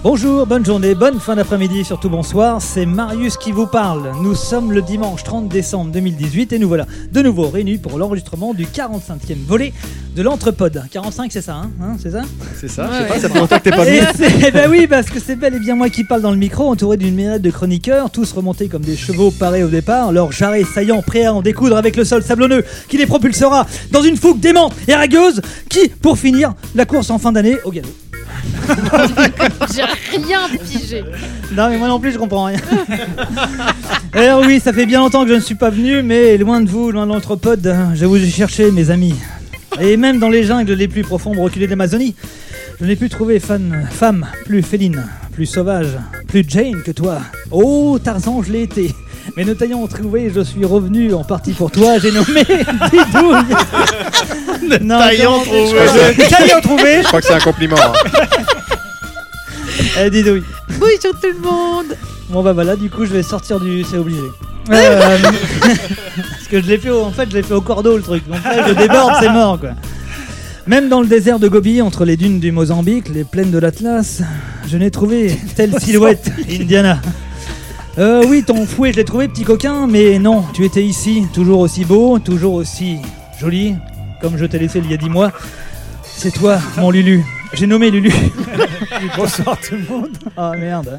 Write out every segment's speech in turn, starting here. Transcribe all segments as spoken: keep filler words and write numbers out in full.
Bonjour, bonne journée, bonne fin d'après-midi, surtout bonsoir, c'est Marius qui vous parle. Nous sommes le dimanche trente décembre deux mille dix-huit et nous voilà de nouveau réunis pour l'enregistrement du quarante-cinquième volet de l'Entrepode. quarante-cinq c'est ça, hein, hein c'est ça C'est ça, ouais, je sais ouais. pas, ça fait longtemps que t'es pas venu. Eh ben oui, parce que c'est bel et bien moi qui parle dans le micro, entouré d'une myriade de chroniqueurs, tous remontés comme des chevaux parés au départ, leurs jarrets saillants prêts à en découdre avec le sol sablonneux qui les propulsera dans une fougue démente et ragueuse qui, pour finir, la course en fin d'année au galop. J'ai rien pigé. Non mais moi non plus je comprends rien. Alors oui, ça fait bien longtemps que je ne suis pas venu, mais loin de vous, loin de l'Entrepode, je vous ai cherché mes amis. Et même dans les jungles les plus profondes reculées d'Amazonie, je n'ai pu trouver fan, femme plus féline, plus sauvage, plus Jane que toi. Oh Tarzan, je l'ai été. Mais ne t'ayant trouvé, je suis revenu en partie pour toi, j'ai nommé Didouille. Ne t'ayant trouvé. Ne t'ayant trouvé. Je crois que c'est un compliment. Hein. Eh Didouille. Bonjour tout le monde. Bon bah voilà, du coup je vais sortir du... c'est obligé. Euh, parce que je l'ai fait au... en fait je l'ai fait au cordeau le truc. Donc là je déborde, c'est mort quoi. Même dans le désert de Gobi, entre les dunes du Mozambique, les plaines de l'Atlas, je n'ai trouvé telle silhouette, Indiana. Euh oui, ton fouet je l'ai trouvé petit coquin, mais non, tu étais ici, toujours aussi beau, toujours aussi joli, comme je t'ai laissé il y a dix mois. C'est toi, mon Lulu. J'ai nommé Lulu. Bonsoir tout le monde. Ah merde.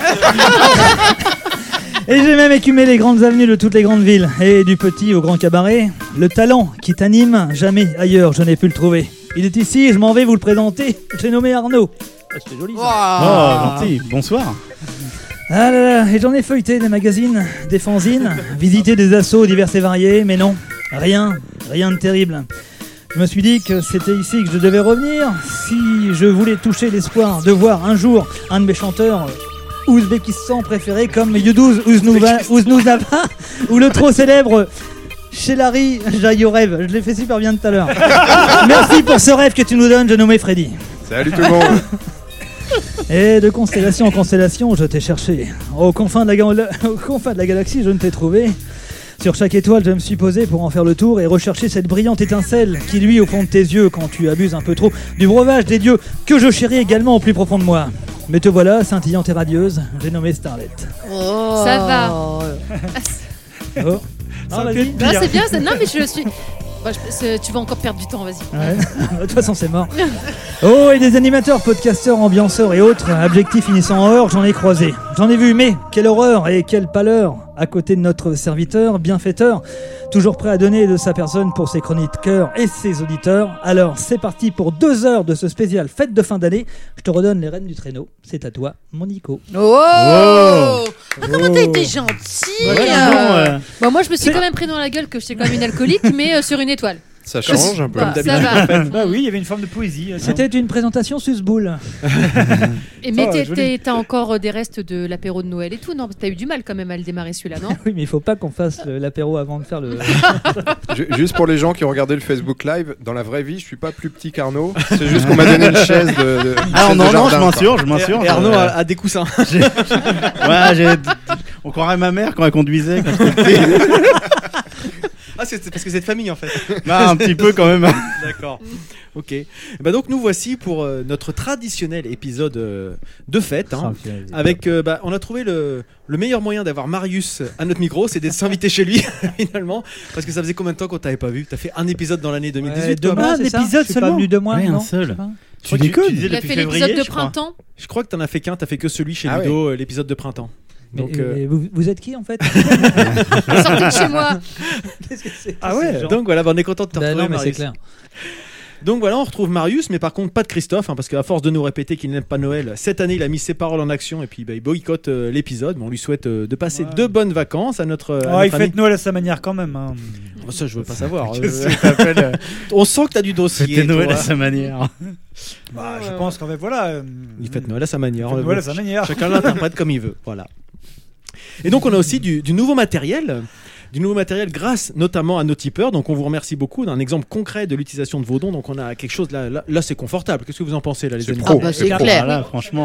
Et j'ai même écumé les grandes avenues de toutes les grandes villes. Et du petit au grand cabaret, le talent qui t'anime, jamais ailleurs je n'ai pu le trouver. Il est ici, je m'en vais vous le présenter. J'ai nommé Arnaud. Ah, c'est joli ça. Oh, gentil, bonsoir. Ah là là, et j'en ai feuilleté des magazines, des fanzines, visité des assos divers et variés, mais non, rien, rien de terrible. Je me suis dit que c'était ici que je devais revenir, si je voulais toucher l'espoir de voir un jour un de mes chanteurs euh, ouzbékistan préférés comme Yuduz Uznuzava ou le trop célèbre Shelari Jayorev. Je l'ai fait super bien tout à l'heure. Merci pour ce rêve que tu nous donnes, je nommé Freddy. Salut tout le monde. Et de constellation en constellation, je t'ai cherché. Aux confins de la, ga- aux confins de la galaxie, je ne t'ai trouvé. Sur chaque étoile, je me suis posé pour en faire le tour et rechercher cette brillante étincelle qui luit au fond de tes yeux quand tu abuses un peu trop du breuvage des dieux que je chéris également au plus profond de moi. Mais te voilà, scintillante et radieuse, j'ai nommé Starlet. Oh. Ça va. Oh. Ça Ah, peut vas-y. être Non, pire. c'est bien. c'est- Non, mais je suis. Bah, je- c'est- Tu vas encore perdre du temps, vas-y. Ouais. De toute façon, c'est mort. Oh, et des animateurs, podcasteurs, ambianceurs et autres, adjectifs finissant en or, j'en ai croisé. J'en ai vu, mais quelle horreur et quelle pâleur à côté de notre serviteur, bienfaiteur, toujours prêt à donner de sa personne pour ses chroniqueurs et ses auditeurs. Alors, c'est parti pour deux heures de ce spécial fête de fin d'année. Je te redonne les rênes du traîneau. C'est à toi, mon Nico. Oh, Ah, comment t'as été gentil. Ouais, euh. sinon, euh, Bah, moi, je me suis C'est- quand même pris dans la gueule que j'étais quand même une alcoolique, mais euh, sur une étoile. Ça change un peu. Bah, Comme ça d'habitude. va. bah oui, il y avait une forme de poésie. euh, C'était une présentation susboule. Et mais Oh, t'es- joli. t'es- t'as encore euh, des restes de l'apéro de Noël et tout, non? T'as eu du mal quand même à le démarrer celui-là, non? Oui, mais il faut pas qu'on fasse le- l'apéro avant de faire le... Ju- Juste pour les gens qui ont regardé le Facebook Live, dans la vraie vie, je suis pas plus petit qu'Arnaud. C'est juste qu'on m'a donné une chaise de. de une Alors chaise de non, non, jardin, je quoi. m'assure, je m'assure. Et Arnaud Euh, a, a des coussins. j'ai- ouais, j'ai... On croirait ma mère quand elle conduisait. Quand j'étais petit. Ah, c'est c'est parce que c'est de famille en fait. Bah, un petit peu quand même. D'accord. Ok. Et bah donc nous voici pour euh, notre traditionnel épisode euh, de fête. Hein, avec, euh, bah, on a trouvé le, le meilleur moyen d'avoir Marius à notre micro, c'est de s'inviter chez lui finalement, parce que ça faisait combien de temps qu'on t'avait pas vu? T'as fait un épisode dans l'année deux mille dix-huit. Ouais, deux toi, mois, un c'est ça épisode Je suis pas seulement venu deux mois, Ouais, un non seul. Je sais pas. Tu déconnes. Tu disais Il a depuis fait février, l'épisode de je crois. printemps. Je crois que t'en as fait qu'un, t'as fait que celui chez Ah Ludo, euh, l'épisode de printemps. Mais, Donc, euh, euh, mais vous, vous êtes qui en fait? Sortez de chez moi. Qu'est-ce que c'est? ah ouais. Donc voilà, bah, on est content de te Bah retrouver, non, mais c'est Marius. clair. Donc voilà, on retrouve Marius, mais par contre pas de Christophe, hein, parce qu'à force de nous répéter qu'il n'aime pas Noël, cette année il a mis ses paroles en action et puis bah, il boycotte euh, l'épisode. Mais on lui souhaite euh, de passer Ouais. de bonnes vacances à notre. à Oh, notre il ami. fête Noël à sa manière quand même. Hein. Oh, ça, je veux pas savoir. Qu'est-ce Euh, que t'appelles euh, on sent que t'as du dossier. fêter Noël toi. à sa manière. Bah, je pense qu'en fait, voilà. euh, Il fête Noël à sa manière. il fête Euh, Noël à sa manière. Chacun l'interprète comme il veut. Voilà. Et donc on a aussi du, du nouveau matériel. Du nouveau matériel grâce notamment à nos tipeurs. Donc on vous remercie beaucoup d'un exemple concret de l'utilisation de vos dons. Donc on a quelque chose là, là, là c'est confortable. Qu'est-ce que vous en pensez là les C'est amis pro. Ah bah, c'est c'est pro. clair. Voilà, franchement.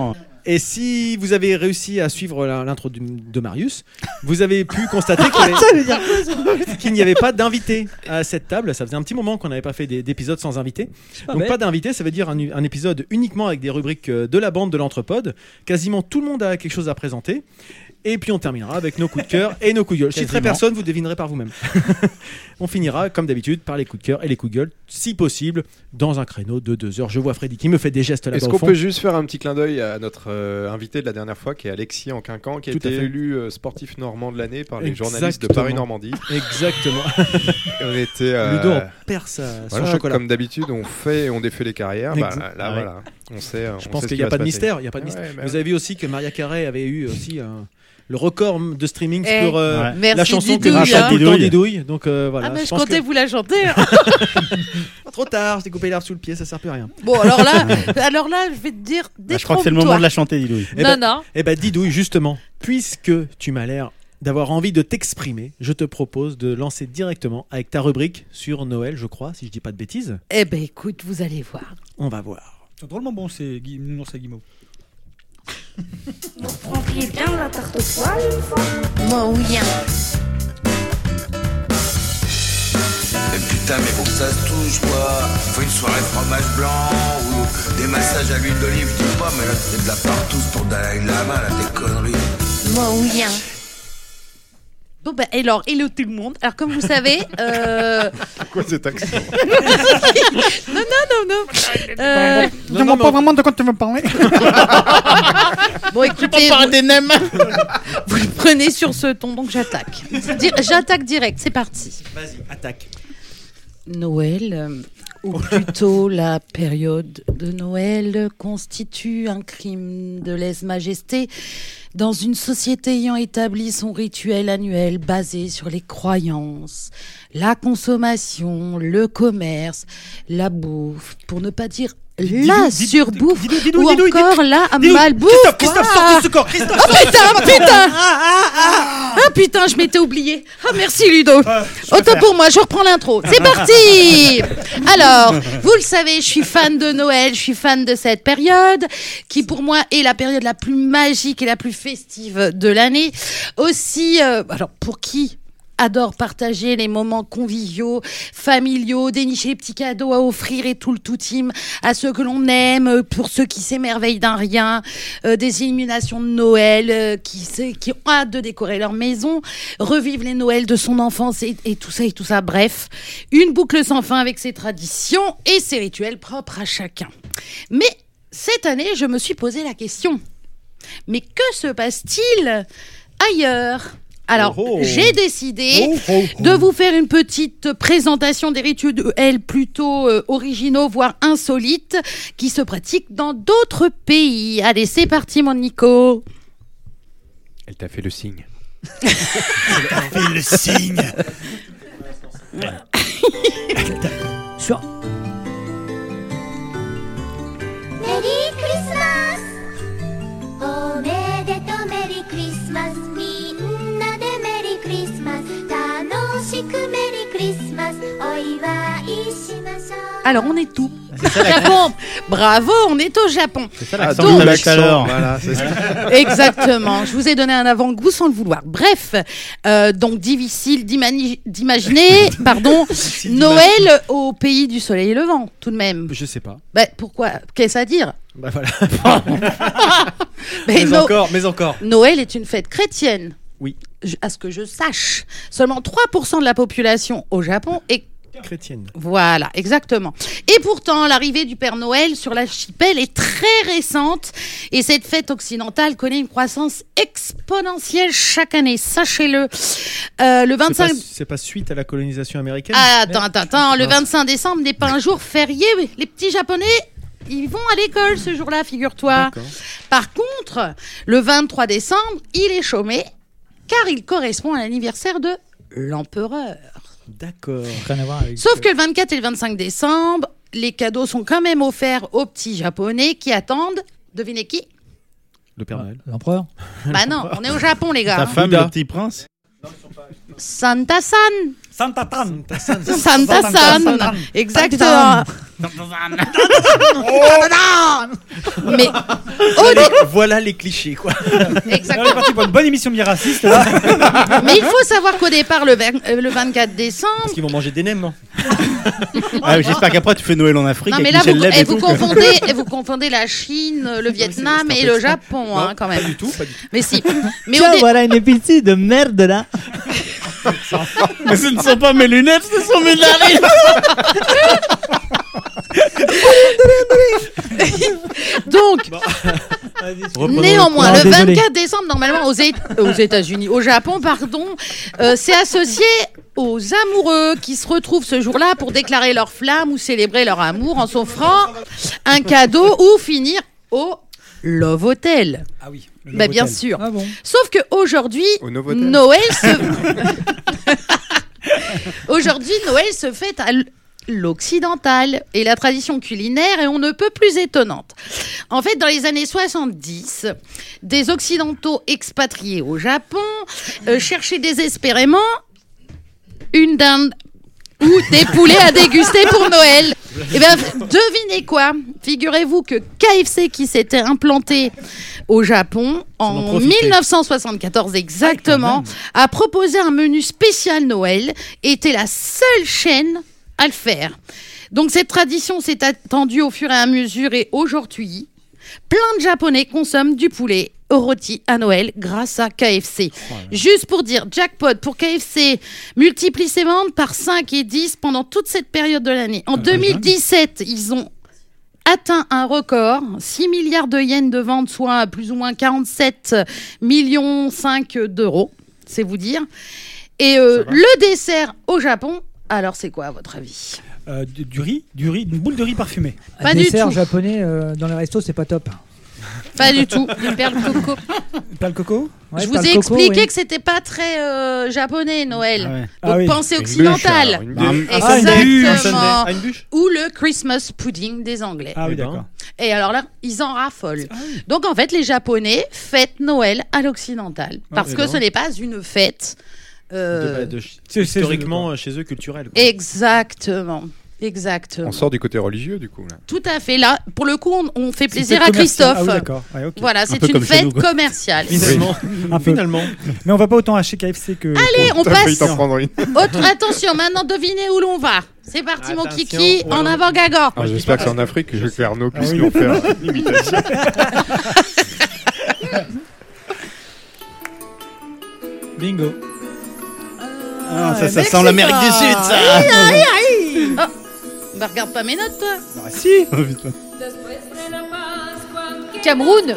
Et si vous avez réussi à suivre la- l'intro du- de Marius, vous avez pu constater qu'il y avait- qu'il n'y avait pas d'invité à cette table. Ça faisait un petit moment qu'on n'avait pas fait des- d'épisodes sans invité. Donc bête. pas d'invité, ça veut dire un, un épisode uniquement avec des rubriques euh, de la bande de l'Entrepode. Quasiment tout le monde a quelque chose à présenter. Et puis on terminera avec nos coups de cœur et nos coups de gueule. Je citerai Quasiment. personne, vous devinerez par vous-même. On finira comme d'habitude par les coups de cœur et les coups de gueule, si possible, dans un créneau de deux heures. Je vois Freddy qui me fait des gestes là-bas Est-ce au qu'on fond. peut juste faire un petit clin d'œil à notre euh, invité de la dernière fois, qui est Alexis en Quincan, qui a Tout à été fait. élu euh, sportif normand de l'année par les Exactement. journalistes de Paris-Normandie. Exactement. Et on était, euh, Ludo en perd sa, son voilà, chocolat. comme d'habitude, on fait, on défait les carrières. Bah, Exact. là, Ah ouais. voilà, on sait. Je on pense sait ce qu'il qui n'y a va pas se de passer. mystère. Il y a pas de Ouais, mystère. bah Vous ouais. avez vu aussi que Maria Carré avait eu aussi un- le record de streaming Eh, sur euh, Ouais. Merci la chanson que Didouille, nous chante hein. tout le temps Didouille. Didouille. Donc euh, voilà. Ah, mais je, pense comptais que- vous la chanter. Trop tard, je t'ai coupé l'arbre sous le pied, ça sert plus à rien. Bon, alors là, alors là, je vais te dire. Bah, je crois que c'est le moment de la chanter, Didouille. Eh Non, ben- non. Eh ben Didouille, justement, puisque tu m'as l'air d'avoir envie de t'exprimer, je te propose de lancer directement avec ta rubrique sur Noël, je crois, si je dis pas de bêtises. Eh ben, écoute, vous allez voir. On va voir. C'est drôlement bon, c'est Guy, non, c'est Guimau. Prendriez bien la tarte aux poils une fois? Moi, oui. Et putain, mais pour que ça se touche, quoi. Faut une soirée fromage blanc ou des massages à l'huile d'olive, je dis pas, mais là, c'est de la partouze pour Dalai Lama, là, des conneries. Moi, oui. Bon, bah, alors, hello tout le monde. Alors, comme vous savez, euh... Quoi cet accent? non, non, non. Euh... Je ne vois pas vraiment de quoi tu veux parler. Bon, écoutez, vous... vous le prenez sur ce ton, donc j'attaque. Di- J'attaque direct, c'est parti. Vas-y, attaque. Noël, euh, ou plutôt la période de Noël, constitue un crime de lèse-majesté dans une société ayant établi son rituel annuel basé sur les croyances, la consommation, le commerce, la bouffe, pour ne pas dire la surbouffe, ou encore la malbouffe. Christophe, Christophe, quoi. sortez ce corps, Christophe. Oh putain, putain Ah putain, je m'étais oublié. Ah merci Ludo. Autant pour moi, je reprends l'intro. C'est parti. Alors, vous le savez, je suis fan de Noël, je suis fan de cette période qui pour moi est la période la plus magique et la plus festive de l'année. Aussi, euh, alors pour qui adore partager les moments conviviaux, familiaux, dénicher les petits cadeaux à offrir et tout le tout team à ceux que l'on aime, pour ceux qui s'émerveillent d'un rien, euh, des illuminations de Noël, euh, qui, s'est- qui ont hâte de décorer leur maison, revivre les Noëls de son enfance et, et tout ça et tout ça. Bref, une boucle sans fin avec ses traditions et ses rituels propres à chacun. Mais cette année, je me suis posé la question. Mais que se passe-t-il ailleurs ? Alors, Oh oh. j'ai décidé Oh, oh, oh. de vous faire une petite présentation des rituels plutôt euh, originaux, voire insolites, qui se pratiquent dans d'autres pays. Allez, c'est parti, mon Nico. Elle t'a fait le signe. Fais le signe. Sur- Merry Christmas! おめでとうメリークリスマスみんなでメリークリスマス楽しくメリークリスマスお祝いしましょう Alors, on est tout. Japon. Bravo, on est au Japon. C'est ça Ah, l'accent donc- que d'où t'avais tout à l'heure. Voilà, c'est ça. Exactement. Je vous ai donné un avant-goût sans le vouloir. Bref, euh, donc difficile d'imani- d'imaginer, pardon, Noël au pays du soleil levant, tout de même. Je sais pas. Bah, pourquoi? Qu'est-ce à dire? Bah voilà. Mais mais no- encore, mais encore. Noël est une fête chrétienne. Oui. Je- à ce que je sache, seulement trois pour cent de la population au Japon est... Chrétienne. Voilà, exactement. Et pourtant, l'arrivée du Père Noël sur l'archipel est très récente et cette fête occidentale connaît une croissance exponentielle chaque année, sachez-le. Euh, le C'est vingt-cinq... pas, c'est pas suite à la colonisation américaine. Ah, attends, attends, attends. Le vingt-cinq décembre n'est pas un jour férié. Les petits Japonais, ils vont à l'école ce jour-là, figure-toi. D'accord. Par contre, le vingt-trois décembre, il est chômé car il correspond à l'anniversaire de l'empereur. D'accord. Rien à voir avec. Sauf que le vingt-quatre et le vingt-cinq décembre, les cadeaux sont quand même offerts aux petits Japonais qui attendent. Devinez qui? Le Père Noël. L'empereur. Bah non, on est au Japon, les Ta gars. femme, Bouddha. le petit prince. Santa-san. Santa Tan. Santa-san. Exactement. Mais Voilà, voilà les clichés, quoi. exactement. On est parti pour une bonne émission biraciste. Là. Mais il faut savoir qu'au départ, le, vingt- euh, le vingt-quatre décembre. Parce qu'ils vont manger des nems, non? Ah, j'espère qu'après tu fais Noël en Afrique Non, mais avec là, Michel vous, Leb eh, et vous, tout. quoi. confondez, eh, vous confondez la Chine, le Vietnam c'est un et peu le extrême. Japon, Non, hein, quand même. Pas du tout, pas du tout. Mais si. Mais Tiens, au dé- voilà une épicerie de merde là. Mais ce ne sont pas mes lunettes, ce sont mes narines. Donc, néanmoins, Non, le désolé. vingt-quatre décembre, normalement, aux, Éta- aux États-Unis, au Japon, pardon, euh, c'est associé aux amoureux qui se retrouvent ce jour-là pour déclarer leur flamme ou célébrer leur amour en s'offrant un cadeau ou finir au Love Hotel. Ah oui. Bah, bien sûr. Ah bon. Sauf que aujourd'hui, Au Novotel. Noël se aujourd'hui Noël se fête à l- l'occidental et la tradition culinaire et on ne peut plus étonnante. En fait, dans les années soixante-dix, des occidentaux expatriés au Japon euh, cherchaient désespérément une dinde ou des poulets à déguster pour Noël. Et bien, devinez quoi? Figurez-vous que K F C, qui s'était implanté au Japon en en profitait. mille neuf cent soixante-quatorze exactement, a proposé un menu spécial Noël et était la seule chaîne à le faire. Donc cette tradition s'est étendue au fur et à mesure et aujourd'hui, plein de Japonais consomment du poulet au rôti à Noël grâce à K F C. Juste pour dire, jackpot pour K F C multiplie ses ventes par cinq et dix pendant toute cette période de l'année. En deux mille dix-sept, ils ont atteint un record, six milliards de yens de vente, soit plus ou moins quarante-sept millions cinq d'euros, c'est vous dire. Et euh, le dessert au Japon, alors c'est quoi à votre avis? Euh, du, du riz, du riz, une boule de riz parfumée. Pas Un du dessert tout. japonais euh, dans les restos, c'est pas top. Pas du tout, du perle coco. Pas le coco. Ouais, Je pas vous le ai coco, expliqué oui. que c'était pas très euh, japonais Noël. Ah ouais. Donc Ah oui. pensez Une occidental. bûche, alors, une Bah, bûche. Ah, une Exactement. Ah, une bûche? Ou le Christmas pudding des Anglais. Ah oui, Eh ben. d'accord. Et alors là, ils en raffolent. Donc en fait, les Japonais fêtent Noël à l'occidental. Parce eh que ben. ce n'est pas une fête. euh, De- de- C'est- c'est- historiquement, euh, chez eux, culturel. quoi. Exactement. Exactement. On sort du côté religieux, du coup. Là. Tout à fait. Là, pour le coup, on, on fait C'est plaisir peut-être à commercial. Christophe. Ah oui, d'accord. Ouais, ok. Voilà, c'est peu une comme chez fête nous, quoi. commerciale. Finalement. Un peu. Finalement. Mais on va pas autant acheter K F C que. Allez, on T'as failli passe. t'en prendre une. Autre, attention, maintenant devinez où l'on va. C'est parti, mon Attention, kiki, voilà. en avant, Gaga. Ah, J'espère que c'est en Afrique que je vais faire nos Ah puisque oui. nous faire l'imitation. Bingo. Ah, ça, ça sent l'Amérique du Sud, ça. Bah, regarde pas mes notes, toi. Ah si. Oh, putain. Cameroun.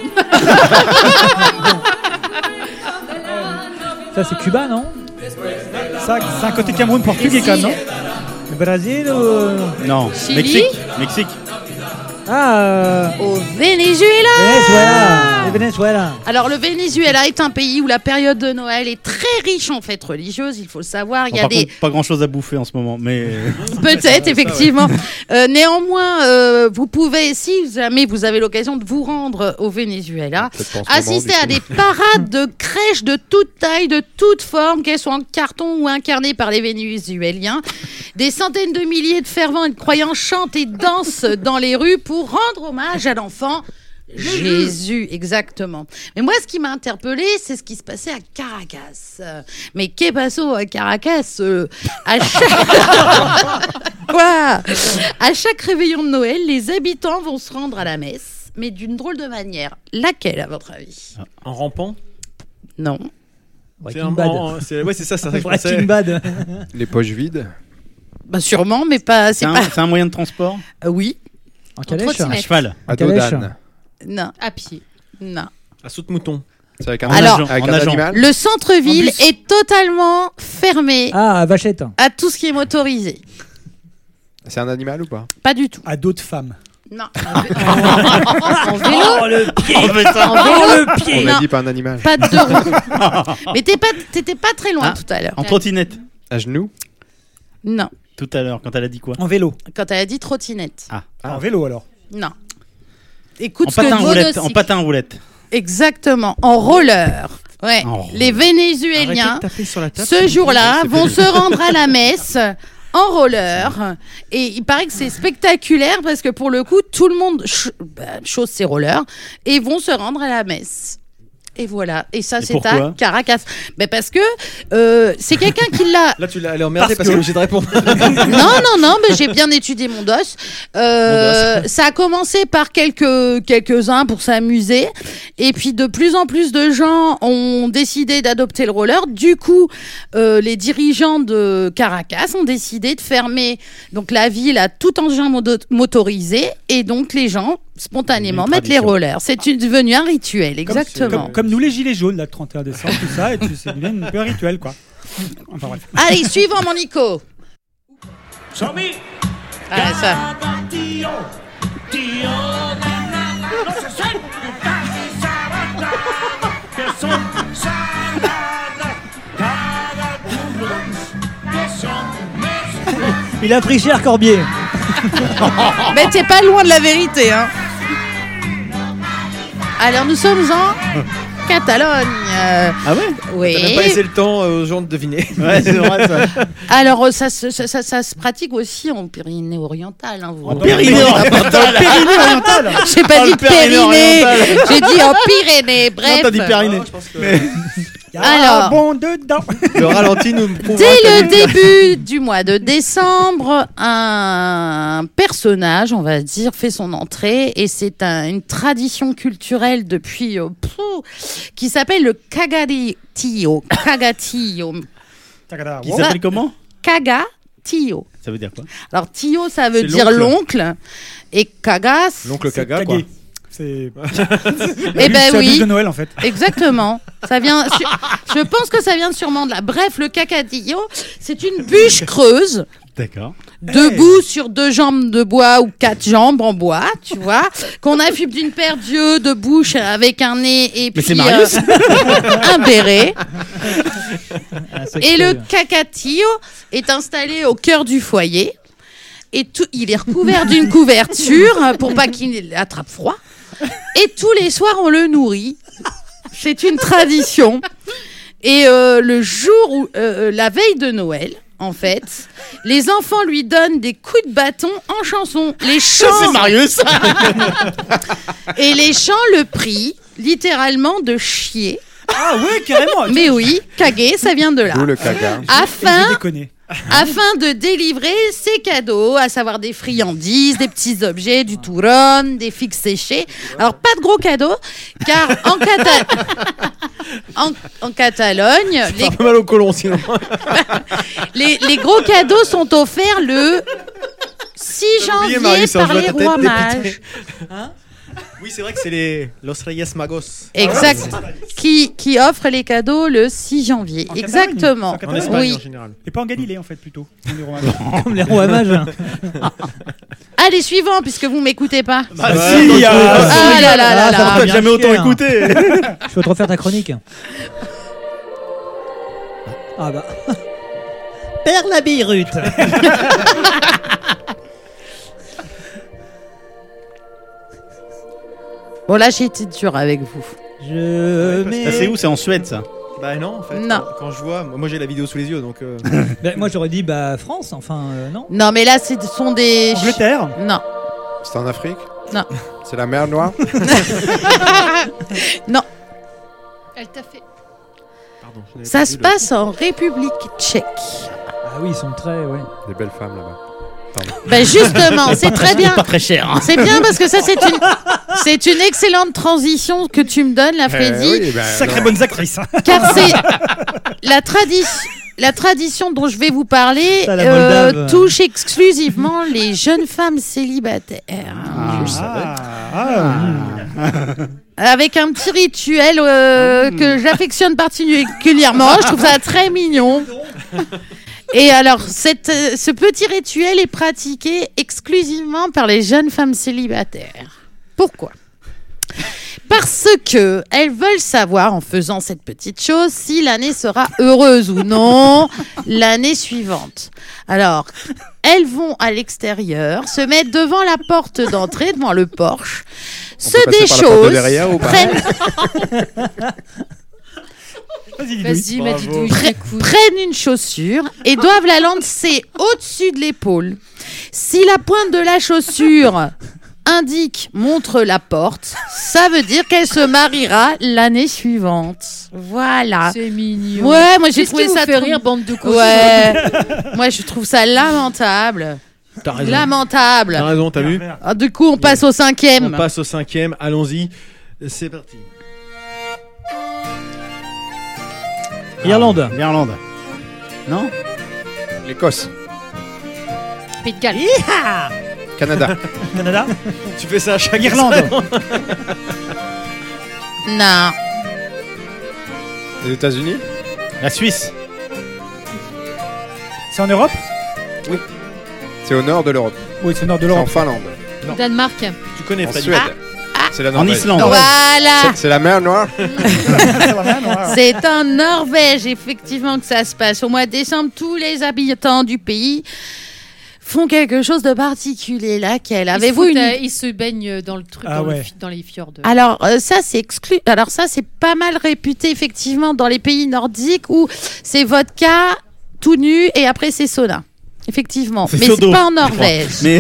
Ça, c'est Cuba, non? Ça, c'est un côté Cameroun portugais quand même, non? Le Brésil ou... Non, Chili. Mexique. Mexique. Ah, euh... Au Venezuela. Venezuela. Le Venezuela. Alors, le Venezuela est un pays où la période de Noël est très riche en fêtes religieuses, il faut le savoir. Il y a Par des... contre, pas grand chose à bouffer en ce moment, mais. Peut-être, effectivement. Euh, néanmoins, euh, vous pouvez, si jamais vous avez l'occasion de vous rendre au Venezuela, Peut-être pas en ce moment, assister du à coup. des parades de crèches de toute taille, de toute forme, qu'elles soient en carton ou incarnées par les Vénézuéliens. Des centaines de milliers de fervents et de croyants chantent et dansent dans les rues pour rendre hommage à l'enfant Jésus, exactement. Mais moi, ce qui m'a interpellée, c'est ce qui se passait à Caracas. Euh, Mais qu'est passo à Caracas euh, à chaque... Quoi À chaque réveillon de Noël, les habitants vont se rendre à la messe, mais d'une drôle de manière. Laquelle, à votre avis? En rampant. Non. C'est Breaking un- Bad. en- c'est- Ouais, c'est ça, ça. ça que je Breaking pensais. Bad. Les poches vides. Bah sûrement, mais pas. C'est C'est un, pas. c'est un moyen de transport. Euh, oui. En En calèche. À trottinette. cheval. À calèche. Dodane. Non. À pied. Non. À saute-mouton. C'est avec un, Alors- avec en un nageant. animal. Le centre-ville En bus. est totalement fermé Ah, à Vachette. à tout ce qui est motorisé. C'est un animal ou pas? Pas du tout. À d'autres femmes. Non. En vélo. Oh, le pied. En vélo. le pied. On a Non. dit pas un animal. Pas de deux roues. Mais t'es pas, t'étais pas très loin Ah. tout à l'heure. En trottinette. À genoux. Non. Tout à l'heure, quand elle a dit quoi? En vélo. Quand elle a dit trottinette. Ah. En vélo alors. Non. Écoute En ce que patin à roulette. monocycle. En patin à roulette. Exactement. En roller. Ouais. En roller. Les Vénézuéliens, Arrêtez de taper sur la table. ce jour-là, C'est vont fait. se rendre à la messe en roller. Et il paraît que c'est spectaculaire parce que pour le coup, tout le monde ch- bah, chausse ses rollers et vont se rendre à la messe. Et voilà. Et ça, Et c'est pourquoi à Caracas. Ben parce que euh, c'est quelqu'un qui l'a. Là, tu l'as elle est emmerdée Parce parce, que- que j'ai de répondre. Non, non, non, mais j'ai bien étudié mon dos. Euh, ça a commencé par quelques, quelques-uns pour s'amuser. Et puis, de plus en plus de gens ont décidé d'adopter le roller. Du coup, euh, les dirigeants de Caracas ont décidé de fermer donc, la ville à tout engin modo- motorisé. Et donc, les gens, spontanément, Une mettent les tradition. rollers. C'est une- devenu un rituel, Comme- exactement. Comme, comme nous les gilets jaunes, là, le trente et un décembre, tout ça, et puis c'est devenu un peu un rituel, quoi. Enfin bref. Allez, suivant, mon Nico. Ah, ça. Il a pris cher, Corbier. Mais t'es pas loin de la vérité, hein. Alors, nous sommes en Catalogne. Euh, Ah ouais oui. T'as même pas laissé le temps euh, aux gens de deviner. Ouais, c'est vrai ça. Alors, euh, ça, se- ça, ça, ça se pratique aussi en Pyrénées orientales. Hein, vous En Pyrénées orientales. Pyrénées orientales. J'ai pas Oh, dit le Pyrénées Pyrénées, orientales. j'ai dit en Pyrénées. Bref. Non, t'as dit Pyrénées. Il y a Alors. un bon dedans. Le ralenti nous prouvera Dès que- le début du mois de décembre, un personnage, on va dire, fait son entrée et c'est un- une tradition culturelle depuis euh, pfff, qui s'appelle le Cagatillo. Cagatillo. Tagada, Qui wow. s'appelle comment Cagatillo. Ça veut dire quoi Alors Tio, ça veut C'est dire l'oncle. l'oncle et Cagas. L'oncle C'est Caga, quoi. Kagé. C'est. Eh ben C'est la oui. bûche de Noël en fait. Exactement. Ça vient. Je pense que ça vient sûrement de là. Bref, le Cagatillo, c'est une bûche creuse. D'accord. Debout sur deux jambes de bois ou quatre jambes en bois, tu vois, qu'on affuble d'une paire d'yeux, de bouche avec un nez et puis Mais c'est Marius. euh, un béret. Un Et sextoy. le cacatillo est installé au cœur du foyer. Et tout, il est recouvert d'une couverture pour pas qu'il attrape froid. Et tous les soirs, on le nourrit. C'est une tradition. Et euh, le jour où, euh, la veille de Noël, en fait, les enfants lui donnent des coups de bâton en chanson. Les chants, C'est Marius. et les chants le prient littéralement de chier. Ah ouais, carrément. Mais oui, caguer, ça vient de là. D'où le caga. Afin J'ai déconné. afin de délivrer ses cadeaux, à savoir des friandises, des petits objets, du touron, des figues séchées. Alors, pas de gros cadeaux, car en, Cata- en, en Catalogne, les, Un peu mal au colon, sinon. les, les gros cadeaux sont offerts le six Oublié, janvier Marius, hein, par je vois les ta tête rois dépitée. mages. Oui, c'est vrai que c'est les Los Reyes Magos. Exact. Qui, qui offrent les cadeaux le six janvier. En Catalogne Exactement. En En Catalogne. Espagne, Oui. en général. Et pas en Galilée en fait plutôt. Comme les Romains. Comme les rois mages. Allez, suivant, puisque vous m'écoutez pas. Ah Ouais, si, donc, il y a- euh, Ah là là là Ah, ça là. va T'as bien jamais autant chier, hein. écouté. Je peux te refaire ta chronique. Ah bah. Père la Beirut. Bon, là, j'ai été dur avec vous. Je Ouais, mets. Ça c'est où? C'est en Suède ça. Bah non, en fait. Non. Quand je vois, moi j'ai la vidéo sous les yeux, donc. euh, Ben, moi j'aurais dit bah France, enfin euh, non. Non, mais là, ce sont des. Angleterre. Non. C'est en Afrique Non. C'est la mer Noire Non. Elle t'a fait. Pardon. je n'avais Ça pas se vu le- passe en République tchèque. Ah oui, ils sont très ouais. Des belles femmes là-bas. Ben justement, c'est très bien. Pas très cher. hein. C'est bien parce que ça, c'est une, c'est une excellente transition que tu me donnes, la Freddy, Eh oui, ben, Sacrées non. bonnes actrices. hein. car c'est la tradition. La tradition dont je vais vous parler Ça, la euh, Moldave. touche exclusivement les jeunes femmes célibataires. Ah, ah, Avec un petit rituel euh, que j'affectionne particulièrement. Je trouve ça très mignon. Et alors, cette, euh, ce petit rituel est pratiqué exclusivement par les jeunes femmes célibataires. Pourquoi ? Parce que elles veulent savoir, en faisant cette petite chose, si l'année sera heureuse ou non l'année suivante. Alors, elles vont à l'extérieur, se mettre devant la porte d'entrée, devant le porche, On se peut passer par la porte de déchaussent, derrière ou pas prennent... Vas-y, Vas-y, ma Didouille, Pre- j'écoute. prennent une chaussure et doivent la lancer au-dessus de l'épaule. Si la pointe de la chaussure indique, montre la porte, ça veut dire qu'elle se mariera l'année suivante. Voilà. C'est mignon. Ouais, moi j'ai Qu'est-ce trouvé qui vous ça fait trop- rire, bande de cochons. Ouais. Moi je trouve ça lamentable. T'as raison. Lamentable. T'as raison, t'as vu? Ah, du coup, on passe au cinquième. On passe au cinquième, allons-y. C'est parti. Irlande. L'Irlande. Non? L'Écosse. Pays de Galles. Canada. Canada. Tu fais ça à chaque Irlande. Non. Les États-Unis. La Suisse. C'est en Europe? C'est au nord de l'Europe. Oui, c'est au nord de C'est en l'Europe. Finlande. Non. Danemark. Tu connais En Freddy. Suède. Ah. C'est la En Norvège. Islande. Voilà. C'est- C'est la mer Noire. C'est en Norvège, effectivement, que ça se passe. Au mois de décembre, tous les habitants du pays font quelque chose de particulier. Laquelle? Ils se Avez-vous foutent, une... euh, Ils se baignent dans le truc, Ah dans, le ouais. fi- dans les fjords. Alors euh, ça c'est exclu. Alors ça c'est pas mal réputé effectivement dans les pays nordiques où c'est vodka tout nu et après c'est sauna. Effectivement, C'est mais sur c'est dos, pas en je crois. Norvège. Mais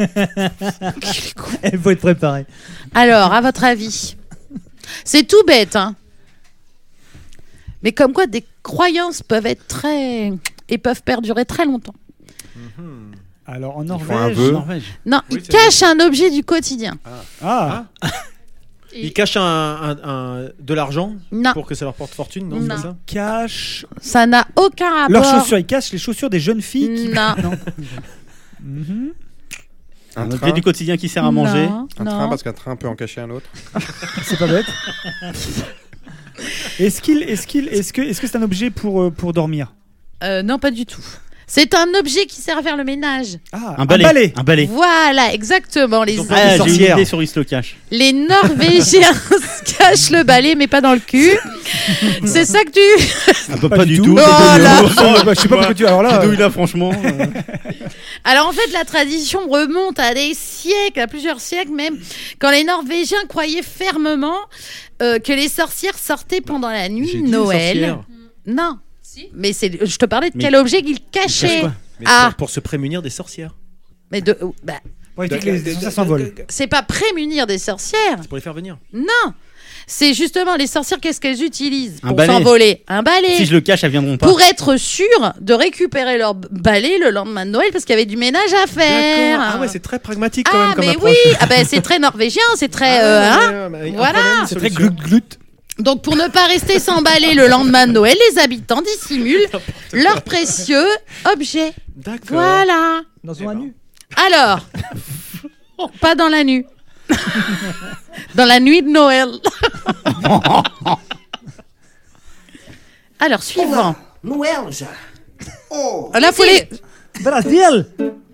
Il faut être préparé. Alors, à votre avis, c'est tout bête, hein. Mais comme quoi des croyances peuvent être très et peuvent perdurer très longtemps. Alors en font un Norvège. vœu. Norvège. Non, Oui, ils c'est cachent un objet du quotidien. Ah, Et- Ils cachent un, un- un- de l'argent Non, pour que ça leur porte fortune, non? Non. C'est ça? cache ça n'a aucun rapport. leurs chaussures. Ils cachent les chaussures des jeunes filles. Qui... Non. Mhm. Un Un train. objet du quotidien qui sert à manger. Non, Un non. train parce qu'un train peut en cacher un autre. C'est pas bête. Est-ce qu'il, est-ce qu'il, est-ce que, est-ce que c'est un objet pour euh, pour dormir? Euh, non, pas du tout. C'est un objet qui sert à faire le ménage. Ah, Un balai. Un balai. Voilà, exactement. Les, Ils ont pas Ah, des j'ai une sorcières. idée sur Islocash. les Norvégiens se cachent le balai, mais pas dans le cul. C'est ça que tu... Ah, bah, Pas pas du du tout. tout. Oh là. Oh, bah, je sais pas pourquoi tu. Alors là. Didouille, là, franchement. euh, Alors en fait, la tradition remonte à des siècles, à plusieurs siècles même, quand les Norvégiens croyaient fermement euh, que les sorcières sortaient pendant la nuit J'ai de dit Noël. sorcière. Non, Si. mais c'est, je te parlais de Mais- quel objet qu'ils Ils cachent cachaient. quoi? Mais Ah. pour, pour se prémunir des sorcières. Mais de, bah, Pour éviter que les sorcières s'envolent. c'est pas prémunir des sorcières. C'est pour les faire venir. Non. C'est justement les sorcières, qu'est-ce qu'elles utilisent Un pour balai. s'envoler? Un balai. Si je le cache, elles viendront pas. Pour être sûr de récupérer leur balai le lendemain de Noël parce qu'il y avait du ménage à faire. D'accord. Ah ouais, c'est très pragmatique quand Ah, même comme mais approche. oui, ah ben, c'est très norvégien, c'est très... Ah, euh, ouais, hein. ouais, ouais, ouais, un Voilà. problème, une C'est très solution. glut glut. Donc pour ne pas rester sans balai le lendemain de Noël, les habitants dissimulent leurs précieux objets. D'accord. Voilà. Dans son nu. Alors, pas dans la nuit. Dans la nuit de Noël. Alors, suivant. Noël já. Oh, Là, faut les... Brasil.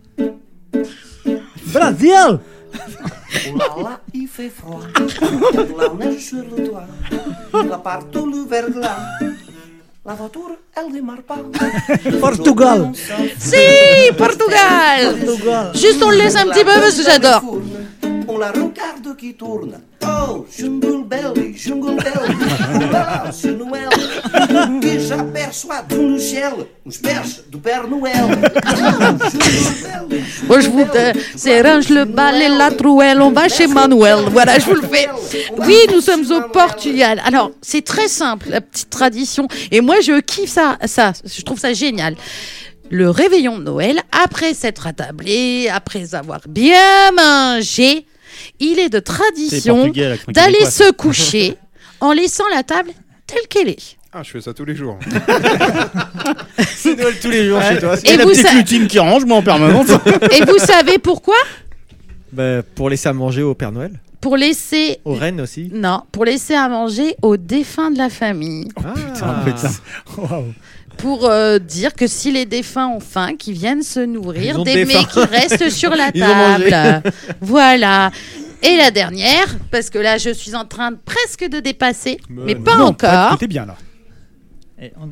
Brasil. lá lá e fait froid. Lá neige sur le toit. La partout le verglas. La voiture, elle démarre pas. Portugal. Si, Portugal. Juste, on le laisse un petit peu parce que j'adore. On la regarde qui tourne. Oh, jungle belly, jungle belly. Là, c'est Noël. Que j'aperçois dans le ciel os perches do Père Noël. Oh, jungle belly, Moi, je vous... euh, c'est range le balai, la trouelle, on va chez Manuel. Voilà, je vous le fais. Oui, nous sommes au Portugal. Alors, c'est très simple, la petite tradition. Et moi, je kiffe ça, ça. Je trouve ça génial. Le réveillon de Noël, après s'être attablé, après avoir bien mangé, il est de C'est tradition portugais, l'accent d'aller québécois. se coucher en laissant la table telle qu'elle est. Ah, je fais ça tous les jours. C'est Noël tous les jours chez toi. Et Et la vous petite sa- lutine qui range, moi, en permanence. Et vous savez pourquoi? Bah, pour laisser à manger au Père Noël. Pour laisser... Aux reines aussi. Non, pour laisser à manger aux défunts de la famille. Ah, putain. Waouh. Pour euh, dire que si les défunts ont faim, qu'ils viennent se Ils nourrir ont des défaim. mets qui restent sur la Ils ont mangé. table. Voilà. Et la dernière, parce que là je suis en train de presque de dépasser, mais, non. pas Non, encore. T'es bien là. Et on-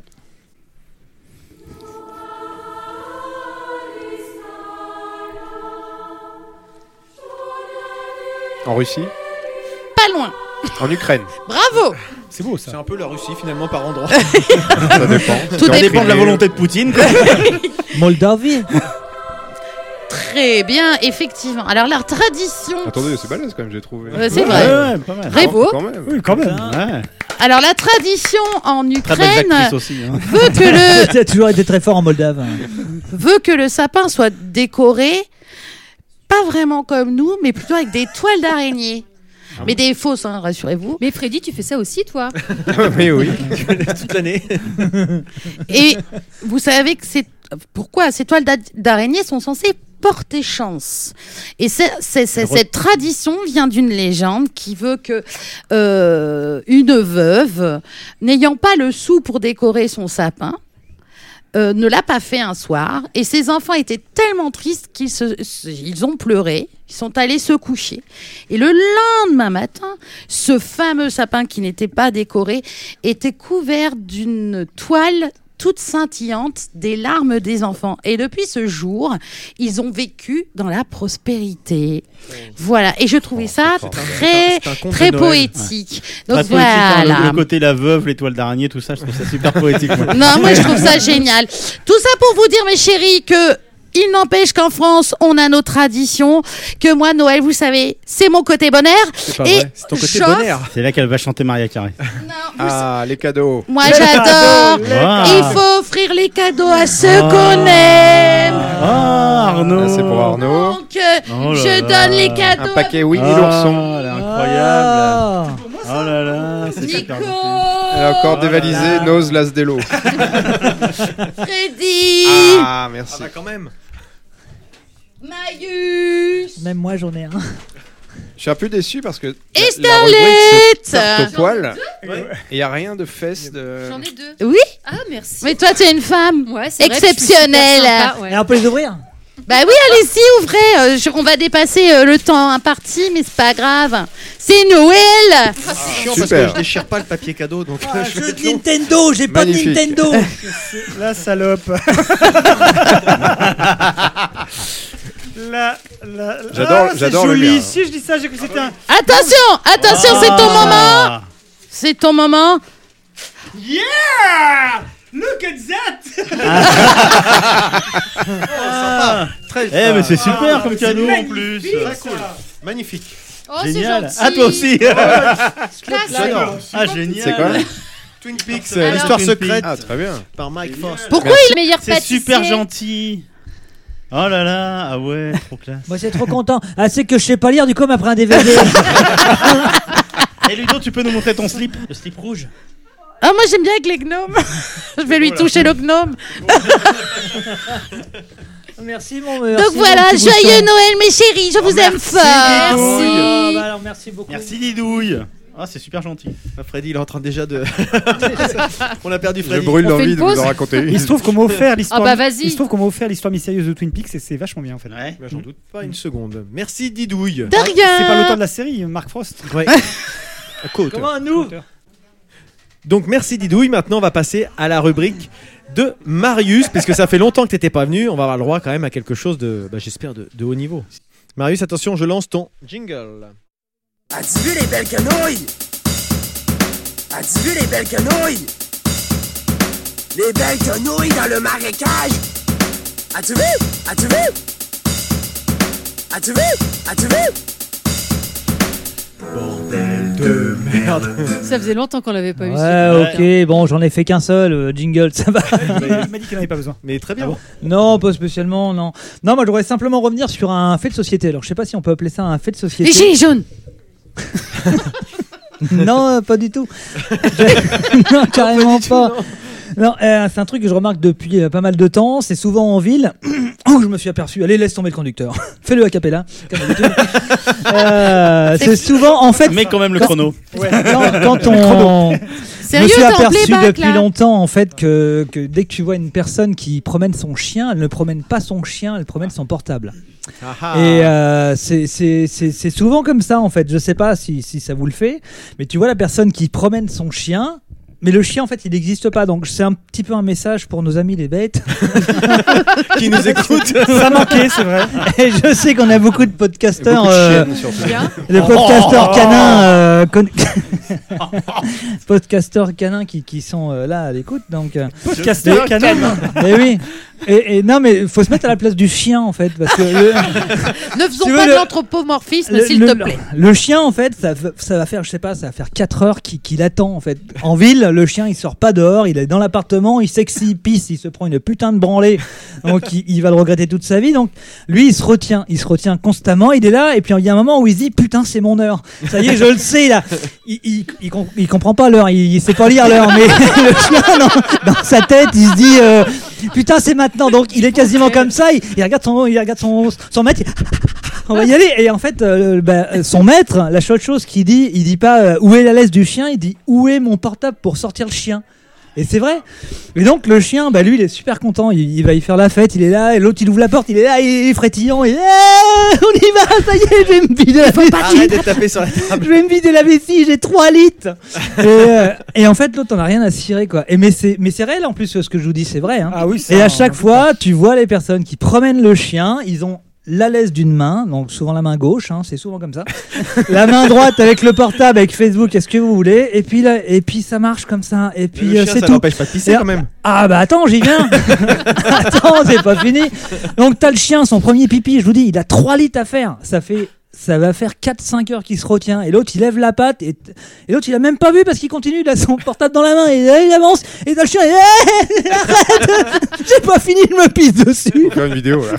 En Russie. Pas loin. En Ukraine. Bravo. C'est beau ça. C'est un peu la Russie finalement par endroit. Ça dépend. Tout Ça dépend. dépend de la volonté de Poutine. quoi. Moldavie. Très bien, effectivement. Alors la tradition. Attendez, c'est balèze quand même, j'ai trouvé. Ouais, c'est vrai. Ouais, ouais, pas mal. Révo. Quand même. Oui, quand même. Ouais. Alors la tradition en Très belles Ukraine actrices aussi. Hein. veut que le Tu as toujours été très fort en Moldave. veut que le sapin soit décoré, pas vraiment comme nous, mais plutôt avec des toiles d'araignée. Mais des fausses, hein, rassurez-vous. Mais Freddy, tu fais ça aussi, toi? Oui, oui. Toute l'année. Et vous savez que c'est pourquoi ces toiles d'a- d'araignée sont censées porter chance. Et c'est, c'est, c'est- cette tradition vient d'une légende qui veut que euh, une veuve, n'ayant pas le sou pour décorer son sapin, euh, ne l'a pas fait un soir. Et ses enfants étaient tellement tristes qu'ils se, se- ils ont pleuré. Ils sont allés se coucher. Et le lendemain matin, ce fameux sapin qui n'était pas décoré était couvert d'une toile toute scintillante des larmes des enfants. Et depuis ce jour, ils ont vécu dans la prospérité. Voilà. Et je trouvais ça c'est très, C'est un conte très de Noël. poétique. Donc Très poétique, hein, voilà. le, le côté la veuve, l'étoile d'araignée, tout ça, je trouve ça super poétique. moi. Non, moi je trouve ça génial. Tout ça pour vous dire, mes chéris, que il n'empêche qu'en France, on a nos traditions. Que moi, Noël, vous savez, c'est mon côté bonheur. C'est pas Et vrai. C'est ton côté j'offre- bonheur. C'est là qu'elle va chanter Maria Carré. Non, vous- Ah, les cadeaux. moi j'adore. Ah. Il faut offrir les cadeaux à ceux qu'on aime. Ah, Arnaud. Ah, c'est pour Arnaud. Donc, euh, Oh là je là. donne les cadeaux. Un paquet Winnie Ah, l'ourson. elle est incroyable. Ah. Oh là là, c'est Nico, super gentil. Elle a encore Oh là dévalisé là. Nose Lasdello. Freddy, Ah, merci. Ah bah quand même. Mayus, Même moi, j'en ai un. Je suis un peu déçu parce que. la- et la Starlet. rubrique, c'est tarte au poil. Et il n'y a rien de fesses de. J'en ai deux. Oui, Ah, merci. mais toi, tu es une femme. Ouais, c'est vrai que je suis Exceptionnelle. super sympa, ouais. Et on peut les ouvrir. Bah oui, allez-y, ouvrez. Euh, je- on va dépasser euh, le temps imparti, mais c'est pas grave. C'est Noël. C'est chiant parce Super. que je déchire pas le papier cadeau donc Ah, je jeu vais de être long. Nintendo, j'ai pas de Magnifique. Nintendo. La salope. la, la, J'adore- ah, c'est j'adore le joli. mien. Si je dis ça, j'ai cru que c'était un. Attention, attention, c'est ton moment. Ah. C'est ton moment. Yeah! Look at that! Très Eh, mais c'est super Ah, comme c'est cadeau en magnifique, plus. très cool. ça. Magnifique. Oh, c'est Génial. gentil. Ah, toi aussi. Classe. J'adore. Ah, génial. C'est quoi Twin Peaks, Alors- l'histoire Twin secrète Ah, très bien. par Mike Foss. Pourquoi Le meilleur C'est pâtissier. super gentil. Oh là là, ah ouais, trop classe. Moi, c'est trop content. Ah, c'est que je sais pas lire, du coup, on m'a pris un D V D. Et Ludo, tu peux nous montrer ton slip? Le slip rouge. Ah, moi j'aime bien avec les gnomes. Je vais lui toucher le gnome. Merci, mon merci, Donc mon voilà, petit joyeux bouchon. Noël, mes chéris. Je vous aime fort. Ah, bah alors, merci beaucoup. Merci Didouille. Ah, c'est super gentil. Ah, Freddy, il est en train déjà de. On a perdu Je Freddy. brûle On fait l'envie une de vous pause en raconter une. Il se trouve qu'on m'a offert l'histoire. Ah bah, vas-y. Il se trouve qu'on m'a offert l'histoire mystérieuse de Twin Peaks et c'est vachement bien en fait. Ouais. Bah, J'en doute pas une seconde. Merci Didouille. De rien. C'est pas l'auteur de la série, Mark Frost. Ouais. Co-auteur. Comment nous Donc merci Didouille. Maintenant on va passer à la rubrique de Marius, puisque ça fait longtemps que t'étais pas venu. On va avoir le droit quand même à quelque chose de, bah, j'espère, de, de haut niveau. Marius, attention, je lance ton jingle. As-tu vu les belles quenouilles? As-tu vu les belles quenouilles? Les belles quenouilles dans le marécage? As-tu vu? As-tu vu? As-tu vu? As-tu vu? Bordel de merde. Ça faisait longtemps qu'on l'avait pas eu. Ouais, ok, bon, j'en ai fait qu'un seul, euh, jingle, ça va. Il m'a dit qu'il n'en avait pas besoin. Mais très bien. Ah bon Non, pas spécialement, non. Non, moi, je voudrais simplement revenir sur un fait de société. Alors, je sais pas si on peut appeler ça un fait de Les société. gilets jaunes. Non, euh, pas du tout. Non, carrément pas. Non, euh, c'est un truc que je remarque depuis euh, pas mal de temps. C'est souvent en ville où je me suis aperçu. Allez, laisse tomber le conducteur. Fais-le a cappella. Comme d'habitude. Euh, c'est souvent en fait. Mais quand même le Quand- chrono. Quand, quand on. Je me Sérieux, suis t'es en aperçu playback depuis là. longtemps en fait que, que dès que tu vois une personne qui promène son chien, elle ne promène pas son chien, elle promène son portable. Ah ah. Et euh, c'est- c'est c'est- c'est souvent comme ça en fait. Je sais pas si, si ça vous le fait, mais tu vois la personne qui promène son chien mais le chien en fait il n'existe pas, donc c'est un petit peu un message pour nos amis les bêtes qui nous écoutent. Ça manquait, c'est vrai. Et je sais qu'on a beaucoup de podcasteurs, Beaucoup de euh, chiennes, surtout. Bien. de podcasteurs canins, euh, con- podcasteurs canins qui, qui sont euh, là à l'écoute, donc. euh, Podcasteur mais- canin. Mais oui. Et, et non, mais faut se mettre à la place du chien en fait, parce que le, Ne faisons Tu pas veux de le- l'anthropomorphisme, le, s'il le- te plaît. le chien en fait, ça, va- ça va faire, je sais pas, ça va faire quatre heures qu'il qu'il attend en fait. En ville, le chien il sort pas dehors, il est dans l'appartement, il sait que s'il pisse, il se prend une putain de branlée, donc il, il va le regretter toute sa vie. Donc lui, il se retient, il se retient constamment, il est là, et puis il y a un moment où il se dit putain c'est mon heure. Ça y est, je le sais là. Il, il, il, com- il comprend pas l'heure, il, il sait pas lire l'heure, mais le chien dans, dans sa tête, il se dit euh, putain c'est maintenant. Donc il est quasiment comme ça, il, il regarde son, il regarde son, son maître. il- On va y aller. Et en fait, euh, bah, son maître, la seule chose qu'il dit, il dit pas euh, où est la laisse du chien, il dit où est mon portable pour sortir le chien. Et c'est vrai. Et donc le chien, bah lui, il est super content. Il, il va y faire la fête. Il est là. Et l'autre, il ouvre la porte. Il est là. Il est frétillant. Il est là. On y va. Ça y est, je vais me vider la vessie. Arrête de taper sur la table. Je vais me vider la vessie. J'ai trois litres. et, euh, et en fait, l'autre, on a rien à cirer, quoi. Et mais c'est, mais c'est réel en plus. Ce que je vous dis, c'est vrai. Hein. Ah oui, ça, Et à hein, chaque hein. fois, tu vois les personnes qui promènent le chien, ils ont la laisse d'une main, donc souvent la main gauche, hein, c'est souvent comme ça. La main droite avec le portable, avec Facebook, est-ce que vous voulez. Et puis là, et puis ça marche comme ça. Et puis Le euh, chien, c'est ça tout. n'empêche pas de pisser Et- quand même. Ah bah attends, j'y viens. Attends, c'est pas fini. Donc t'as le chien, son premier pipi, je vous dis, il a trois litres à faire. Ça fait, ça va faire quatre cinq heures qu'il se retient. Et l'autre, il lève la patte. Et, et l'autre, il a même pas vu parce qu'il continue. Il a son portable dans la main. Et là, il avance. Et t'as le chien. Et, arrête. J'ai pas fini, je me pisse dessus. Faut faire une vidéo là.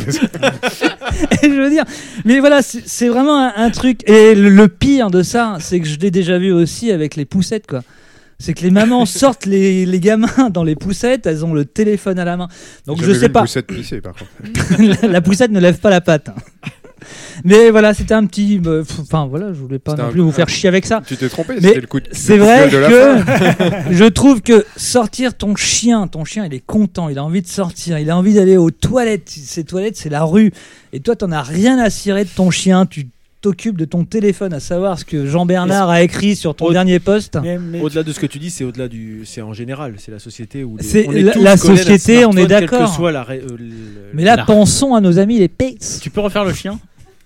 Et je veux dire, mais voilà, c'est c'est vraiment un, un truc. Et le, le pire de ça, c'est que je l'ai déjà vu aussi avec les poussettes, quoi. C'est que les mamans sortent les, les gamins dans les poussettes, elles ont le téléphone à la main. Donc J'avais je vu sais une pas. poussette pisser par contre. la, la poussette ne lève pas la patte. Mais voilà, c'était un petit. euh, Enfin voilà, je voulais pas C'était non un- plus vous faire chier avec ça. Tu t'es trompé, Mais c'était le coup de c'est le coup de vrai gueule de la que fin. je trouve que sortir ton chien, ton chien il est content, il a envie de sortir, il a envie d'aller aux toilettes. Ces toilettes c'est la rue. Et toi t'en as rien à cirer de ton chien, tu t'occupes de ton téléphone à savoir ce que Jean-Bernard a écrit sur ton Au- dernier post. Mais- mais- Au-delà de ce que tu dis, c'est au-delà du, c'est en général, c'est la société où les- C'est on est la- tous la collés à société, on est smartphone, d'accord. Quelle que soit la, ré- euh, le- Mais là La- pensons à nos amis les Pates. Tu peux refaire le chien?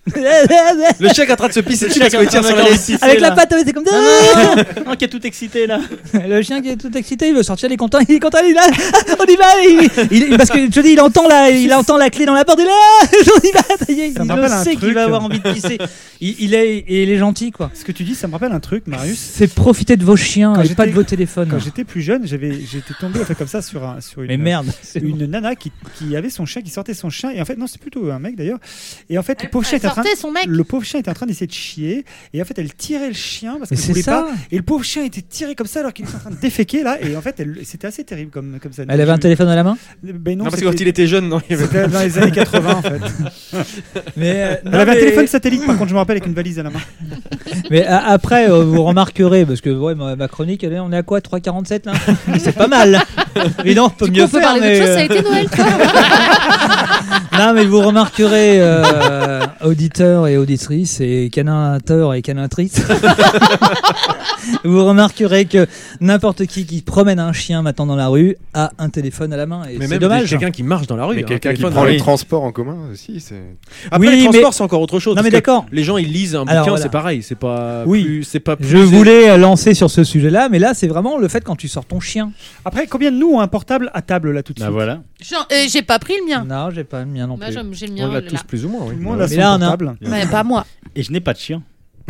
le chien qui est en train de se pisser dessus parce qu'il tire sur la laisse. Avec la patte, c'est comme ça. Non, non, non, qui est tout excité là. Le chien qui est tout excité, il veut sortir, il est content, il est content, il est là, on y va, il, il- parce que je te dis, il entend la, il entend la clé dans la porte, il est là, on y va, ça y est, Ça me il rappelle un sait qu'il truc. va avoir envie de pisser. Il, il est, et il est gentil, quoi. Ce que tu dis, ça me rappelle un truc, Marius. C'est profiter de vos chiens Quand et pas de j'étais- vos téléphones. Quand j'étais plus jeune, j'avais, j'étais tombé en fait, comme ça sur, un, sur une, Mais merde, c'est une nana qui, qui avait son chien, qui sortait son chien. Et en fait, non, c'est plutôt un mec d'ailleurs. Et en fait, le pauvre chien était en train. Sortez son mec. Le pauvre chien était en train d'essayer de chier. Et en fait, elle tirait le chien parce Mais qu'elle c'est voulait ça. pas. Et le pauvre chien était tiré comme ça alors qu'il était en train de déféquer là. Et en fait, elle- c'était assez terrible comme, comme ça. Elle avait un téléphone à la main. Ben Non, non, parce que c'était- quand il était jeune, non, il y avait- c'était dans les années quatre-vingts en fait. Mais, euh, Elle non, avait un mais- téléphone satellite par contre, je me rappelle, avec une valise à la main. Mais a- après, euh, vous remarquerez, parce que ouais, ma, ma chronique, elle est- on est à quoi, trois quarante-sept là. C'est pas mal. Évidemment, on peut Du coup, mieux on peut faire. parler mais, d'autre chose, ça a euh, été Noël, toi. Non, mais vous remarquerez, euh, auditeurs et auditrices et caninateurs et canatrices, vous remarquerez que n'importe qui qui promène un chien maintenant dans la rue a un téléphone à la main. Et Mais c'est même dommage. quelqu'un qui marche dans la rue. Mais hein, quelqu'un un qui téléphone prend dans la les rue. transports en commun aussi, c'est. Après, Oui, les transports, mais- c'est encore autre chose. Non, parce mais que d'accord. Les gens, ils lisent un Alors, bouquin, voilà. c'est pareil. C'est pas Oui. plus. C'est pas plus. Je voulais lancer sur ce sujet-là, mais là, c'est vraiment le fait quand tu sors ton chien. Après, combien de nous ont un portable à table là tout de suite? Bah voilà. J'en- euh, J'ai pas pris le mien. Non, j'ai pas le mien non Moi, plus. j'en- j'ai le On mien. l'a là. tous plus ou moins. Tout Oui. le monde Ouais. a Mais son là, on a- portable. Ouais, pas moi. Et je n'ai pas de chien.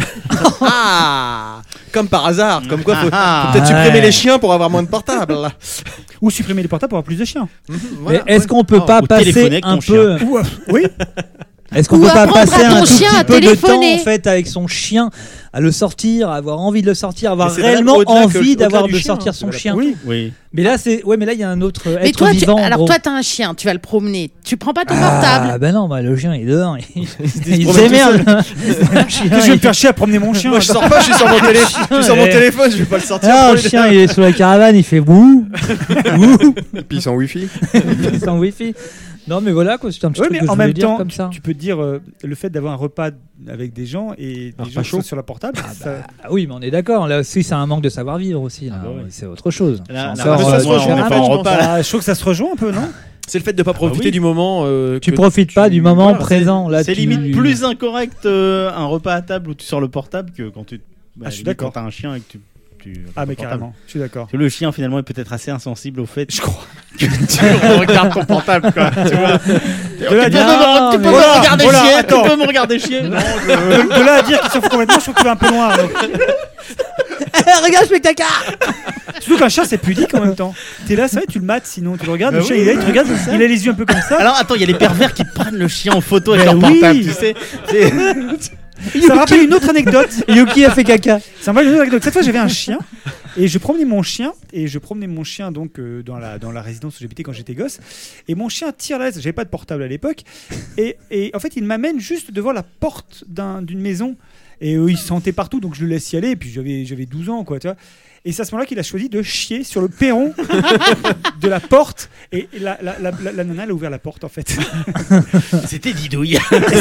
Ah, comme par hasard. Comme quoi, faut, faut Ah, peut-être ouais. supprimer les chiens pour avoir moins de portables. Ou supprimer les portables pour avoir plus de chiens. Voilà, mais est-ce ouais. qu'on peut Ah, pas ou passer téléphoner avec un ton peu Ou, euh, oui. Est-ce qu'on Ou peut pas apprendre à passer ton un tout chien petit à peu de temps téléphoner. en fait avec son chien, à le sortir, à avoir envie de le sortir, avoir Mais c'est valable réellement au-delà que- envie au-delà d'avoir du de chien, sortir hein, son c'est valable chien. Oui. Oui. Mais là c'est ouais mais là il y a un autre Mais être toi, tu... vivant. en alors gros. toi, t'as un chien, tu vas le promener. Tu prends pas ton Ah portable. bah non, bah le chien il est dehors, il, il promène tout s'émerde. Le chien, Qu'est-ce que je vais il- me faire chier à promener mon chien? Moi, je sors pas, je suis sur mon, télé... je suis sur mon Ouais. téléphone, je vais pas le sortir. Ah, pour le lui- chien il est sur la caravane, il fait wouh wouh Et puis sans wifi. sans wifi. Non, mais voilà, quoi, c'est un petit Ouais, truc mais que je en voulais même dire temps, comme tu, ça. tu peux te dire euh, le fait d'avoir un repas avec des gens et Un des repas gens qui chaud. sont sur leur portable. ça- Ah oui, mais on est d'accord. Là aussi, c'est un manque de savoir-vivre aussi. Là. Ah bah oui. C'est autre chose. Là, C'est là, encore, ça euh, se rejoint, différent. on est pas en Ah, repas, là. Ah, je trouve que ça se rejoint un peu, non C'est le fait de pas profiter oui. du moment. euh, Tu que profites pas du moment Voilà, présent. Là, C'est tu- limite plus incorrect euh, un repas à table où tu sors le portable que quand tu. Bah, Ah, je suis limite, d'accord. Quand t'as un chien et que tu. tu Ah, mais ton portable. carrément, je suis d'accord. Parce que le chien finalement est peut-être assez insensible au fait je crois que tu regardes ton portable quoi. Tu vois. De là à Tu peux dire, me, tu peux mais me voilà, regarder voilà, chier, attends. tu peux me regarder chier. Non, je- de, de là à dire qu'il s'en fout complètement, je trouve que tu vas un peu loin. alors. Regarde, je fais caca. Surtout qu'un chat, c'est pudique en même temps. T'es là, c'est vrai, tu le mates, sinon tu le regardes. Bah le chat, oui, il est là, il te regarde, c'est ça. il a les yeux un peu comme ça. Alors attends, il y a les pervers qui prennent le chien en photo avec Mais leur oui. portable, tu sais. C'est- Ça me rappelle une autre anecdote. Yuki a fait caca. Ça me rappelle une autre anecdote. Cette fois, j'avais un chien et je promenais mon chien et je promenais mon chien donc euh, dans la dans la résidence où j'habitais quand j'étais gosse. Et mon chien tire la laisse. J'avais pas de portable à l'époque. Et, et en fait, il m'amène juste devant la porte d'un, d'une maison. Et euh, il se sentait partout, donc je le laisse y aller. Et puis j'avais j'avais douze ans, quoi, tu vois. Et c'est à ce moment-là qu'il a choisi de chier sur le perron de la porte. Et la, la, la, la, la nana, elle a ouvert la porte, en fait. C'était Didouille.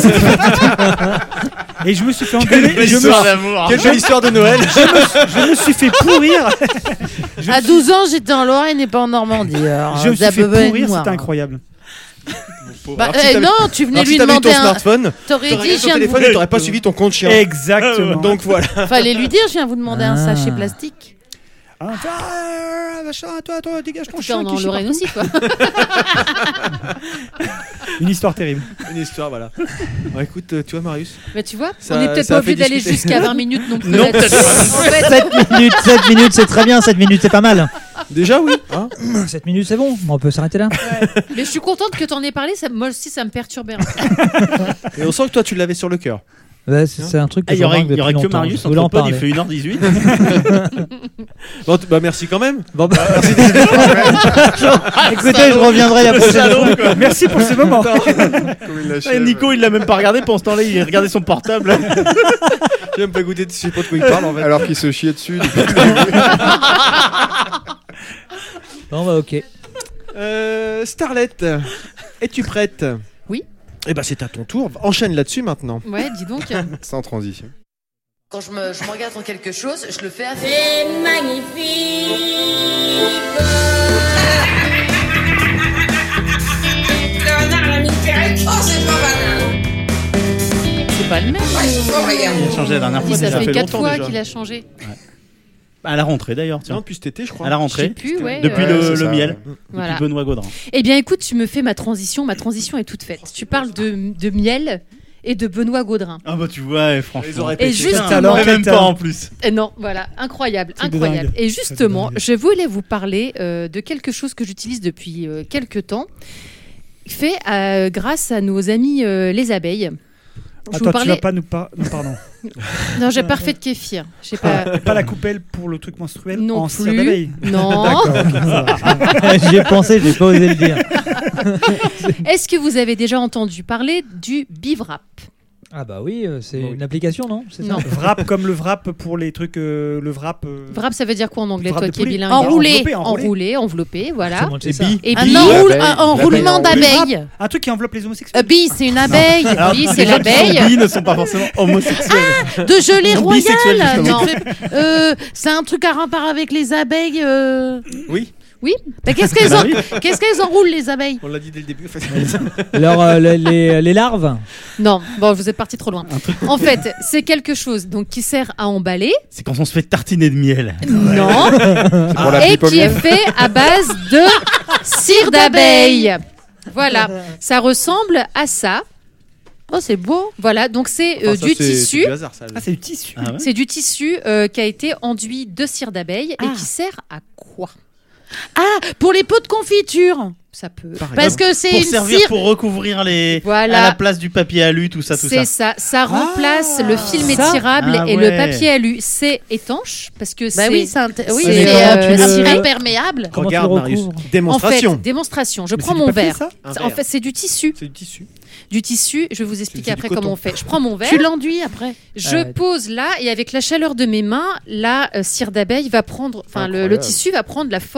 Et je me suis fait engueuler. Quelle et je me histoire suis- d'amour. Quelle belle histoire de Noël. je me suis fait pourrir. Je À me douze ans, j'étais en Lorraine et pas en Normandie. alors, Je me suis ça fait peut pas être pourrir, moi. c'était incroyable. Bah, Alors, si euh, t'avais- non, tu venais Alors, si lui t'avais eu demander ton un. smartphone, T'aurais t'aurais dit, regardé je ton viens de téléphone vous... et t'aurais pas suivi ton compte chien. Exactement. Donc voilà. Fallait lui dire, je viens vous demander un Ah. sachet plastique. Ah, toi, euh, machin, toi, toi, dégage ton T'es chien. en qui en chie Lorraine partout. aussi, toi. Une histoire terrible. Une histoire, voilà. Bon, écoute, euh, tu vois, Marius. Mais tu vois, Ça- on est peut-être ça pas a fait obligé d'aller discuter. jusqu'à vingt minutes non plus. Non, là-dessus. En fait, sept minutes, sept minutes, c'est très bien. sept minutes, c'est pas mal. Déjà, oui. Hein sept minutes, c'est bon. On peut s'arrêter là. mais je suis contente que t'en aies parlé. Ça, moi aussi, ça me perturbait. un peu. Et on sent que toi, tu l'avais sur le cœur. Ouais, c'est, c'est un truc que Ah, il y je aurait, remarque il y aurait depuis que longtemps. Marius Je voulais en entre potes, il parler. fait une heure dix-huit. Bon, t- bah merci quand même. Bon, bah, écoutez, je reviendrai la prochaine fois. Merci pour ce moment. Comme il Et l'achève. Nico, il l'a même pas regardé pendant ce temps-là, il regardait son portable. J'ai même pas goûté, je sais pas de quoi il parle en fait. Alors qu'il se chiait dessus. Bon, bah, ok. Euh, Starlet, es-tu prête? Oui. Eh ben c'est à ton tour. Enchaîne là-dessus maintenant. Ouais, dis donc. Sans transition. Quand je me, je m'engage dans quelque chose, je le fais à C'est magnifique. C'est pas le même. Il a changé la dernière Il fois, ça déjà fait fait quatre longtemps fois déjà. qu'il a changé. À la rentrée d'ailleurs, Non, tiens. depuis cet été, je crois. À la Je sais rentrée. plus, ouais. Depuis euh, le, c'est le ça, miel. ouais. Voilà. Depuis Benoît Gaudrin. Eh bien, écoute, tu me fais ma transition. Ma transition est toute faite. Tu parles de, de miel et de Benoît Gaudrin. Ah bah tu vois, eh, franchement. Les oreilles Et pétées. justement, alors, Mais même quel pas talent. en plus. Eh non, voilà, incroyable, Truc de incroyable. dingue. Et Truc de justement, dingue. je voulais vous parler euh, de quelque chose que j'utilise depuis euh, quelques temps, fait euh, grâce à nos amis euh, les abeilles. Je Attends, vous tu parlais. vas pas nous par... Non, pardon. Non, j'ai pas refait de kéfir. J'ai pas. Pas la coupelle pour le truc menstruel Non en cire plus. d'abeille. Non. D'accord, ok, ça va. J'y ai pensé, j'ai pas osé le dire. Est-ce que vous avez déjà entendu parler du Bivrap? Ah bah oui, euh, c'est Oui. une application, non? C'est ça Non. Wrap comme le wrap pour les trucs. euh, le wrap. euh, Wrap, ça veut dire quoi en anglais, Wrap toi de qui es poulet. bilingue? Enroulé. Enveloppé, enroulé. Enroulé, enveloppé, voilà. Tout le monde sait ça. Et Un puis, enroule- l'abeille, un enroulement l'abeille d'abeille. Un truc qui enveloppe les Euh, homosexuels. bille, c'est une abeille. Alors, oui, les c'est gens qui sont l'abeille. bi ne sont pas forcément homosexuels. De gelée Non, bisexuel, royale. justement. Non, euh, c'est un truc à rapport avec les abeilles. euh. Oui, Oui. Mais qu'est-ce qu'elles en... qu'est-ce qu'elles enroulent les abeilles? on l'a dit dès le début. En fait. Alors, euh, les, les, les larves. Non, bon, vous êtes parti trop loin. En fait, c'est quelque chose donc qui sert à emballer. C'est quand on se fait tartiner de miel. Non. C'est pour la Et pipe au qui est miel. fait à base de cire d'abeille. Voilà, ça ressemble à ça. Oh, c'est beau. Voilà, donc c'est euh, Enfin, ça, du c'est- tissu. c'est du hasard, ça. Ah, c'est du tissu. Ah ouais. C'est du tissu euh, qui a été enduit de cire d'abeille Ah. et qui sert à quoi? Ah, pour les pots de confiture. Ça peut. Par Parce exemple. que c'est Pour une servir cire. pour recouvrir les. Voilà. À la place du papier alu, tout ça, tout C'est ça. ça. Ça remplace le film ça étirable Ah et ouais. le papier alu. C'est étanche parce que Bah c'est. oui, c'est inté- oui, c'est, c'est euh, euh, tu un le- cire imperméable. Comment Regarde, tu le Marius. recouvres En Démonstration. fait, démonstration. Je Mais prends c'est du mon papier, verre. ça Un En verre. fait, c'est du tissu. C'est du tissu. Du tissu. Je vais vous expliquer c'est du après coton. comment on fait. Je prends mon verre. Tu l'enduis après. Je Euh, pose là et avec la chaleur de mes mains, la euh, cire d'abeille va prendre, enfin le, le Incroyable. tissu va prendre la forme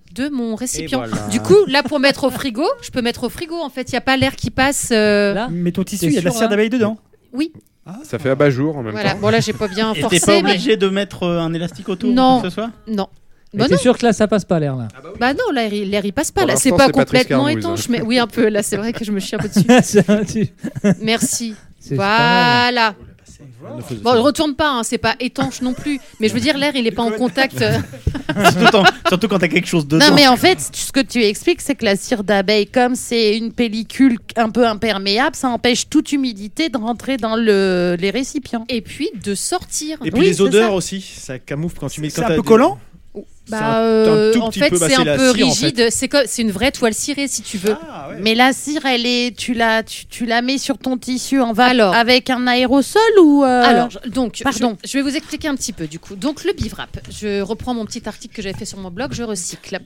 de mon récipient. voilà. Du coup, là, pour mettre au frigo, je peux mettre au frigo. En fait, il y a pas l'air qui passe. euh, Là Mais ton tissu, T'es il y a de la sûr, cire hein d'abeille dedans. Oui. Ça fait abat-jour en même Voilà. temps. Bon, là, j'ai pas bien Et forcé. t'es pas mais- obligé de mettre euh, un élastique autour Non. ou quoi que ce soit Non. Mais Bah t'es non. sûr que là ça passe pas l'air là Bah non, l'air il, l'air, il passe pas. Pour Là, c'est l'instant, pas c'est Patrice complètement Carmouze, étanche, hein. mais oui, un peu. Là, c'est vrai que je me chie un peu dessus. C'est un- tu- Merci. C'est pas Voilà. Bon, retourne pas, hein, c'est pas étanche non plus. Mais je veux dire, l'air, il est pas en contact. euh. surtout, en- surtout quand t'as quelque chose dedans. Non, mais en fait, ce que tu expliques, c'est que la cire d'abeille, comme c'est une pellicule un peu imperméable, ça empêche toute humidité de rentrer dans le, les récipients. Et puis de sortir. Et puis Oui, les c'est odeurs ça. aussi, ça camoufle quand tu mets. C'est quand un t'as peu des- collant. C'est un- Bah, t'as un euh, tout en petit fait, peu c'est passé un la peu cire, en fait. rigide. C'est co- c'est une vraie toile cirée, si tu veux. Ah, ouais. Mais la cire, elle est, tu la, tu, tu la mets sur ton tissu en va Alors. avec un aérosol ou euh, Alors, je- donc, Pardon. Je, je vais vous expliquer un petit peu du coup. Donc, le bivrap, je reprends mon petit article que j'avais fait sur mon blog, je recycle.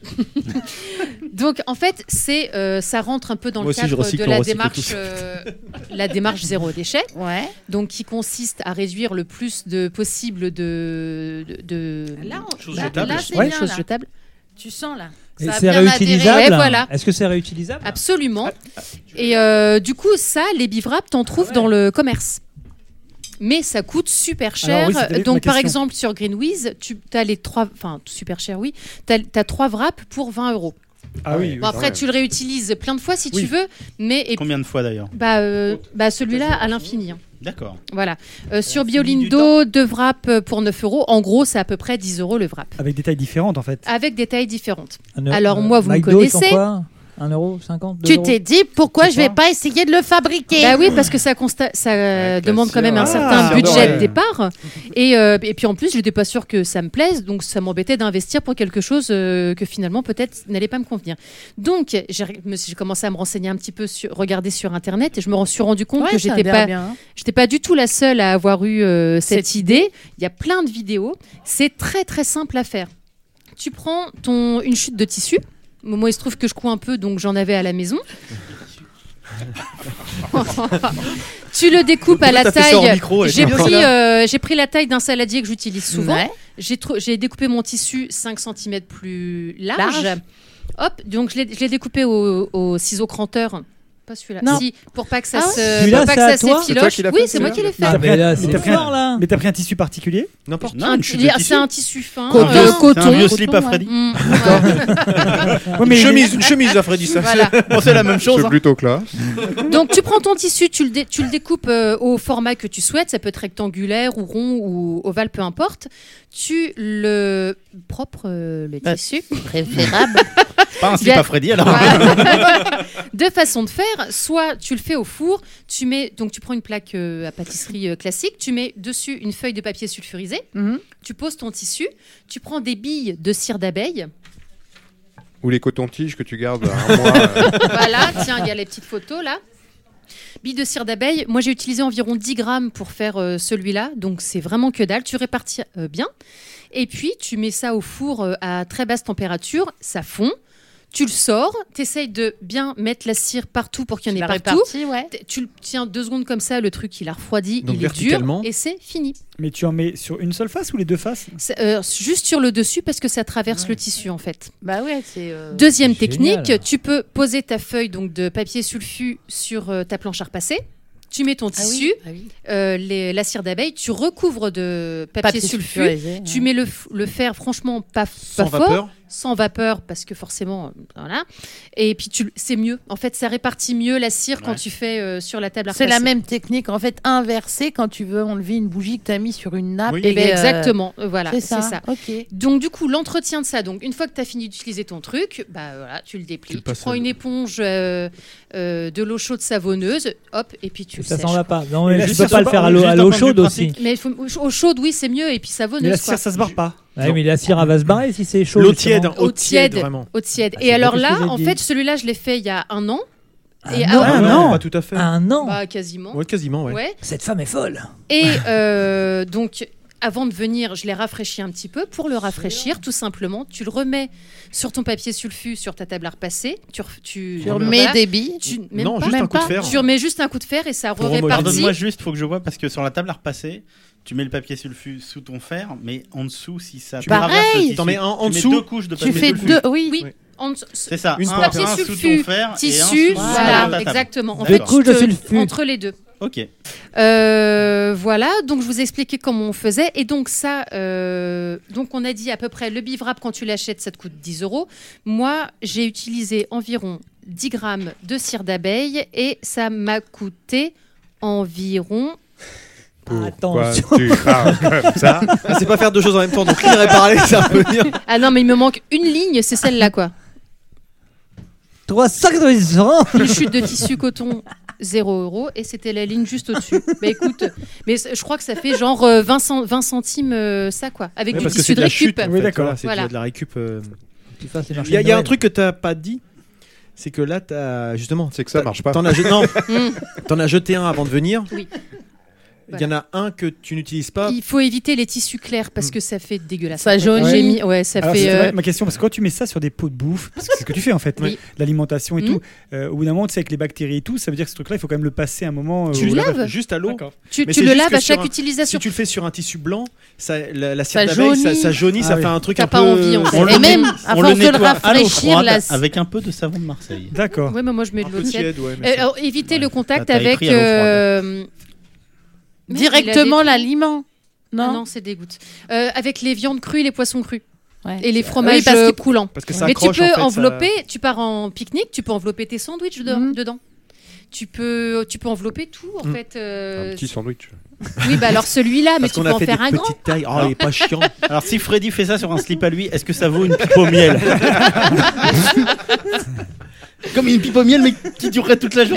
Donc, en fait, c'est, euh, ça rentre un peu dans Moi le aussi, je cadre recycle, de on la recycle démarche, tous. euh, la démarche zéro déchet. Ouais. Donc, qui consiste à réduire le plus de possible de, de, de- Là, on- Choses là- jetables. là, c'est ouais, bien, choses là. jetables. Tu sens là. Et Ça a c'est bien réutilisable. adhéré. Ouais, voilà. Est-ce que c'est réutilisable Absolument. Et euh, du coup, ça, les bivraps, t'en trouves dans le commerce. Mais ça coûte super cher. Alors oui, c'était ma Donc, par question. exemple, sur Greenwiz, tu as les trois, enfin, super cher, oui. Tu as trois wraps pour vingt euros. Ah oui. Bon, après, tu le réutilises plein de fois si Oui. tu veux, mais et, Combien de fois d'ailleurs bah, euh, bah, celui-là à l'infini. hein. D'accord. Voilà. Euh, sur Biolindo, deux wraps pour neuf euros. En gros, c'est à peu près dix euros le wrap. Avec des tailles différentes en fait. Avec des tailles différentes. Un euro- Alors, euh, moi, vous me McDo, ils font connaissez. quoi un euro cinquante Tu t'es dit pourquoi je vais pas essayer de le fabriquer. Bah oui, parce que ça, consta- ça euh, Avec la demande quand même un cire, certain ah, budget ouais. de départ. Et, euh, et puis en plus, je n'étais pas sûre que ça me plaise, donc ça m'embêtait d'investir pour quelque chose euh, que finalement peut-être n'allait pas me convenir. Donc j'ai me suis- j'ai commencé à me renseigner un petit peu, sur, regarder sur Internet, et je me suis rendu compte Ouais, que ça a j'étais l'air pas, bien, hein. j'étais pas du tout la seule à avoir eu euh, cette idée. Il y a plein de vidéos. C'est très très simple à faire. Tu prends ton, une chute de tissu. Moi, il se trouve que je couds un peu, donc j'en avais à la maison. Tu le découpes à la T'as fait ça en taille. micro, elle J'ai était bien pris, là. euh, j'ai pris la taille d'un saladier que j'utilise souvent. Ouais. J'ai tro- j'ai découpé mon tissu cinq centimètres plus large. Large. Hop, donc je l'ai je l'ai découpé au, au ciseau cranteur. Pas celui-là. Non. Si, pour pas que ça Ah ouais se, Celui-là, pour pas c'est que à ça toi C'est toi qui s'effiloche. l'as Oui, fait, c'est moi celui-là qui l'ai fait. Ah, mais là, Mais c'est t'as pris fort un- là. Mais t'as pris un tissu particulier. N'importe Non, une chute il y de a- tissu. c'est un tissu fin. Coton. euh, coton. C'est un vieux coton, slip à ouais. Freddy. Mm, ouais. Ouais, mais Une il est- chemise, une chemise, à Freddy, ça. Voilà. Bon, c'est la même chose. C'est hein. plutôt classe. Donc tu prends ton tissu, tu le, dé- tu le découpes euh, au format que tu souhaites, ça peut être rectangulaire ou rond ou ovale, peu importe. Tu le propre euh, le Bah, tissu. Préférable. Pas un slip Bien. à Freddy alors. Voilà. Deux façons de faire, soit tu le fais au four, tu mets donc tu prends une plaque euh, à pâtisserie euh, classique, tu mets dessus une feuille de papier sulfurisé, Mhm. tu poses ton tissu, tu prends des billes de cire d'abeille. Ou les cotons-tiges que tu gardes un mois. euh, Voilà, tiens, il y a les petites photos là. Billes de cire d'abeille, moi j'ai utilisé environ dix grammes pour faire euh, celui-là, donc c'est vraiment que dalle, tu répartis euh, bien. Et puis tu mets ça au four euh, à très basse température, ça fond, tu le sors, tu essayes de bien mettre la cire partout pour qu'il y en Tu ait l'as partout. réparti, ouais. T- Tu le tiens deux secondes comme ça, le truc il a refroidi, Donc il est dur verticalement. et c'est fini. Mais tu en mets sur une seule face ou les deux faces? C'est, euh, juste sur le dessus parce que ça traverse le tissu en fait. Bah ouais, c'est. euh, Deuxième Génial. technique, tu peux poser ta feuille donc de papier sulfu sur euh, ta planche à repasser. Tu mets ton Ah oui, tissu, ah oui. euh, les- la cire d'abeille, tu recouvres de papier, Papier sulfu, sulfurisé, tu ouais. mets le, f- le fer franchement pas, Sans pas vapeur. fort, sans vapeur parce que forcément, euh, voilà. Et puis tu, c'est mieux. En fait, ça répartit mieux la cire quand Ouais. tu fais euh, sur la table à C'est la repasser. même technique en fait inversée quand tu veux enlever une bougie que tu as mis sur une nappe. Oui. Eh ben, et, euh, exactement, euh, voilà, C'est c'est ça. ça. Ok. Donc du coup, l'entretien de ça, donc une fois que tu as fini d'utiliser ton truc, bah voilà, tu le Tu déplies, le tu, passes prends à une l'eau. éponge, euh, euh, de l'eau chaude savonneuse, hop, et puis tu le Ça sèches. s'en va pas. Non, Et mais la tu cire peux pas se le faire barre- à l'eau juste à d'un l'eau point de vue chaude aussi. pratique. Mais il faut- eau chaude, oui, c'est mieux, et puis savonneuse. Mais la quoi. cire, ça se barre pas. Ouais, mais la cire elle va se barrer si c'est chaud. L'eau justement. tiède, Eau eau tiède, tiède. vraiment. Eau tiède. Ah, Et c'est alors pas ce que là, j'ai en dit. fait, celui-là, je l'ai fait il y a un an. Et Un avant- an, Ah, non, non. pas tout à fait. Un an. Bah, quasiment. Ouais, quasiment, ouais. Ouais. Cette femme est folle. Et euh, donc, avant de venir, je les rafraîchis un petit peu. Pour le rafraîchir, tout simplement, tu le remets sur ton papier sulfu, sur ta table à repasser. Tu, re- tu, Tu remets voilà. des billes. Tu, Non, même juste pas, un même coup de pas. fer. Tu remets juste un coup de fer et ça Pour remodeler. répartit. Pardonne-moi juste, faut que je vois parce que sur la table à repasser, tu mets le papier sulfu sous ton fer, mais en dessous, si ça Tu traverse Pareil. le tissu, T'en mets un en tu dessous. mets deux couches de Tu papier fais sulfu. deux. Oui. Oui. En dessous- C'est ça. Une un, par- papier un sous sulfu, ton fer et un tissu, sous voilà, ta table. exactement. En Deux fait, couches de te- sulfu. entre les deux. Ok. Euh, voilà, donc je vous ai expliqué comment on faisait. Et donc ça, euh, donc on a dit à peu près, le bivrap, quand tu l'achètes, ça te coûte dix euros. Moi, j'ai utilisé environ dix grammes de cire d'abeille et ça m'a coûté environ... Pourquoi Attention. tu parles comme ça? Ah, c'est pas faire deux choses en même temps, donc lire et parler, c'est un peu dur. Ah non, mais il me manque une ligne, c'est celle-là, quoi. trois cent quatre-vingt-dix euros. Une chute de tissu coton, zéro euro. Et c'était la ligne juste au-dessus. Bah écoute, mais c- je crois que ça fait genre euh, vingt, cent- vingt centimes euh, ça, quoi. Avec Ouais, du parce que tissu c'est de de la récup. chute. en Oui, fait, d'accord. voilà, c'est Voilà. de la récup. euh. Tu fasses les marchés Il y a, de il y a un Noël. truc que t'as pas dit, c'est que là, t'as justement. C'est que ça marche pas. T'en as, je- non, Mm. t'en as jeté un avant de venir. Oui. Il y en a un que tu n'utilises pas. Il faut éviter les tissus clairs parce que ça fait dégueulasse. Ça jaunit. J'ai mis, ouais, ça Alors, fait. c'était euh, vrai, ma question, parce que quand tu mets ça sur des pots de bouffe, parce que c'est ce que tu fais en fait, Oui. l'alimentation et Mm. tout, euh, au bout d'un moment, tu sais, avec les bactéries et tout, ça veut dire que ce truc-là, il faut quand même le passer un moment. euh, Tu au le lavage. laves. Juste à l'eau. D'accord. Tu, Mais tu c'est le juste laves que à sur chaque un- utilisation. Si tu le fais sur un tissu blanc, ça, la, la Ça cire d'abeille, ça, jaunit. ça jaunit, Ah ça oui. fait un truc T'as un pas peu. envie, en fait. On Et le même, net- à on force le de le nettoie à l'eau rafraîchir, froide la- avec un peu de savon de Marseille. D'accord. Ouais, mais moi je mets de Un l'eau peu tiède. tiède, ouais, mais Euh, ça- alors, éviter le contact T'as avec. écrit à l'eau froide. euh, merde, il a directement des- l'aliment. Non, Non. non, c'est dégoûte. Euh, avec les viandes crues et les poissons crus. Ouais. Et les fromages Oui, parce euh, que- coulants. Parce que ça Mais tu accroche, peux en fait, ça- envelopper, tu pars en pique-nique, tu peux envelopper tes sandwichs dedans. Mhm. dedans. Tu peux, tu peux envelopper tout en Mhm. fait. euh, Un petit sandwich. Oui, bah alors celui-là, mais Parce tu qu'on peux a en fait faire des un grand. petites tailles. Oh, il est pas chiant. Alors si Freddy fait ça sur un slip à lui, est-ce que ça vaut une pipe au miel? Comme une pipe au miel, mais qui durerait toute la journée.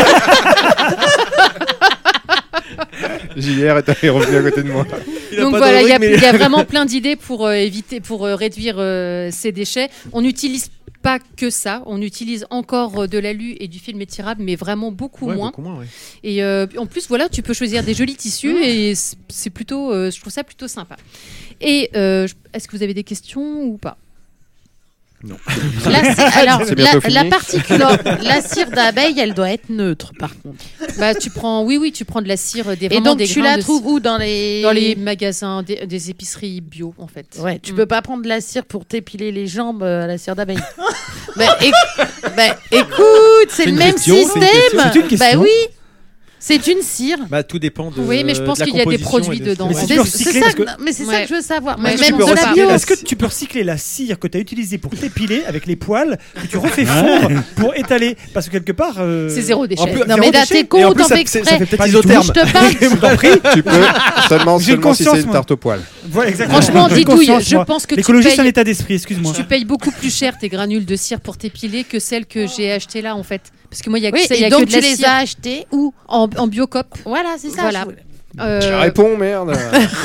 J R est revenu à côté de moi. Il a Donc pas voilà, il y, a- d'origue, mais- il y a vraiment plein d'idées pour euh, éviter, pour euh, réduire euh, ces déchets. On n'utilise pas que ça, on utilise encore euh, de l'alu et du film étirable, mais vraiment beaucoup Ouais, moins. beaucoup moins, ouais. Et euh, en plus, voilà, tu peux choisir des jolis tissus et c'est c'est plutôt, euh, je trouve ça plutôt sympa. Et euh, je- est-ce que vous avez des questions ou pas? Non. Là, c'est- alors, C'est la, bientôt fini. la particule- la cire d'abeille, elle doit être neutre, par contre. Bah, tu prends, oui, oui, tu prends de la cire, des Et vraiment donc, des tu grains la de trouves cire où dans les dans les magasins, des, des épiceries bio, en fait. Ouais, tu Mm. peux pas prendre de la cire pour t'épiler les jambes euh, à la cire d'abeille. bah, éc- bah, écoute, c'est C'est le une même question, c'est une système. question. C'est une question. Bah oui, c'est une cire. Bah, tout dépend de. Oui, mais je pense de la qu'il y a des composition produits et de- dedans. Mais si C'est tu peux c'est recycler, ça, parce que- que- mais c'est ça Ouais. que je veux savoir. Ouais, Mais je même pense de pas. la bio. Est-ce que tu peux recycler la cire que tu as utilisée pour t'épiler avec les poils que tu refais fondre pour étaler? Parce que quelque part. euh, C'est zéro déchet. En plus- Non, zéro mais là, déchet. t'es con, Et en t'en plus, ça, fais c'est- exprès. ça fait peut-être Pas du isotherme. Je te parle. Je t'en prie. Tu peux seulement, J'ai une seulement si c'est conscience, une moi. tarte au poil. Voilà, exactement. Franchement, J'ai Didouille, conscience, je moi. pense que tu L'écologie, c'est un payes- état d'esprit, excuse-moi. Tu payes beaucoup plus cher tes granules de cire pour t'épiler que celles que j'ai achetées là, en fait. Parce que moi, il y a que Oui, ça, il y a et que donc de tu la les cire as achetés où? en, en biocop. Voilà, c'est ça. Voilà. je voulais- Euh, Je réponds, merde.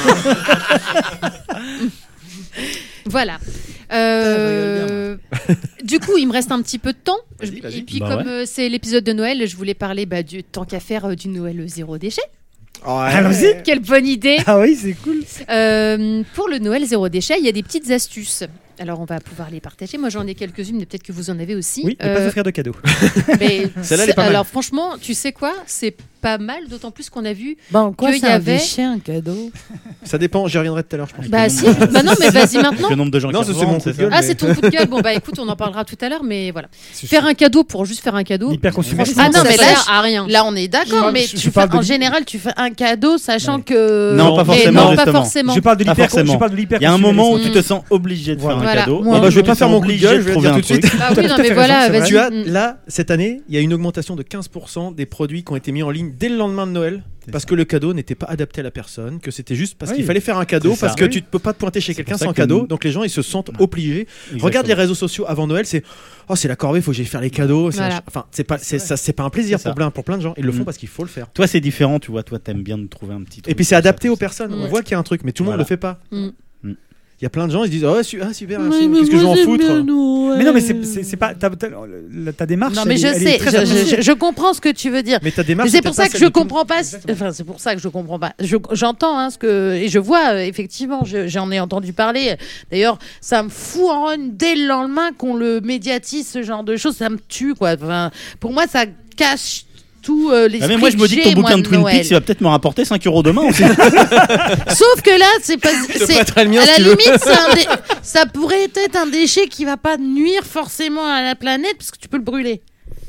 Voilà. Euh, du coup, il me reste un petit peu de temps. Vas-y, Je- vas-y. Et puis, Bah comme ouais. euh, c'est l'épisode de Noël, je voulais parler bah, du tant qu'à faire euh, du Noël zéro déchet. Allons-y. Quelle bonne idée! Ah oui, c'est cool. Euh, pour le Noël zéro déchet, il y a des petites astuces. Alors, on va pouvoir les partager. Moi, j'en ai quelques-unes, mais peut-être que vous en avez aussi. Oui, ne Euh, pas offrir de cadeaux. mais Celle-là, elle est pas mal. alors, franchement, tu sais quoi? C'est pas mal, d'autant plus qu'on a vu. Bah, en quoi qu'il y c'est un avait- déchet, un cadeau? Ça dépend, j'y reviendrai tout à l'heure, je pense. Bah, si. Bah, non, mais vas-y maintenant. Le nombre de gens Non, qui ça, c'est revendent, mon coup de ça gueule. Ah, mais- c'est ton coup de gueule. Bon, bah écoute, on en parlera tout à l'heure, mais voilà. Faire un cadeau pour juste faire un cadeau. L'hyperconsommation. Franchement, Ah non, ça mais là, sert à rien. Là, on est d'accord, Je- mais je tu parle fais- en de- général, tu fais un cadeau sachant que. Non, pas Mais forcément, non, pas justement. forcément. Je parle de Pas l'hyper. forcément. Je parle de Il y a un moment où tu Mm. te sens obligé de faire un Voilà. cadeau. Moi, et bah, je vais tu pas te faire sens mon coup de obligé gueule, je vais trouver dire un tout de truc. suite. Bah T'as oui, tout non, à mais fait voilà, raison, c'est vas-y. Tu as, Mm. là, cette année, il y a une augmentation de quinze pour cent des produits qui ont été mis en ligne dès le lendemain de Noël. Parce que le cadeau n'était pas adapté à la personne, que c'était juste parce Oui. qu'il fallait faire un cadeau, C'est ça. parce que Oui. tu ne peux pas te pointer chez C'est quelqu'un pour ça sans que cadeau. nous- Donc les gens, ils se sentent obligés. Regarde les réseaux sociaux avant Noël, c'est oh c'est la corvée, faut que j'aille faire les cadeaux. c'est Voilà. un ch- Enfin c'est pas c'est ça c'est pas un plaisir C'est pour ça. plein pour plein de gens. Ils le font Mm. parce qu'il faut le faire. Toi, c'est différent, tu vois. Toi, t'aimes bien de trouver un petit truc. Et puis c'est adapté aux personnes. Mm. On voit qu'il y a un truc, mais tout le monde Voilà. le fait pas. Mm. Mm. il y a plein de gens, ils se disent oh, su- ah super, merci, qu'est-ce que je vais en foutre. Mais non, mais c'est, c'est, c'est pas ta, ta, ta démarche. Non, mais elle, je elle sais, est très je, appréciée. je, je comprends ce que tu veux dire. Mais ta démarche, Mais c'est c'était pour pas ça que celle je de tout- comprends pas. Enfin, c'est pour ça que je comprends pas. Je, j'entends hein, ce que et je vois euh, effectivement, je, j'en ai entendu parler. D'ailleurs, ça me fout en run dès le lendemain qu'on le médiatise, ce genre de choses. Ça me tue, quoi. Enfin, pour moi, ça cache tout euh, l'esprit. Ah, mais moi, je me dis que ton j'ai, bouquin moi, de Twin Noël. Peaks, il va peut-être me rapporter cinq euros demain aussi. Sauf que là, c'est pas. te C'est, prêterai le mien à si la tu veux. limite, c'est un dé- ça pourrait être un déchet qui va pas nuire forcément à la planète parce que tu peux le brûler.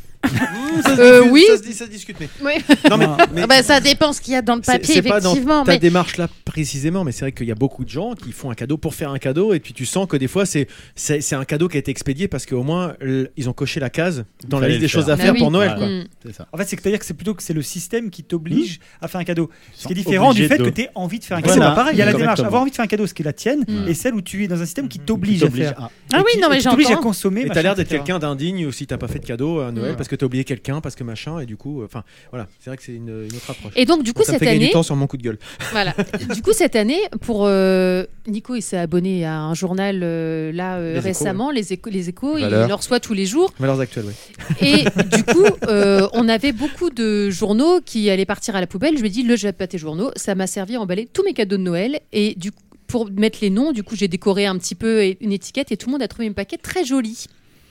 Mmh, ça se Euh, discute, oui. ça se dit, ça se discute, mais. Oui. Non, mais, mais Ah bah, ça dépend ce qu'il y a dans le c'est- papier, c'est pas dans effectivement. ta Mais démarche là précisément, mais c'est vrai qu'il y a beaucoup de gens qui font un cadeau pour faire un cadeau, et puis tu sens que des fois c'est c'est, c'est un cadeau qui a été expédié parce qu'au moins l- ils ont coché la case dans Il la fallait liste des le choses faire. à Bah faire oui. pour Noël. Ouais. Quoi. Mm. C'est ça. En fait, c'est-à-dire que c'est plutôt que c'est le système qui t'oblige à faire un cadeau. Ce qui est Sans différent du obligé fait de- que tu aies envie de faire un Voilà. cadeau. C'est pas pareil. Il y a la Exactement. démarche. Avoir envie de faire un cadeau, ce qui est la tienne, Mm. et celle où tu es dans un système qui t'oblige à T'oblige faire. à- Ah Et oui, qui- non, mais et qui t'oblige à j'entends. consommer. Et t'as machin, l'air d'être et cetera. quelqu'un d'indigne si t'as pas fait de cadeau à Noël Mm. parce que t'as oublié quelqu'un, parce que machin, et du coup, enfin voilà, c'est vrai que c'est une, une autre approche. Et donc, du coup, ça me cette fait gagner année, du temps sur mon coup de gueule. voilà. Du coup, cette année, pour euh, Nico, il s'est abonné à un journal euh, là euh, Les Échos, récemment, les Échos, les Échos, il Valeurs. le reçoit tous les jours. Valeurs actuelles, oui. Et du coup, euh, on avait beaucoup de journaux qui allaient partir à la poubelle. Je me dis, le jette pas tes journaux. Ça m'a servi à emballer tous mes cadeaux de Noël. Et du coup, pour mettre les noms, du coup, j'ai décoré un petit peu une étiquette et tout le monde a trouvé mes paquets très jolis.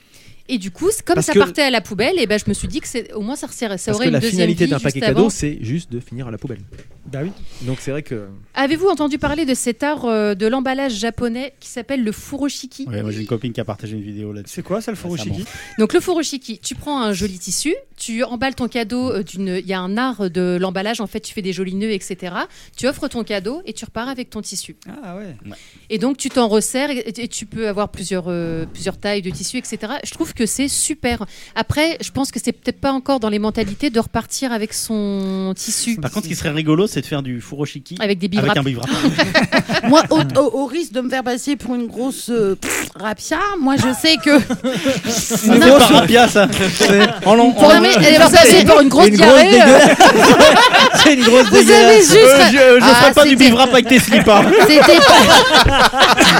Et du coup, c'est- comme Parce ça que- partait à la poubelle, et ben je me suis dit que c'est au moins ça, ça Parce aurait que une la deuxième finalité vie d'un juste paquet avant. cadeau, c'est juste de finir à la poubelle. Bah oui. Donc c'est vrai que. Avez-vous entendu parler de cet art euh, de l'emballage japonais qui s'appelle le furoshiki? Ouais, moi j'ai une copine qui a partagé une vidéo là-dessus. C'est quoi ça le furoshiki? Donc le furoshiki, tu prends un joli tissu, tu emballes ton cadeau euh, d'une, il y a un art de l'emballage en fait, tu fais des jolis nœuds, et cetera. Tu offres ton cadeau et tu repars avec ton tissu. Ah ouais. Et donc tu t'en resserres et, et tu peux avoir plusieurs euh, plusieurs tailles de tissu, et cetera. Je trouve que c'est super. Après, je pense que c'est peut-être pas encore dans les mentalités de repartir avec son tissu. Par contre, ce qui serait rigolo, c'est de faire du furoshiki Avec des avec biwraps. un biwrap. Moi, au, au- au risque de me faire passer pour une grosse euh, pff, rapia, moi je sais que. C'est Non. pas rapia ça. En long. Pour la- elle va passer pour une grosse Une grosse diarrhée. euh, C'est une grosse Vous avez dégueulasse. juste. Euh, je je Ah, ferai pas du c'était- biwrap avec tes slips. hein. C'était pas.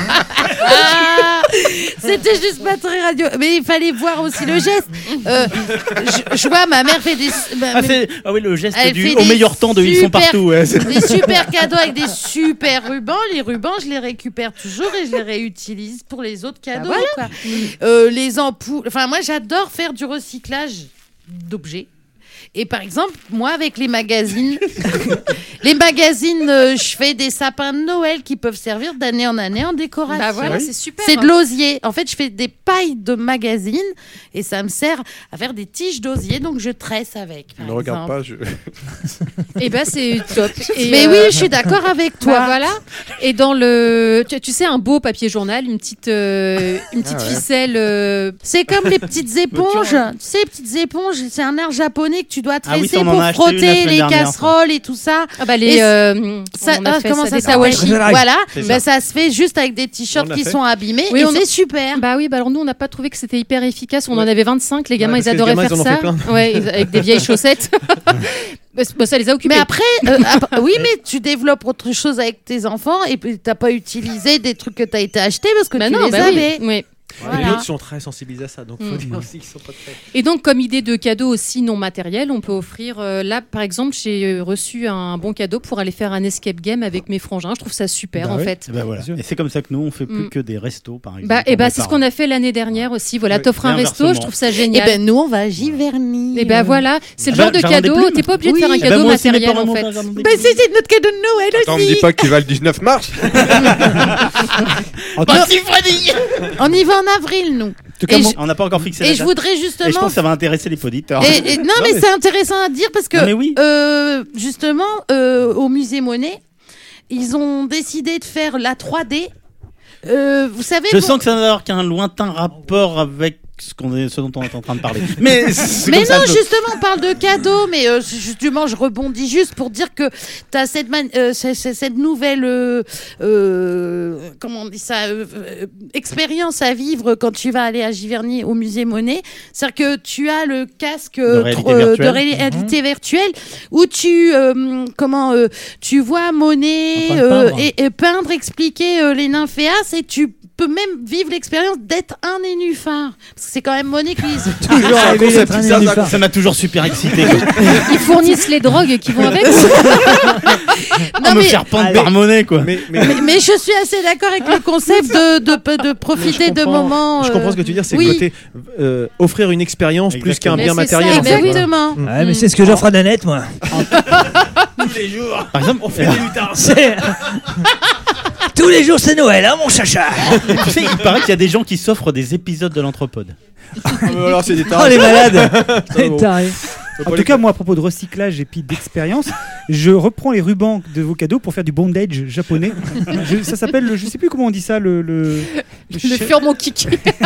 Ah, c'était juste pas très radio. Mais il fallait voir aussi le geste. Euh, je, je vois ma mère fait des. ma- Ah, c'est- ah oui, le geste Elle du fait au des meilleur temps de ils sont super- partout. ouais, c'est- Des super cadeaux avec des super rubans. Les rubans, je les récupère toujours et je les réutilise pour les autres cadeaux. quoi. Euh, les ampoules. Enfin, moi, j'adore faire du recyclage d'objets. Et par exemple, moi, avec les magazines, les magazines, euh, je fais des sapins de Noël qui peuvent servir d'année en année en décoration. Bah voilà, c'est super. C'est de l'osier. En fait, je fais des pailles de magazines et ça me sert à faire des tiges d'osier, donc je tresse avec. par Ne regarde exemple. pas. Je... Et ben c'est top. Et, Mais euh, oui, je suis d'accord avec toi. Bah voilà. Et dans le, tu, tu sais, un beau papier journal, une petite, euh, une petite Ah ouais. ficelle. euh, C'est comme les petites éponges. Tu sais, les petites éponges, c'est un art japonais que tu dois Ah oui, tresser ça, on en pour a acheté une la frotter semaine les dernière, ça. casseroles et tout ça. Ah bah Et les. c- euh, Ça, on a ah, fait comment ça, ça des s'appelle tawashi. Voilà, C'est bah, ça. ça se fait juste avec des t-shirts On l'a qui fait. sont abîmés Oui, et on c'est a- super. Bah oui, bah alors nous on n'a pas trouvé que c'était hyper efficace. On en Ouais. avait vingt-cinq. Les gamins Ouais, ils parce que les adoraient gamins, faire ils en ont ça. fait plein. Ouais, ils- avec des vieilles chaussettes. Bah, c- bah, ça les a occupés. Mais après, euh, ap- oui, mais tu développes autre chose avec tes enfants et puis t'as pas utilisé des trucs que t'as été acheté parce que Bah tu non, les bah oui. avais. Oui. Et Voilà. les autres sont très sensibilisés à ça, donc faut Mm. dire aussi qu'ils sont pas très. Et donc, comme idée de cadeau aussi non matériel, on peut offrir. euh, là, par exemple, j'ai euh, reçu un bon cadeau pour aller faire un escape game avec mes frangins. Je trouve ça super, Bah en oui. fait. Et, ben voilà. Et c'est comme ça que nous on fait plus Mm. que des restos par exemple. Bah, et pour bah, mes c'est ce parents. qu'on a fait l'année dernière aussi. Voilà, Ouais, t'offres un et resto, inversement. je trouve ça Et génial. ben nous, on va à Giverny. Et ben voilà, c'est le Ah genre bah, de Jardin des cadeau. Plumes. T'es pas obligé Oui. de faire un Eh Eh ben, cadeau moi aussi, mes matériel parents en m'ont fait. fait un jardin des Ben, Plumes. c'était notre cadeau de Noël Attends, me aussi. dis pas que tu vas le dix-neuf mars. En tout Bah, si, Freddy On y va en avril, nous. tout cas, Et mon- je- On n'a pas encore fixé la Et je date. voudrais Et je justement. pense que ça va intéresser les auditeurs. Et- et- non, mais, mais- c'est intéressant à dire parce que Non, mais oui. euh, justement euh, au musée Monet, ils ont décidé de faire la trois D. Euh, vous savez, Je pour- sens que ça va avoir qu'un lointain rapport avec ce, qu'on est, ce dont on est en train de parler. Mais, mais non, ça, je... justement, on parle de cadeaux, mais euh, justement, je rebondis juste pour dire que tu as cette, man- euh, cette, cette nouvelle euh, euh, comment on dit ça, euh, euh, expérience à vivre quand tu vas aller à Giverny au musée Monet. C'est-à-dire que tu as le casque de réalité, euh, virtuelle. de réalité mmh. virtuelle où tu, euh, comment, euh, tu vois Monet euh, et, et peindre, expliquer euh, les nymphéas et tu peux même vivre l'expérience d'être un nénuphar. Parce que c'est quand même Monet qui lise. ça, ça m'a toujours super excité. Ils fournissent les drogues qui vont avec. Non, me mais, faire peindre par Monet, quoi. Mais, mais, mais, mais je suis assez d'accord avec le concept de, de, de profiter de moments. Euh... Je comprends ce que tu veux dire, c'est oui. le côté euh, offrir une expérience plus qu'un bien matériel. Ça, exactement. Mmh. Ouais, mais c'est ce que j'offre à Nanette, moi. Tous les jours. Par exemple, on fait des lutins. Tous les jours, c'est Noël, hein, mon chacha. Tu sais, il paraît qu'il y a des gens qui s'offrent des épisodes de l'Anthropode. Alors, c'est des tarés. Oh, les malades. Les tarés. En tout cas, moi, à propos de recyclage et puis d'expérience, je reprends les rubans de vos cadeaux pour faire du bondage japonais. Je, ça s'appelle, le, je sais plus comment on dit ça, le... Le, le, le faire mon kiki.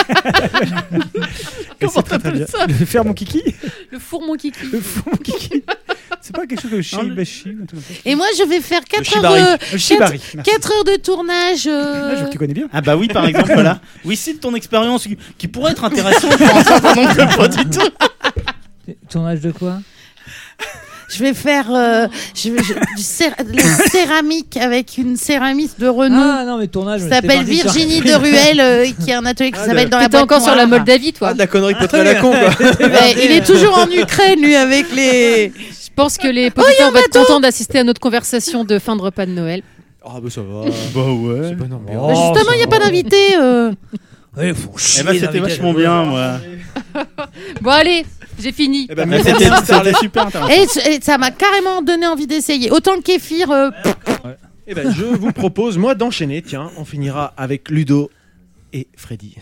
Comment t'appelles ça? Le faire mon kiki. Le four mon kiki. Le four mon kiki. C'est pas quelque chose de shibashi. Et moi, je vais faire quatre heures, euh, quatre heures de tournage. Euh... Ah, je vois que tu connais bien. Ah bah oui, par exemple, là. Oui, c'est de ton expérience qui, qui pourrait être intéressante pour un certain nombre de pas du tout. Tournage de quoi? Je vais faire euh, je, je, du cér- de la céramique avec une céramiste de renom. Ah non, mais tournage. Ça s'appelle Virginie de Ruel, euh, qui a un atelier qui ah, s'appelle de... dans la boîte encore noire. Sur la Moldavie, toi. Ah, de la connerie peut-être à la con, quoi. Ouais, il est toujours en Ukraine, lui, avec les. Je pense que les auditeurs vont être contents d'assister à notre conversation de fin de repas de Noël. Ah bah ça va. Bah ouais. C'est pas normal. Oh, bah justement, il n'y a pas d'invité. Euh... Ouais, faut chier. Eh bah c'était vachement bien, moi. Bon allez, j'ai fini. Eh ben, mais c'était, c'était super intéressant. Et, et ça m'a carrément donné envie d'essayer. Autant le kéfir. Euh... Ouais. Eh ben, je vous propose, moi, d'enchaîner. Tiens, on finira avec Ludo et Freddy.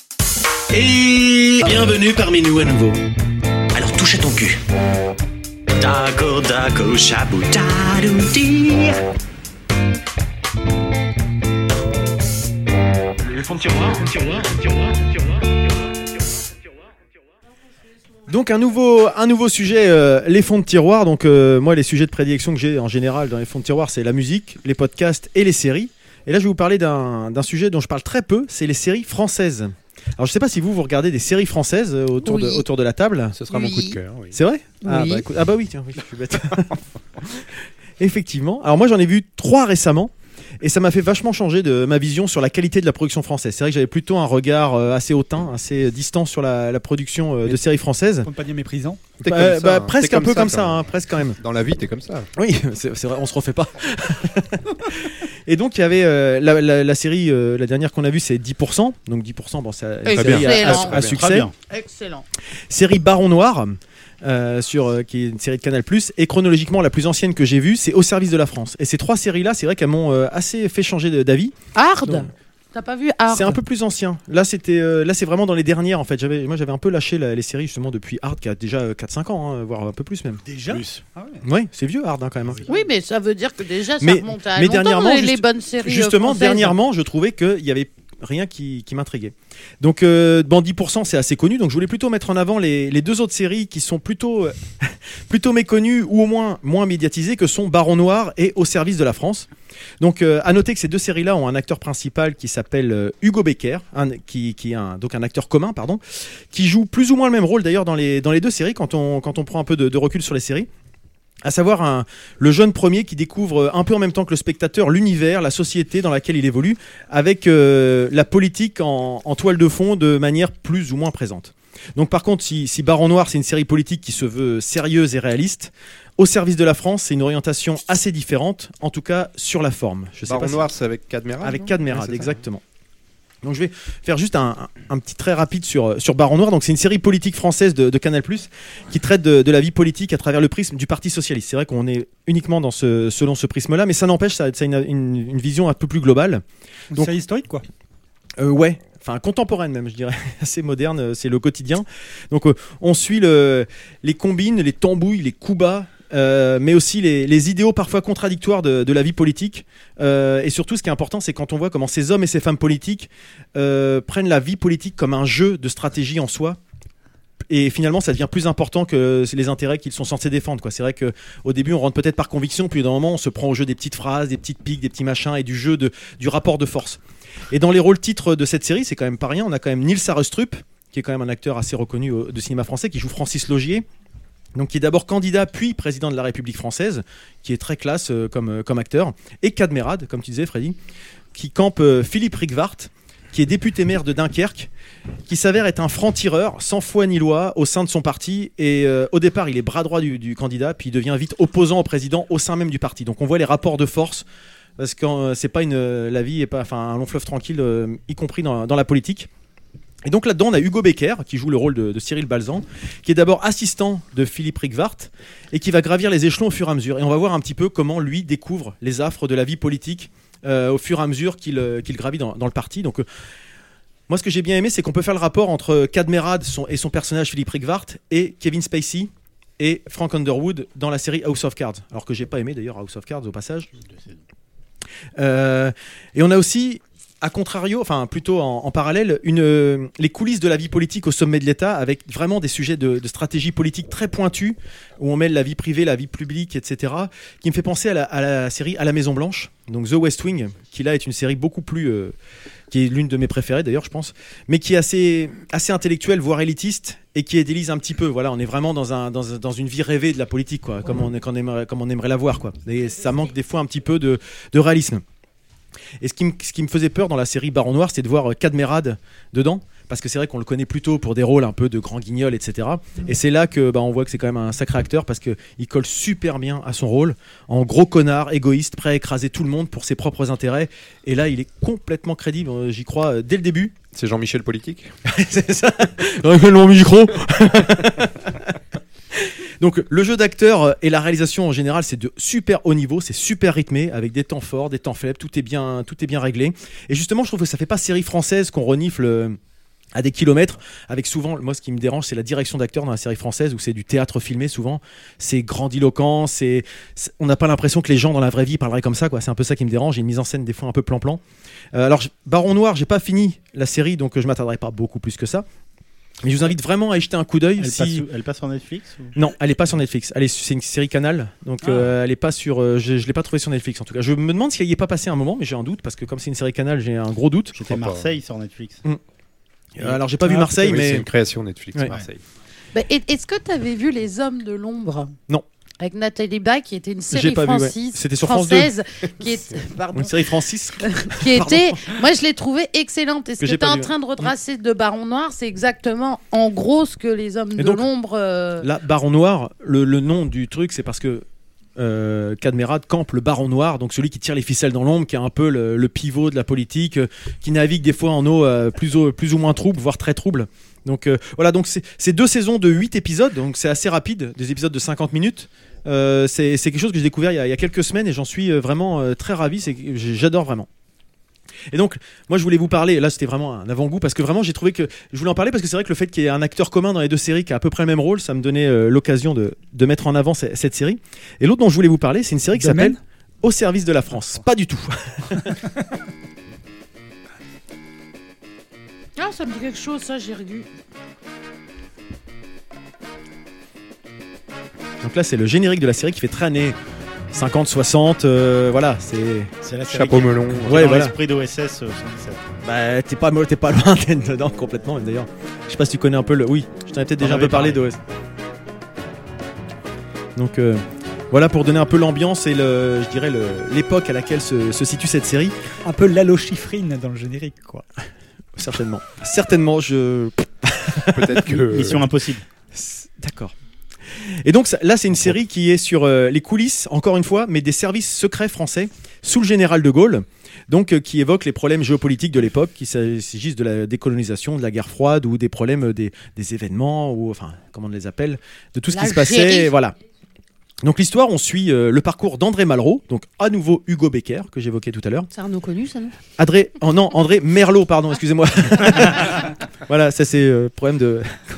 Et bienvenue parmi nous à nouveau. Alors touche à ton cul. Dago, dago, chabou, dadouti. Le fond de tiroir, fond de tiroir, fond de tiroir, fond de tiroir. Donc un nouveau, un nouveau sujet, euh, les fonds de tiroir. Donc euh, moi, les sujets de prédilection que j'ai en général dans les fonds de tiroir, c'est la musique, les podcasts et les séries. Et là, je vais vous parler d'un, d'un sujet dont je parle très peu, c'est les séries françaises. Alors je sais pas si vous, vous regardez des séries françaises autour, oui. de, autour de la table. Ce sera oui. mon coup de cœur. Oui. C'est vrai ? Oui. Ah, bah, écoute, ah bah oui, tiens, oui, je suis bête. Effectivement. Alors moi, j'en ai vu trois récemment. Et ça m'a fait vachement changer de ma vision sur la qualité de la production française. C'est vrai que j'avais plutôt un regard euh, assez hautain, assez distant sur la, la production euh, de séries françaises. Faut pas dire méprisant. Bah, comme ça, bah, hein. presque T'es un comme peu ça, comme quand ça, même. hein, presque quand même. Dans la vie, t'es comme ça. Oui, c'est, c'est vrai, on se refait pas. Et donc il y avait euh, la, la, la série, euh, la dernière qu'on a vue, c'est dix pour cent. Donc dix pour cent, bon, c'est une série à, à, à succès. Excellent. Série Baron Noir. Euh, sur, euh, qui est une série de Canal+, et chronologiquement la plus ancienne que j'ai vue, c'est Au service de la France. Et ces trois séries-là, c'est vrai qu'elles m'ont euh, assez fait changer de, d'avis. Hard. Donc, t'as pas vu Hard? C'est un peu plus ancien. Là, c'était, euh, là c'est vraiment dans les dernières, en fait. J'avais, moi, j'avais un peu lâché la, les séries, justement, depuis Hard, qui a déjà euh, quatre cinq ans, hein, voire un peu plus même. Déjà plus. Ah ouais. Ouais, c'est vieux Hard, hein, quand même. Oui, mais ça veut dire que déjà, ça mais, remonte à mais longtemps, dernièrement, les, juste, les bonnes séries justement, françaises. dernièrement, je trouvais qu'il y avait rien qui, qui m'intriguait. Donc, euh, bon, dix pour cent, c'est assez connu. Donc, je voulais plutôt mettre en avant les, les deux autres séries qui sont plutôt, euh, plutôt méconnues ou au moins moins médiatisées, que sont Baron Noir et Au service de la France. Donc, euh, à noter que ces deux séries-là ont un acteur principal qui s'appelle euh, Hugo Becker, un, qui, qui est un, donc un acteur commun, pardon, qui joue plus ou moins le même rôle d'ailleurs dans les, dans les deux séries quand on, quand on prend un peu de, de recul sur les séries. À savoir un, le jeune premier qui découvre un peu en même temps que le spectateur l'univers, la société dans laquelle il évolue, avec euh, la politique en, en toile de fond de manière plus ou moins présente. Donc par contre, si, si Baron Noir c'est une série politique qui se veut sérieuse et réaliste, Au service de la France c'est une orientation assez différente, en tout cas sur la forme. Je sais Baron pas Noir si... c'est avec Cadmerade. Avec non Cadmerade, ouais, exactement. Donc je vais faire juste un, un, un petit trait rapide sur, sur Baron Noir. Donc c'est une série politique française de, de Canal+, qui traite de, de la vie politique à travers le prisme du Parti Socialiste. C'est vrai qu'on est uniquement dans ce, selon ce prisme-là, mais ça n'empêche, ça, ça a une, une, une vision un peu plus globale. Une Donc, série historique, quoi. Euh, ouais. Enfin, contemporaine même, je dirais, assez moderne, c'est le quotidien. Donc, euh, on suit le, les combines, les tambouilles, les coups bas euh, mais aussi les, les idéaux parfois contradictoires de, de la vie politique. Euh, et surtout, ce qui est important, c'est quand on voit comment ces hommes et ces femmes politiques euh, prennent la vie politique comme un jeu de stratégie en soi. Et finalement, ça devient plus important que les intérêts qu'ils sont censés défendre, quoi. C'est vrai qu'au début, on rentre peut-être par conviction, puis d'un moment, on se prend au jeu des petites phrases, des petites piques, des petits machins, et du jeu de, du rapport de force. Et dans les rôles titres de cette série, c'est quand même pas rien. On a quand même Nils Arestrup, qui est quand même un acteur assez reconnu de cinéma français, qui joue Francis Logier, donc qui est d'abord candidat puis président de la République française, qui est très classe euh, comme, euh, comme acteur, et Cadmerade, comme tu disais Freddy, qui campe euh, Philippe Rigvart, qui est député maire de Dunkerque, qui s'avère être un franc-tireur, sans foi ni loi, au sein de son parti. Et euh, au départ, il est bras droit du, du candidat, puis il devient vite opposant au président au sein même du parti. Donc on voit les rapports de force, parce que euh, c'est pas une, euh, la vie est pas, enfin, un long fleuve tranquille, euh, y compris dans, dans la politique. Et donc là-dedans, on a Hugo Becker, qui joue le rôle de, de Cyril Balzan, qui est d'abord assistant de Philippe Rigvart, et qui va gravir les échelons au fur et à mesure. Et on va voir un petit peu comment lui découvre les affres de la vie politique euh, au fur et à mesure qu'il, euh, qu'il gravit dans, dans le parti. Donc... Euh, Moi, ce que j'ai bien aimé, c'est qu'on peut faire le rapport entre Cadmerade son, et son personnage Philippe Rigvart et Kevin Spacey et Frank Underwood dans la série House of Cards. Alors que j'ai pas aimé d'ailleurs House of Cards au passage. Euh, et on a aussi, à contrario, enfin plutôt en, en parallèle, une, euh, les coulisses de la vie politique au sommet de l'État, avec vraiment des sujets de, de stratégie politique très pointus, où on mêle la vie privée, la vie publique, et cetera, qui me fait penser à la, à la série À la Maison Blanche, donc The West Wing, qui là est une série beaucoup plus... Euh, qui est l'une de mes préférées d'ailleurs, je pense, mais qui est assez, assez intellectuelle, voire élitiste, et qui idéalise un petit peu. Voilà, on est vraiment dans, un, dans, dans une vie rêvée de la politique, quoi, comme, on, comme, on aimerait, comme on aimerait la voir, quoi. Et ça manque des fois un petit peu de, de réalisme. Et ce qui, me, ce qui me faisait peur dans la série Baron Noir, c'est de voir Cadmerade dedans, parce que c'est vrai qu'on le connaît plutôt pour des rôles un peu de grand guignol, et cetera. Et c'est là que bah, on voit que c'est quand même un sacré acteur, parce qu'il colle super bien à son rôle, en gros connard, égoïste, prêt à écraser tout le monde pour ses propres intérêts. Et là, il est complètement crédible, j'y crois euh, dès le début. C'est Jean-Michel Politique. C'est ça. Mon micro. Donc le jeu d'acteur et la réalisation en général, c'est de super haut niveau, c'est super rythmé, avec des temps forts, des temps faibles, tout est bien, tout est bien réglé. Et justement, je trouve que ça fait pas série française qu'on renifle euh, à des kilomètres, avec souvent, moi ce qui me dérange, c'est la direction d'acteur dans la série française, où c'est du théâtre filmé souvent, c'est grandiloquent, c'est, c'est on n'a pas l'impression que les gens dans la vraie vie parleraient comme ça, quoi. C'est un peu ça qui me dérange, j'ai une mise en scène des fois un peu plan-plan. Euh, alors Baron Noir, j'ai pas fini la série, donc je m'attarderai pas beaucoup plus que ça. Mais je vous invite vraiment à y jeter un coup d'œil. Elle, si... passe, elle passe sur Netflix ou... Non, elle est pas sur Netflix. Elle est, c'est une série Canal, donc ah. euh, elle est pas sur. Euh, je, je l'ai pas trouvée sur Netflix en tout cas. Je me demande si elle y est pas passée un moment, mais j'ai un doute parce que comme c'est une série Canal, j'ai un gros doute. C'était Marseille pas. Sur Netflix. Mmh. Euh, alors j'ai pas ah, vu Marseille, oui, mais c'est une création Netflix. Ouais. Marseille. Bah, est-ce que tu avais vu Les Hommes de l'ombre ? Non. Avec Nathalie Baye, qui était une série pas Francis, vu, ouais. C'était sur française, France deux. qui est, pardon, une série Francis, qui était, moi je l'ai trouvée excellente. Et ce que, que tu es en vu. train de retracer de Baron Noir, c'est exactement en gros ce que les Hommes et de donc, l'ombre. Euh... Là, Baron Noir, le, le nom du truc, c'est parce que euh, Cadmerade campe le Baron Noir, donc celui qui tire les ficelles dans l'ombre, qui est un peu le, le pivot de la politique, euh, qui navigue des fois en eau euh, plus, au, plus ou moins trouble, voire très trouble. Donc euh, voilà, donc c'est, c'est deux saisons de huit épisodes, donc c'est assez rapide, des épisodes de cinquante minutes. Euh, c'est, c'est quelque chose que j'ai découvert il y a, il y a quelques semaines et j'en suis vraiment euh, très ravi, c'est, j'adore vraiment. Et donc moi je voulais vous parler, là c'était vraiment un avant-goût parce que vraiment j'ai trouvé que, je voulais en parler parce que c'est vrai que le fait qu'il y ait un acteur commun dans les deux séries qui a à peu près le même rôle, ça me donnait euh, l'occasion de, de mettre en avant c- cette série. Et l'autre dont je voulais vous parler, c'est une série qui Domaine s'appelle Au service de la France. Pas du tout. Ah, ça me dit quelque chose, ça j'ai revu. Donc là c'est le générique de la série qui fait très années cinquante soixante, euh, voilà, c'est, c'est la chapeau qui... melon. Ouais, dans voilà. L'esprit d'O S S euh, soixante-dix-sept. Bah t'es pas, t'es pas loin d'être dedans complètement d'ailleurs. Je sais pas si tu connais un peu le... Oui, je t'en ai peut-être déjà un peu parlé d'O S. Donc euh, voilà pour donner un peu l'ambiance et le, je dirais le, l'époque à laquelle se, se situe cette série. Un peu l'allochifrine dans le générique, quoi. Certainement. Certainement, je... Peut-être que... Mission impossible. D'accord. Et donc là, c'est une série qui est sur euh, les coulisses, encore une fois, mais des services secrets français sous le général de Gaulle, donc euh, qui évoque les problèmes géopolitiques de l'époque, qu'il s'agisse de la décolonisation, de la guerre froide ou des problèmes des, des événements, ou enfin, comment on les appelle, de tout ce qui se passait. Voilà. Donc l'histoire, on suit euh, le parcours d'André Malraux, donc à nouveau Hugo Becker, que j'évoquais tout à l'heure. C'est Arnaud Connu, ça, non André, oh non, André Merlot, pardon, excusez-moi. Voilà, ça c'est euh, problème de...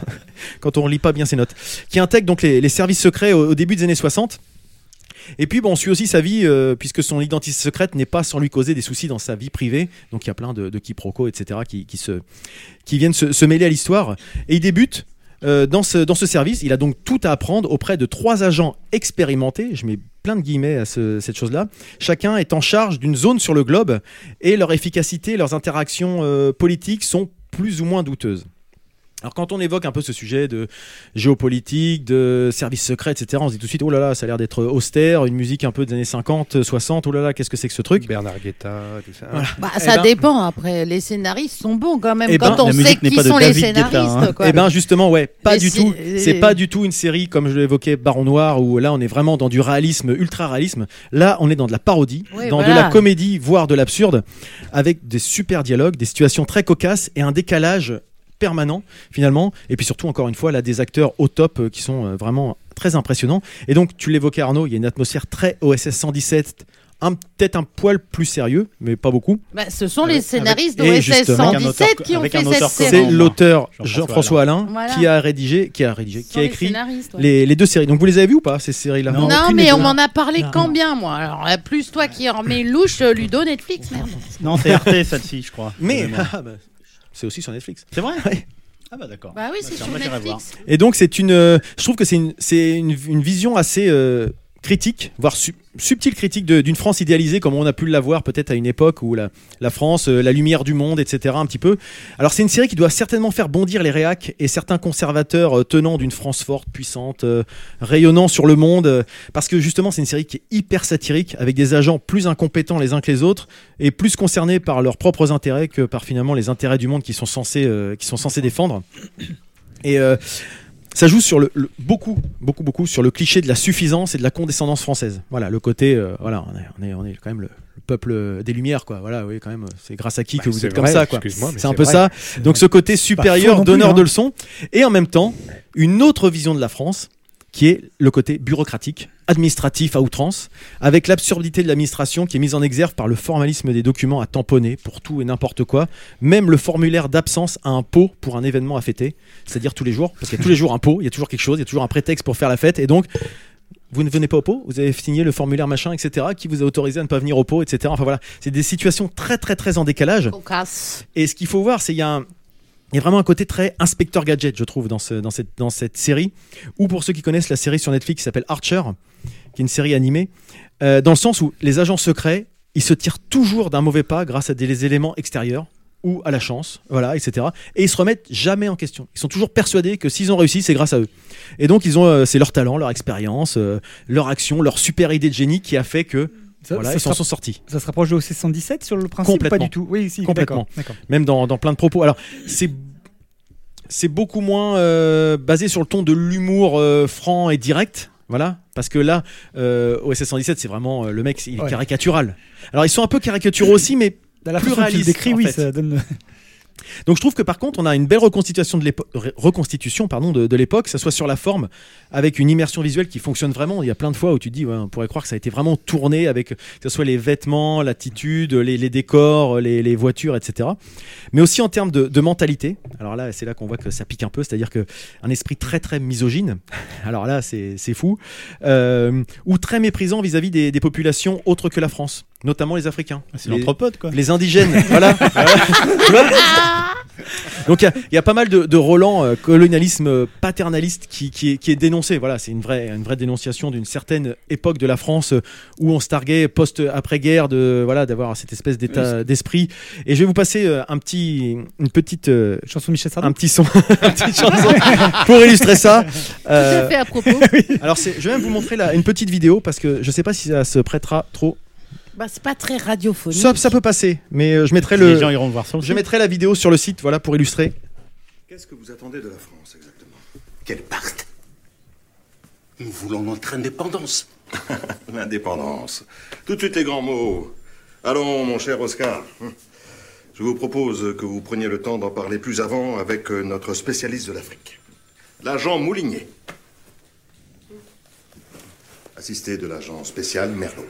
quand on lit pas bien ses notes, qui intègre donc les, les services secrets au, au début des années soixante. Et puis bon, on suit aussi sa vie, euh, puisque son identité secrète n'est pas sans lui causer des soucis dans sa vie privée. Donc il y a plein de, de quiproquos, et cetera, qui, qui, se, qui viennent se, se mêler à l'histoire. Et il débute euh, dans, ce, dans ce service. Il a donc tout à apprendre auprès de trois agents expérimentés. Je mets plein de guillemets à ce, cette chose-là. Chacun est en charge d'une zone sur le globe et leur efficacité, leurs interactions euh, politiques sont plus ou moins douteuses. Alors quand on évoque un peu ce sujet de géopolitique, de services secrets, et cetera, on se dit tout de suite, oh là là, ça a l'air d'être austère, une musique un peu des années cinquante, soixante, oh là là, qu'est-ce que c'est que ce truc ? Bernard Guetta, tout ça. Voilà. Bah, Eh ça ben, dépend, après, les scénaristes sont bons quand même, Eh ben, quand on la sait musique n'est qui pas de sont les David Guetta, scénaristes. hein. quoi. Eh ben justement, ouais, pas Mais du si- tout. euh, C'est pas du tout une série comme je l'évoquais, Baron Noir, où là on est vraiment dans du réalisme, ultra réalisme. Là, on est dans de la parodie, Oui, dans voilà. de la comédie, voire de l'absurde, avec des super dialogues, des situations très cocasses et un décalage permanent finalement. Et puis surtout, encore une fois, là, des acteurs au top euh, qui sont euh, vraiment très impressionnants. Et donc, tu l'évoquais Arnaud, il y a une atmosphère très O S S cent dix-sept. Un, peut-être un poil plus sérieux, mais pas beaucoup. Bah, ce sont les Avec- scénaristes avec- et d'O S S justement, cent dix-sept qui ont avec fait un cette auteur série. C'est Comment l'auteur Jean-François Jean-François Alain, Voilà. qui a rédigé, qui a rédigé, Ce qui sont a les écrit scénaristes, ouais. les, les deux séries. Donc vous les avez vues ou pas, ces séries-là? Non. Non, aucune mais des on deux. m'en a parlé Non. quand bien, moi. Alors, euh, plus toi qui en mets une louche, euh, Ludo, Netflix, merde. Non, c'est R T celle-ci, je crois. Mais De mémoire. ah, bah, c'est aussi sur Netflix. C'est vrai Ouais. Ah bah d'accord. Bah oui, c'est Tiens, sur moi, j'irai voir. Netflix. Et donc c'est une, euh, je trouve que c'est une, c'est une, une vision assez euh, critique, voire su- subtile critique de- d'une France idéalisée comme on a pu l'avoir peut-être à une époque où la, la France, euh, la lumière du monde, et cetera un petit peu. Alors c'est une série qui doit certainement faire bondir les réacs et certains conservateurs euh, tenants d'une France forte, puissante, euh, rayonnant sur le monde, euh, parce que justement c'est une série qui est hyper satirique avec des agents plus incompétents les uns que les autres et plus concernés par leurs propres intérêts que par finalement les intérêts du monde qu'ils sont censés, euh, qu'ils sont censés défendre. Et euh, ça joue sur le, le- beaucoup, beaucoup, beaucoup sur le cliché de la suffisance et de la condescendance française. Voilà, le côté, euh, voilà, on est, on est, on est quand même le, le peuple des Lumières, quoi. Voilà, oui, quand même, c'est grâce à qui Bah, que vous c'est êtes comme vrai, ça, quoi. excuse-moi, mais C'est un c'est peu vrai. ça. Donc ce côté pas supérieur, faux non plus, donneur hein. de leçons, et en même temps une autre vision de la France, qui est le côté bureaucratique, administratif à outrance, avec l'absurdité de l'administration qui est mise en exergue par le formalisme des documents à tamponner pour tout et n'importe quoi, même le formulaire d'absence à un pot pour un événement à fêter, c'est-à-dire tous les jours, parce qu'il y a tous les jours un pot, il y a toujours quelque chose, il y a toujours un prétexte pour faire la fête, et donc vous ne venez pas au pot, vous avez signé le formulaire machin, et cetera, qui vous a autorisé à ne pas venir au pot, et cetera. Enfin voilà, c'est des situations très très très en décalage. Cocasse. Et ce qu'il faut voir, c'est qu'il y a un- il y a vraiment un côté très inspecteur gadget, je trouve, dans, ce, dans, cette, dans cette série. Ou pour ceux qui connaissent la série sur Netflix qui s'appelle Archer, qui est une série animée, euh, dans le sens où les agents secrets, ils se tirent toujours d'un mauvais pas grâce à des éléments extérieurs ou à la chance, voilà, et cetera. Et ils se remettent jamais en question. Ils sont toujours persuadés que s'ils ont réussi, c'est grâce à eux. Et donc, ils ont, euh, c'est leur talent, leur expérience, euh, leur action, leur super idée de génie qui a fait que Ça, voilà, ça ils se s'en rapp- sont sortis. Ça se rapproche de O S S cent dix-sept sur le principe ou pas Complètement. du tout? Oui, si, Complètement. d'accord, d'accord. Même dans, dans plein de propos. Alors, c'est c'est beaucoup moins euh, basé sur le ton de l'humour euh, franc et direct. Voilà, parce que là, euh, O S S cent dix-sept, c'est vraiment euh, le mec, il est Ouais. caricatural. Alors, ils sont un peu caricaturaux aussi, mais Dans la plus façon dont tu le réaliste, décris, en oui, fait. ça donne. Donc je trouve que par contre on a une belle reconstitution de l'époque, ré- reconstitution pardon de, de l'époque, que ça soit sur la forme avec une immersion visuelle qui fonctionne vraiment. Il y a plein de fois où tu te dis ouais, on pourrait croire que ça a été vraiment tourné avec que ce soit les vêtements, l'attitude, les, les décors, les, les voitures, et cetera. Mais aussi en termes de, de mentalité. Alors là c'est là qu'on voit que ça pique un peu, c'est-à-dire que un esprit très très misogyne. Alors là c'est c'est fou, euh, ou très méprisant vis-à-vis des, des populations autres que la France, notamment les Africains. C'est Les- l'anthropode, quoi. les indigènes, voilà. Tu vois. Donc il y a- il y, a pas mal de, de relents euh, colonialisme euh, paternaliste qui, qui, est, qui est dénoncé. Voilà, c'est une vraie, une vraie dénonciation d'une certaine époque de la France euh, où on se targuait post après-guerre de voilà d'avoir cette espèce d'état d'esprit. Et je vais vous passer euh, un petit, une petite euh, chanson de Michel Sardou, un petit son, une petite chanson pour illustrer ça. Tout à fait à propos. Alors c'est, je vais même vous montrer là une petite vidéo parce que je sais pas si ça se prêtera trop. Bah, c'est pas très radiophonique. Ça, ça peut passer, mais euh, je mettrai le. Les gens iront le voir sur le Je site. mettrai la vidéo sur le site, voilà, pour illustrer. Qu'est-ce que vous attendez de la France exactement? Qu'elle parte. Nous voulons notre indépendance. L'indépendance. Tout de suite les grands mots. Allons, mon cher Oscar. Je vous propose que vous preniez le temps d'en parler plus avant avec euh, notre spécialiste de l'Afrique, l'agent Moulinier, assisté de l'agent spécial Merlot.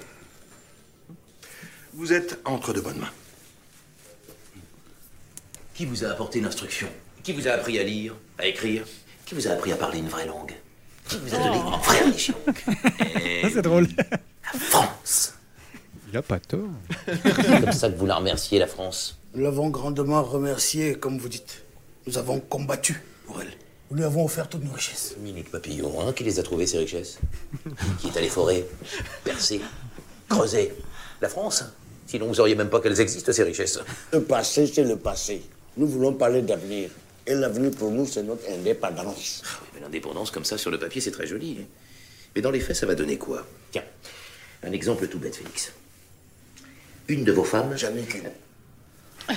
Vous êtes entre de bonnes mains. Qui vous a apporté l'instruction? Qui vous a appris à lire, à écrire? Qui vous a appris à parler une vraie langue? Qui vous a donné une vraie religion? Ça, c'est drôle. La France. Il a pas tort. C'est comme ça que vous la remerciez, la France. Nous l'avons grandement remerciée, comme vous dites. Nous avons combattu pour elle. Nous lui avons offert toutes nos richesses. Mimique Papillon, hein, qui les a trouvées, ces richesses? Qui est allé forer, percer, creuser? La France? Sinon, vous auriez même pas qu'elles existent, ces richesses. Le passé, c'est le passé. Nous voulons parler d'avenir. Et l'avenir pour nous, c'est notre indépendance. Mais l'indépendance, comme ça, sur le papier, c'est très joli. hein. Mais dans les faits, ça va donner quoi? Tiens, un exemple tout bête, Félix. Une de vos femmes... J'en ai qu'une. Oui,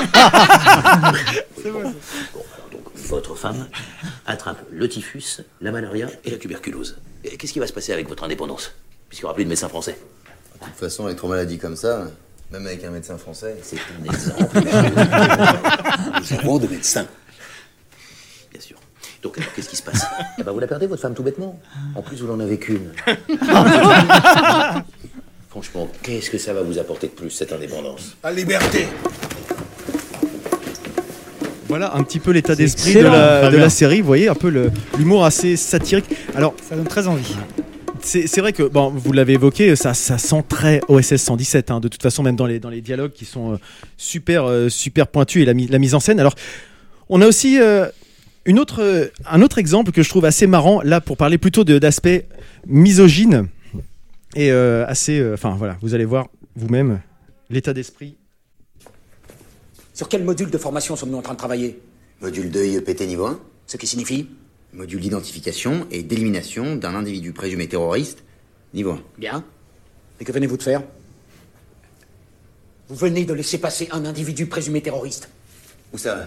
bon, bon, alors donc, votre femme attrape le typhus, la malaria et la tuberculose. Et qu'est-ce qui va se passer avec votre indépendance? Puisqu'il n'y aura plus de médecins français. De toute façon, avec trois maladies comme ça, même avec un médecin français... C'est un exemple. Nous avons de médecins. Bien sûr. Donc, alors, qu'est-ce qui se passe? Eh ben, vous la perdez, votre femme, tout bêtement. En plus, vous n'en avez qu'une. Franchement, qu'est-ce que ça va vous apporter de plus, cette indépendance? La liberté. Voilà un petit peu l'état d'esprit de excellent. la, Très de bien. la série. Vous voyez un peu le- l'humour assez satirique. Alors, Ça donne très envie. c'est c'est vrai que, bon, vous l'avez évoqué, ça, ça sent très O S S cent dix-sept. hein, de toute façon, même dans les, dans les dialogues qui sont euh, super, euh, super pointus et la, mi- la mise en scène. Alors, on a aussi euh, une autre, euh, un autre exemple que je trouve assez marrant, là, pour parler plutôt de- d'aspect misogyne. Et euh, assez. Enfin, voilà, vous allez voir vous-même l'état d'esprit. Sur quel module de formation sommes-nous en train de travailler? Module deux I E P T niveau un, Ce qui signifie? module d'identification et d'élimination d'un individu présumé terroriste niveau un. Bien. Et que venez-vous de faire? Vous venez de laisser passer un individu présumé terroriste. Où ça?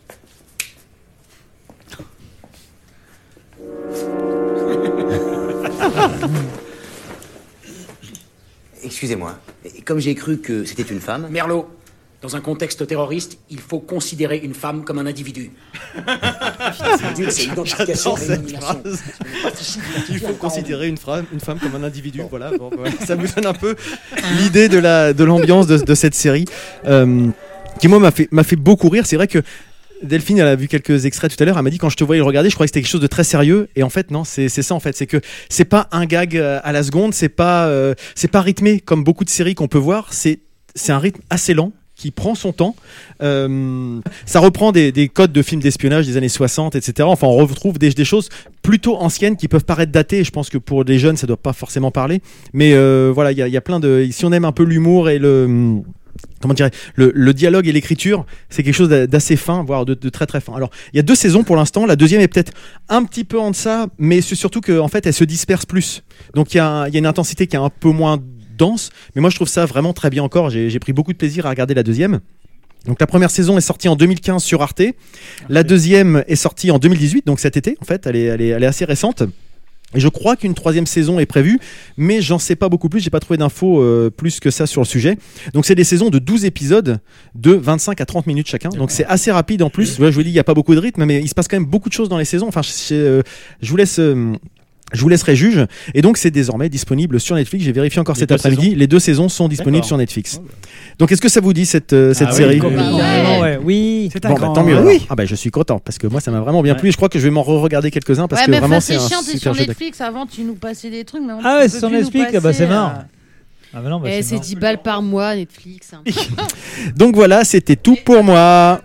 Excusez-moi, et comme j'ai cru que c'était une femme... Merlot, dans un contexte terroriste, il faut considérer une femme comme un individu. Ce module, c'est identification J'adore et cette élimination. phrase. Il faut considérer une, fra- une femme comme un individu. Voilà, bon, voilà. Ça vous donne un peu l'idée de la de l'ambiance de, de cette série, euh, qui moi m'a fait m'a fait beaucoup rire. C'est vrai que Delphine, elle a vu quelques extraits tout à l'heure. Elle m'a dit quand je te voyais le regarder, je croyais que c'était quelque chose de très sérieux. Et en fait, non, c'est c'est ça en fait. C'est que c'est pas un gag euh, à la seconde. C'est pas euh, c'est pas rythmé comme beaucoup de séries qu'on peut voir. C'est c'est un rythme assez lent qui prend son temps. Euh, ça reprend des, des codes de films d'espionnage des années soixante, et cetera. Enfin, on retrouve des, des choses plutôt anciennes qui peuvent paraître datées. Et je pense que pour les jeunes, ça doit pas forcément parler. Mais euh, voilà, il y a, y a plein de. Si on aime un peu l'humour et le comment dirais le, le dialogue et l'écriture, c'est quelque chose d'assez fin, voire de, de très très fin. Alors, il y a deux saisons pour l'instant. La deuxième est peut-être un petit peu en deçà, mais c'est surtout que en fait, elle se disperse plus. Donc, il y, y a une intensité qui est un peu moins dense, mais moi je trouve ça vraiment très bien encore. J'ai j'ai pris beaucoup de plaisir à regarder la deuxième. Donc la première saison est sortie en deux mille quinze sur Arte. La deuxième est sortie en deux mille dix-huit, donc cet été en fait. Elle est, elle est, elle est assez récente. Et je crois qu'une troisième saison est prévue, mais j'en sais pas beaucoup plus. J'ai pas trouvé d'infos euh, plus que ça sur le sujet. Donc c'est des saisons de douze épisodes de vingt-cinq à trente minutes chacun. Donc c'est assez rapide en plus. Ouais, je vous dis, il y a pas beaucoup de rythme, mais il se passe quand même beaucoup de choses dans les saisons. Enfin, je, euh, je vous laisse. Euh, Je vous laisserai juge. Et donc, c'est désormais disponible sur Netflix. J'ai vérifié encore Les cet deux après-midi. saisons Les deux saisons sont disponibles D'accord. sur Netflix. Donc, est-ce que ça vous dit cette, euh, cette Ah oui, série complètement. Ouais. Ouais. Oui. C'est un Bon, bah, grand- tant mieux. Ah alors. oui. Ah bah, je suis content parce que moi, ça m'a vraiment bien Ouais. plu. Et je crois que je vais m'en re-regarder quelques-uns parce Ouais, que mais vraiment, enfin, c'est c'est un chiant, t'es super sur jeu d'acteur. Netflix. Avant, tu nous passais des trucs, mais on Ah ouais, peut c'est sur plus nous Netflix, bah passer, c'est marrant. euh, Ah bah non, bah Eh, c'est c'est marrant. dix balles par mois, Netflix. hein. Donc voilà, c'était tout pour moi.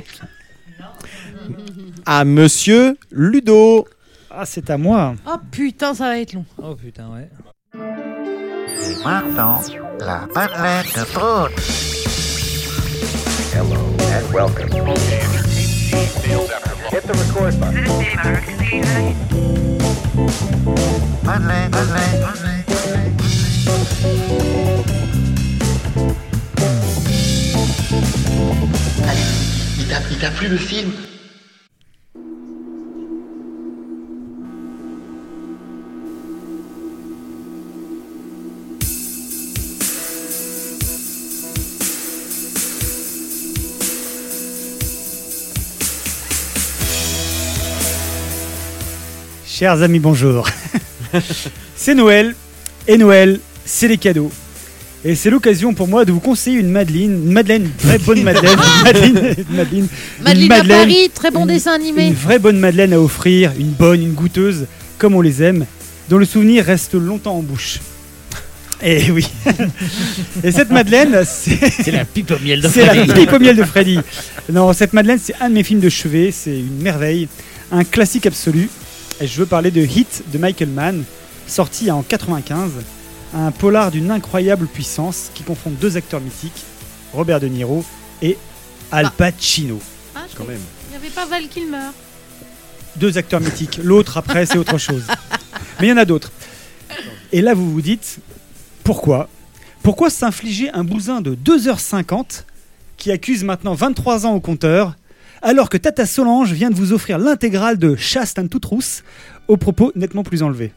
À Monsieur Ludo. Ah, c'est à moi. Oh putain, ça va être long. Oh putain, ouais. Et maintenant, la madeleine de Prout. Hello and welcome. Hit the record button. Madeleine, Madeleine, Madeleine. Allez, il t'a, il t'a plu le film? Chers amis, bonjour. C'est Noël, et Noël, c'est les cadeaux. Et c'est l'occasion pour moi de vous conseiller une Madeleine, une Madeleine, une vraie bonne Madeleine, une Madeleine, une Madeleine, Madeleine, une Madeleine, à Paris, très bon une- dessin animé. Une vraie bonne Madeleine à offrir, une bonne, une goûteuse, comme on les aime, dont le souvenir reste longtemps en bouche. Et oui. Et cette Madeleine, c'est C'est la pipe au miel de c'est la Freddy. pipe au miel de Freddy. Non, cette Madeleine, c'est un de mes films de chevet, c'est une merveille, un classique absolu. Et je veux parler de Hit de Michael Mann, sorti en quatre-vingt-quinze, un polar d'une incroyable puissance qui confronte deux acteurs mythiques, Robert De Niro et Al Pacino. Ah, je Quand sais- même. Il n'y avait pas Val Kilmer. Deux acteurs mythiques. L'autre, après, c'est autre chose. Mais il y en a d'autres. Et là, vous vous dites, pourquoi Pourquoi s'infliger un bousin de deux heures cinquante qui accuse maintenant vingt-trois ans au compteur, alors que Tata Solange vient de vous offrir l'intégrale de Chaste and toute rousse aux propos nettement plus enlevés?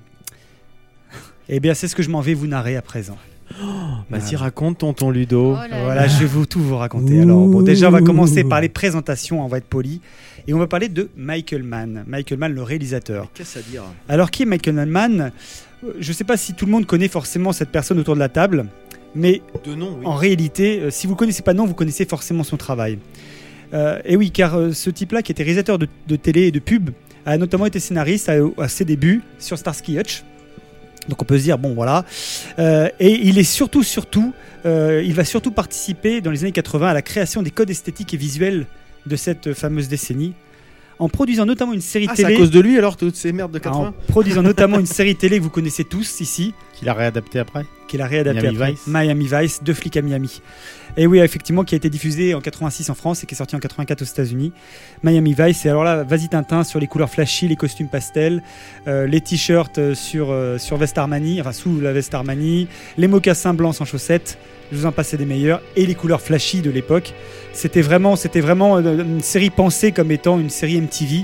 Eh bien, c'est ce que je m'en vais vous narrer à présent. Vas-y, raconte, tonton Ludo. Oh là Voilà, je vais vous tout vous raconter. Alors, bon, déjà, on va commencer par les présentations, on va être poli. Et on va parler de Michael Mann. Michael Mann, le réalisateur. Qu'est-ce à dire? Alors, qui est Michael Mann? Je ne sais pas si tout le monde connaît forcément cette personne autour de la table, mais De nom, oui. en réalité, euh, si vous ne connaissez pas non, vous connaissez forcément son travail. Euh, et oui, car euh, ce type-là, qui était réalisateur de, de télé et de pub, a notamment été scénariste à, à ses débuts sur Starsky Hutch. Donc on peut se dire, bon voilà. Euh, et il est surtout, surtout, euh, il va surtout participer dans les années quatre-vingts à la création des codes esthétiques et visuels de cette fameuse décennie, en produisant notamment une série Ah, c'est télé. à cause de lui alors, toutes ces merdes de en quatre-vingts? produisant notamment une série télé que vous connaissez tous ici, Qu'il a réadapté après. qu'il a réadapté Miami après, Vice. Miami Vice, Deux flics à Miami. Et oui, effectivement, qui a été diffusé en quatre-vingt-six en France et qui est sorti en quatre-vingt-quatre aux États-Unis. Miami Vice. Et alors là, vas-y Tintin sur les couleurs flashy, les costumes pastels, euh, les t-shirts euh, sur euh, sur veste Armani, enfin sous la veste Armani, les mocassins blancs sans chaussettes. Je vous en passais des meilleurs, et les couleurs flashy de l'époque. C'était vraiment, c'était vraiment euh, une série pensée comme étant une série M T V,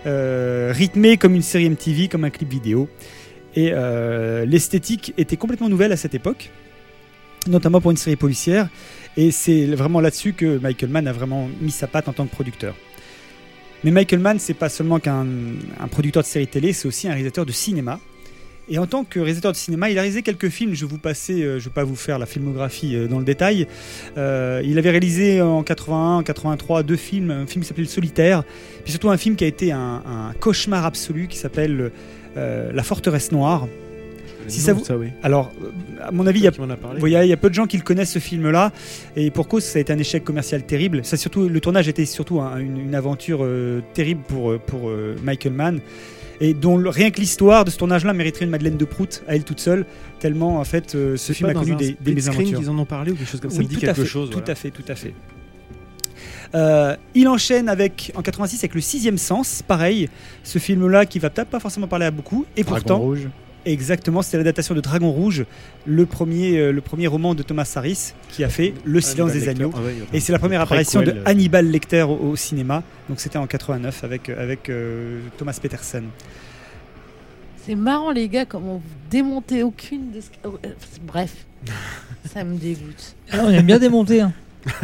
euh, rythmée comme une série M T V, comme un clip vidéo. Et euh, l'esthétique était complètement nouvelle à cette époque, notamment pour une série policière. Et c'est vraiment là-dessus que Michael Mann a vraiment mis sa patte en tant que producteur. Mais Michael Mann, c'est pas seulement qu'un un producteur de séries télé, c'est aussi un réalisateur de cinéma. Et en tant que réalisateur de cinéma, il a réalisé quelques films. Je vais vous passer, euh, je vais pas vous faire la filmographie euh, dans le détail. Euh, il avait réalisé en quatre-vingt-un, en quatre-vingt-trois deux films. Un film qui s'appelait Le Solitaire, puis surtout un film qui a été un, un cauchemar absolu qui s'appelle euh, La Forteresse Noire. Le Si nom ça de vous... ça, oui. Alors, euh, à mon avis, il y a Qui m'en a parlé. vous voyez, il y a peu de gens qui le connaissent ce film-là, et pour cause, ça a été un échec commercial terrible. Ça, surtout, le tournage était surtout un- une, une aventure euh, terrible pour, euh, pour euh, Michael Mann, et dont le- rien que l'histoire de ce tournage-là mériterait une Madeleine de Proust à elle toute seule, tellement en fait euh, ce C'est film pas a dans connu un des, des split screen mésaventures. qu'ils en ont parlé ou quelque chose comme ça, Oui, me dit tout à quelque fait, chose. Tout voilà. à fait, tout à fait. Euh, il enchaîne avec en quatre-vingt-six avec Le Sixième Sens, pareil, ce film-là qui va peut-être pas forcément parler à beaucoup, et Dragon pourtant. Rouge. Exactement, c'était l'adaptation de Dragon Rouge, le premier, euh, le premier roman de Thomas Harris qui a fait Le Silence des Lecter. Agneaux. Ah ouais, il y a pas- Et c'est la première Préquel, apparition de euh. Hannibal Lecter au, au cinéma. Donc c'était en quatre-vingt-neuf avec, avec euh, Thomas Peterson. C'est marrant, les gars, comment vous démontez aucune de ce... oh, euh, Bref, ça me dégoûte. Ah, on aime bien démonter. Hein.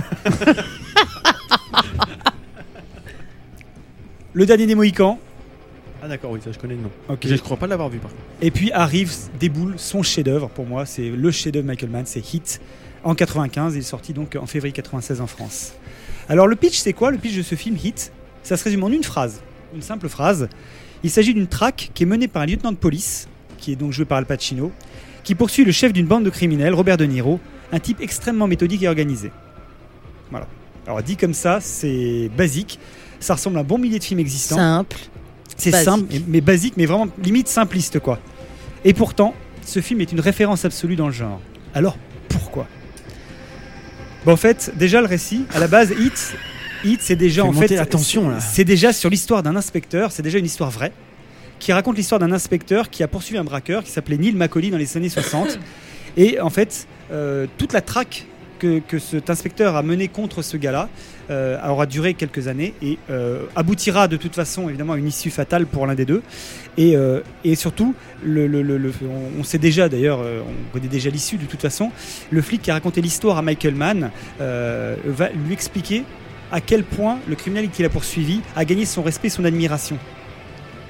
Le dernier des Mohicans. Ah d'accord, oui, ça je connais le nom. Ok. Je ne crois pas l'avoir vu par contre. Et puis arrive, déboule son chef-d'œuvre pour moi. C'est le chef-d'œuvre Michael Mann, c'est Hit. En quatre-vingt-quinze, il est sorti donc en février quatre-vingt-seize en France. Alors le pitch, c'est quoi? Le pitch de ce film Hit, ça se résume en une phrase, une simple phrase. Il s'agit d'une traque qui est menée par un lieutenant de police, qui est donc joué par Al Pacino, qui poursuit le chef d'une bande de criminels, Robert De Niro, un type extrêmement méthodique et organisé. Voilà. Alors dit comme ça, c'est basique. Ça ressemble à un bon millier de films existants. Simple. C'est Basique. simple, mais- mais basique, mais vraiment limite simpliste, quoi. Et pourtant, ce film est une référence absolue dans le genre. Alors, pourquoi? Bon, en fait, déjà le récit, à la base, Hit, Hit c'est déjà Fais en monter fait, la tension, c'est- là. c'est déjà sur l'histoire d'un inspecteur, c'est déjà une histoire vraie, qui raconte l'histoire d'un inspecteur qui a poursuivi un braqueur qui s'appelait Neil Macaulay dans les années soixante. Et en fait, euh, toute la traque que, que cet inspecteur a menée contre ce gars-là euh, aura duré quelques années et euh, aboutira de toute façon évidemment à une issue fatale pour l'un des deux. Et, euh, et surtout, le, le- le- le- on, on sait déjà d'ailleurs, euh, on connaît déjà l'issue de toute façon, le flic qui a raconté l'histoire à Michael Mann euh, va lui expliquer à quel point le criminel qu'il a poursuivi a gagné son respect et son admiration.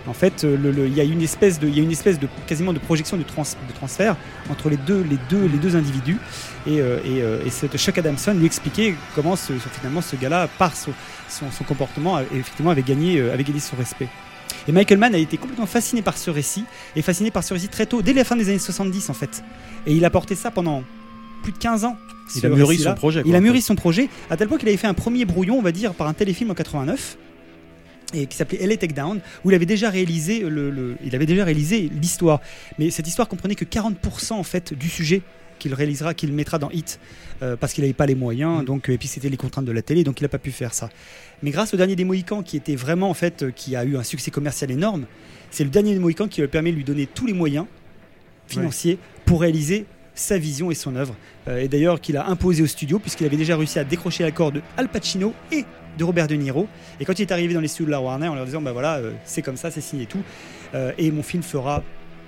En fait, euh, le- le- il y a une espèce de, il y a une espèce de quasiment de projection de, trans, de transfert entre les deux, les deux, les deux individus. Et, euh, et, euh, et cette Chuck Adamson lui expliquait comment ce, ce- finalement ce gars-là, par son, son, son comportement, a- effectivement avait gagné, euh, avait gagné son respect. Et Michael Mann a été complètement fasciné par ce récit, et fasciné par ce récit très tôt, dès la fin des années soixante-dix en fait. Et il a porté ça pendant plus de quinze ans. Il ce a mûri récit-là. son projet, quoi, Il a en mûri fait. son projet, à tel point qu'il avait fait un premier brouillon, on va dire, par un téléfilm en quatre-vingt-neuf. Et qui s'appelait L A Takedown, où il avait déjà réalisé le, le- il avait déjà réalisé l'histoire. Mais cette histoire comprenait que quarante pour cent en fait du sujet qu'il réalisera, qu'il mettra dans Hit, euh, parce qu'il n'avait pas les moyens, donc et puis c'était les contraintes de la télé, donc il n'a pas pu faire ça. Mais grâce au dernier des Mohicans, qui était vraiment en fait, euh, qui a eu un succès commercial énorme, c'est le dernier des Mohicans qui lui a permis de lui donner tous les moyens financiers pour réaliser sa vision et son œuvre. Euh, et d'ailleurs qu'il a imposé au studio, puisqu'il avait déjà réussi à décrocher l'accord de Al Pacino et de Robert De Niro. Et quand il est arrivé dans les studios de la Warner, en leur disant bah voilà, euh, c'est comme ça, c'est signé et tout, euh, et mon film fera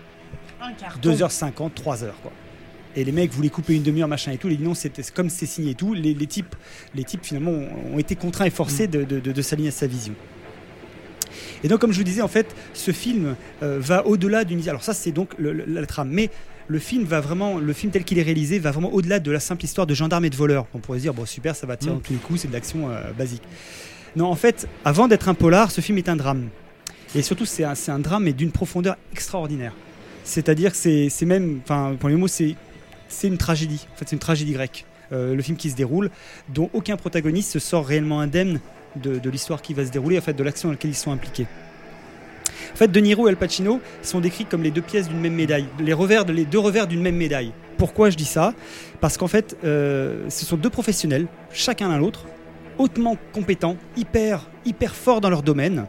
deux heures cinquante, trois heures quoi. Et les mecs voulaient couper une demi-heure machin et tout, les dit non, c'était comme c'est signé et tout, les, les types les types finalement ont, ont été contraints et forcés de, de, de, de s'aligner à sa vision. Et donc comme je vous disais en fait, ce film euh, va au-delà d'une, alors ça c'est donc le, le- la trame, mais le film va vraiment, le film tel qu'il est réalisé va vraiment au-delà de la simple histoire de gendarmes et de voleurs. On pourrait se dire bon super, ça va tirer Mm. dans tous les coups, c'est de l'action euh, basique. Non, en fait, avant d'être un polar, ce film est un drame. Et surtout, c'est un, c'est un drame, mais d'une profondeur extraordinaire. C'est-à-dire que c'est, c'est même, enfin, pour les mots, c'est, c'est une tragédie. En fait, c'est une tragédie grecque. Euh, le film qui se déroule, dont aucun protagoniste se sort réellement indemne de, de l'histoire qui va se dérouler, en fait, de l'action dans laquelle ils sont impliqués. En fait, De Niro et Al Pacino sont décrits comme les deux pièces d'une même médaille, les, revers de, les deux revers d'une même médaille. Pourquoi je dis ça ? Parce qu'en fait, euh, ce sont deux professionnels, chacun l'un l'autre, hautement compétents, hyper, hyper forts dans leur domaine,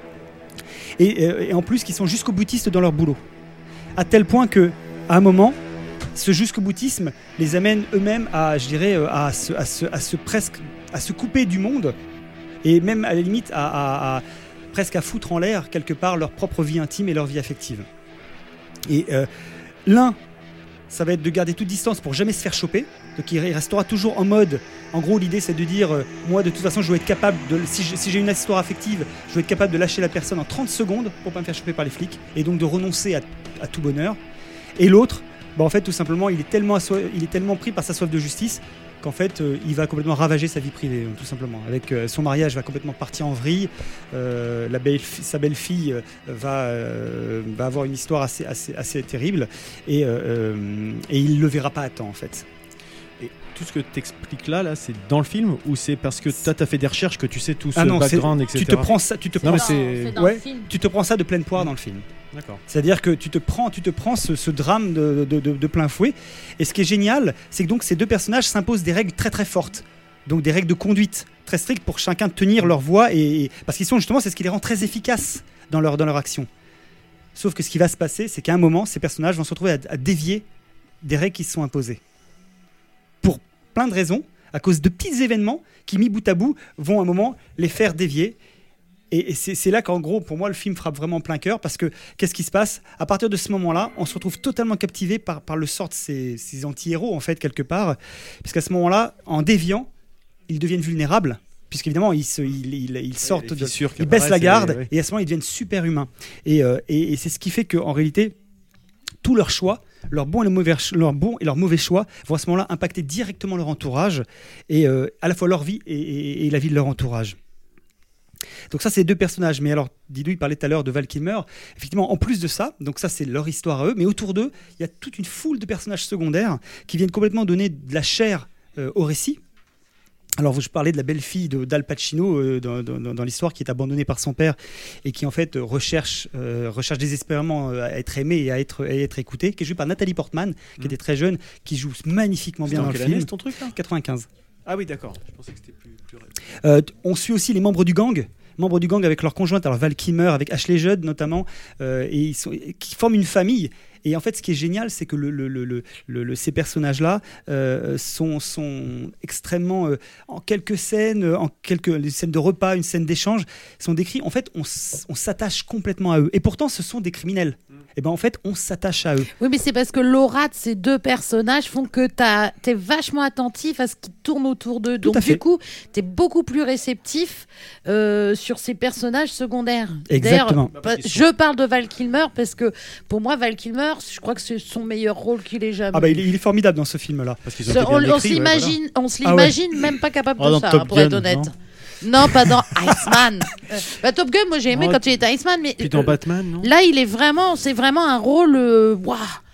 et, euh, et en plus qui sont jusqu'au boutistes dans leur boulot. À tel point que, à un moment, ce jusqu'au boutisme les amène eux-mêmes à, je dirais, euh, à se, à se, à se presque, à se couper du monde, et même à la limite à, à- à- presque à foutre en l'air quelque part leur propre vie intime et leur vie affective. Et euh, l'un, ça va être de garder toute distance pour jamais se faire choper. Donc il restera toujours en mode, en gros l'idée c'est de dire euh, moi de toute façon je dois être capable de, si j'ai si j'ai une histoire affective, je dois être capable de lâcher la personne en trente secondes pour pas me faire choper par les flics et donc de renoncer à, à tout bonheur. Et l'autre, bah en fait tout simplement il est tellement asso- il est tellement pris par sa soif de justice qu'en fait euh, il va complètement ravager sa vie privée, euh, tout simplement. Avec euh, son mariage va complètement partir en vrille, euh, la belle, sa belle-fille euh, va, euh, va avoir une histoire assez, assez, assez terrible et, euh, euh, et il le verra pas à temps en fait. Et tout ce que tu expliques là, là c'est dans le film ou c'est parce que tu as fait des recherches que tu sais tout ce Ah non, background, c'est- et cetera. tu te prends ça, tu te Non, prends mais ça- c'est- ouais, tu te prends ça de pleine poire dans le film. D'accord. C'est-à-dire que tu te prends, tu te prends ce, ce drame de, de- de- de plein fouet. Et ce qui est génial, c'est que donc ces deux personnages s'imposent des règles très très fortes, donc des règles de conduite très strictes pour chacun tenir leur voix et, et- parce qu'ils sont justement, c'est ce qui les rend très efficaces dans leur dans leur action. Sauf que ce qui va se passer, c'est qu'à un moment, ces personnages vont se retrouver à, à dévier des règles qui se sont imposées pour plein de raisons, à cause de petits événements qui, mis bout à bout, vont à un moment les faire dévier. Et, et c'est, c'est là qu'en gros, pour moi, le film frappe vraiment plein cœur, parce que qu'est-ce qui se passe ? À partir de ce moment-là, on se retrouve totalement captivé par, par le sort de ces, ces anti-héros, en fait, quelque part, puisqu'à ce moment-là, en déviant, ils deviennent vulnérables, puisqu'évidemment, ils, se, ils, ils, ils sortent, les de- fissures qui ils baissent la apparaissent, garde, et- ouais. et à ce moment, ils deviennent super humains. Et, euh, et, et c'est ce qui fait qu'en réalité, tous leurs choix, leurs bons et leurs mauvais, leurs bons et leurs mauvais choix vont à ce moment-là impacter directement leur entourage, et euh, à la fois leur vie et, et- et la vie de leur entourage. Donc ça, c'est deux personnages. Mais alors, Didou, il parlait tout à l'heure de Val Kilmer. Effectivement, en plus de ça, donc ça, c'est leur histoire à eux. Mais autour d'eux, il y a toute une foule de personnages secondaires qui viennent complètement donner de la chair euh, au récit. Alors, je parlais de la belle-fille de, d'Al Pacino euh, dans, dans- dans l'histoire, qui est abandonnée par son père et qui, en fait, euh, recherche, euh, recherche désespérément euh, à être aimée et à être, à être écoutée, qui est jouée par Nathalie Portman, qui était très jeune, qui joue magnifiquement bien C'était en dans le quelle film. année, c'est ton truc, là quatre-vingt-quinze. Ah oui, d'accord. Je pensais que c'était plus, plus récent. Euh, t- on suit aussi les membres du gang, membres du gang avec leur conjointe, alors Val Kilmer avec Ashley Judd notamment, euh, et ils sont, et qui forment une famille. Et en fait, ce qui est génial, c'est que le, le, le, le, le, ces personnages-là euh, sont, sont extrêmement, euh, en quelques scènes, en quelques les scènes de repas, une scène d'échange, sont décrits. En fait, on, on s'attache complètement à eux. Et pourtant, ce sont des criminels. Et ben en fait, on s'attache à eux. Oui, mais c'est parce que l'aura de ces deux personnages font que t'es vachement attentif à ce qui tourne autour d'eux. Donc du coup, t'es beaucoup plus réceptif euh, sur ces personnages secondaires. Exactement. Bah, je parle de Val Kilmer parce que pour moi, Val Kilmer, je crois que c'est son meilleur rôle qu'il ait jamais. Ah bah il est, il est formidable dans ce film-là. Parce qu'ils ont été bien on, on s'imagine, ouais, voilà. on se l'imagine ah ouais. même pas capable oh, de ça, hein, pour Gun, être honnête. Non Non, pas dans Iceman. euh, bah, Top Gun, moi j'ai aimé oh, quand il était Iceman, mais puis dans euh, Batman, non là il est vraiment, c'est vraiment un rôle. Euh, wow.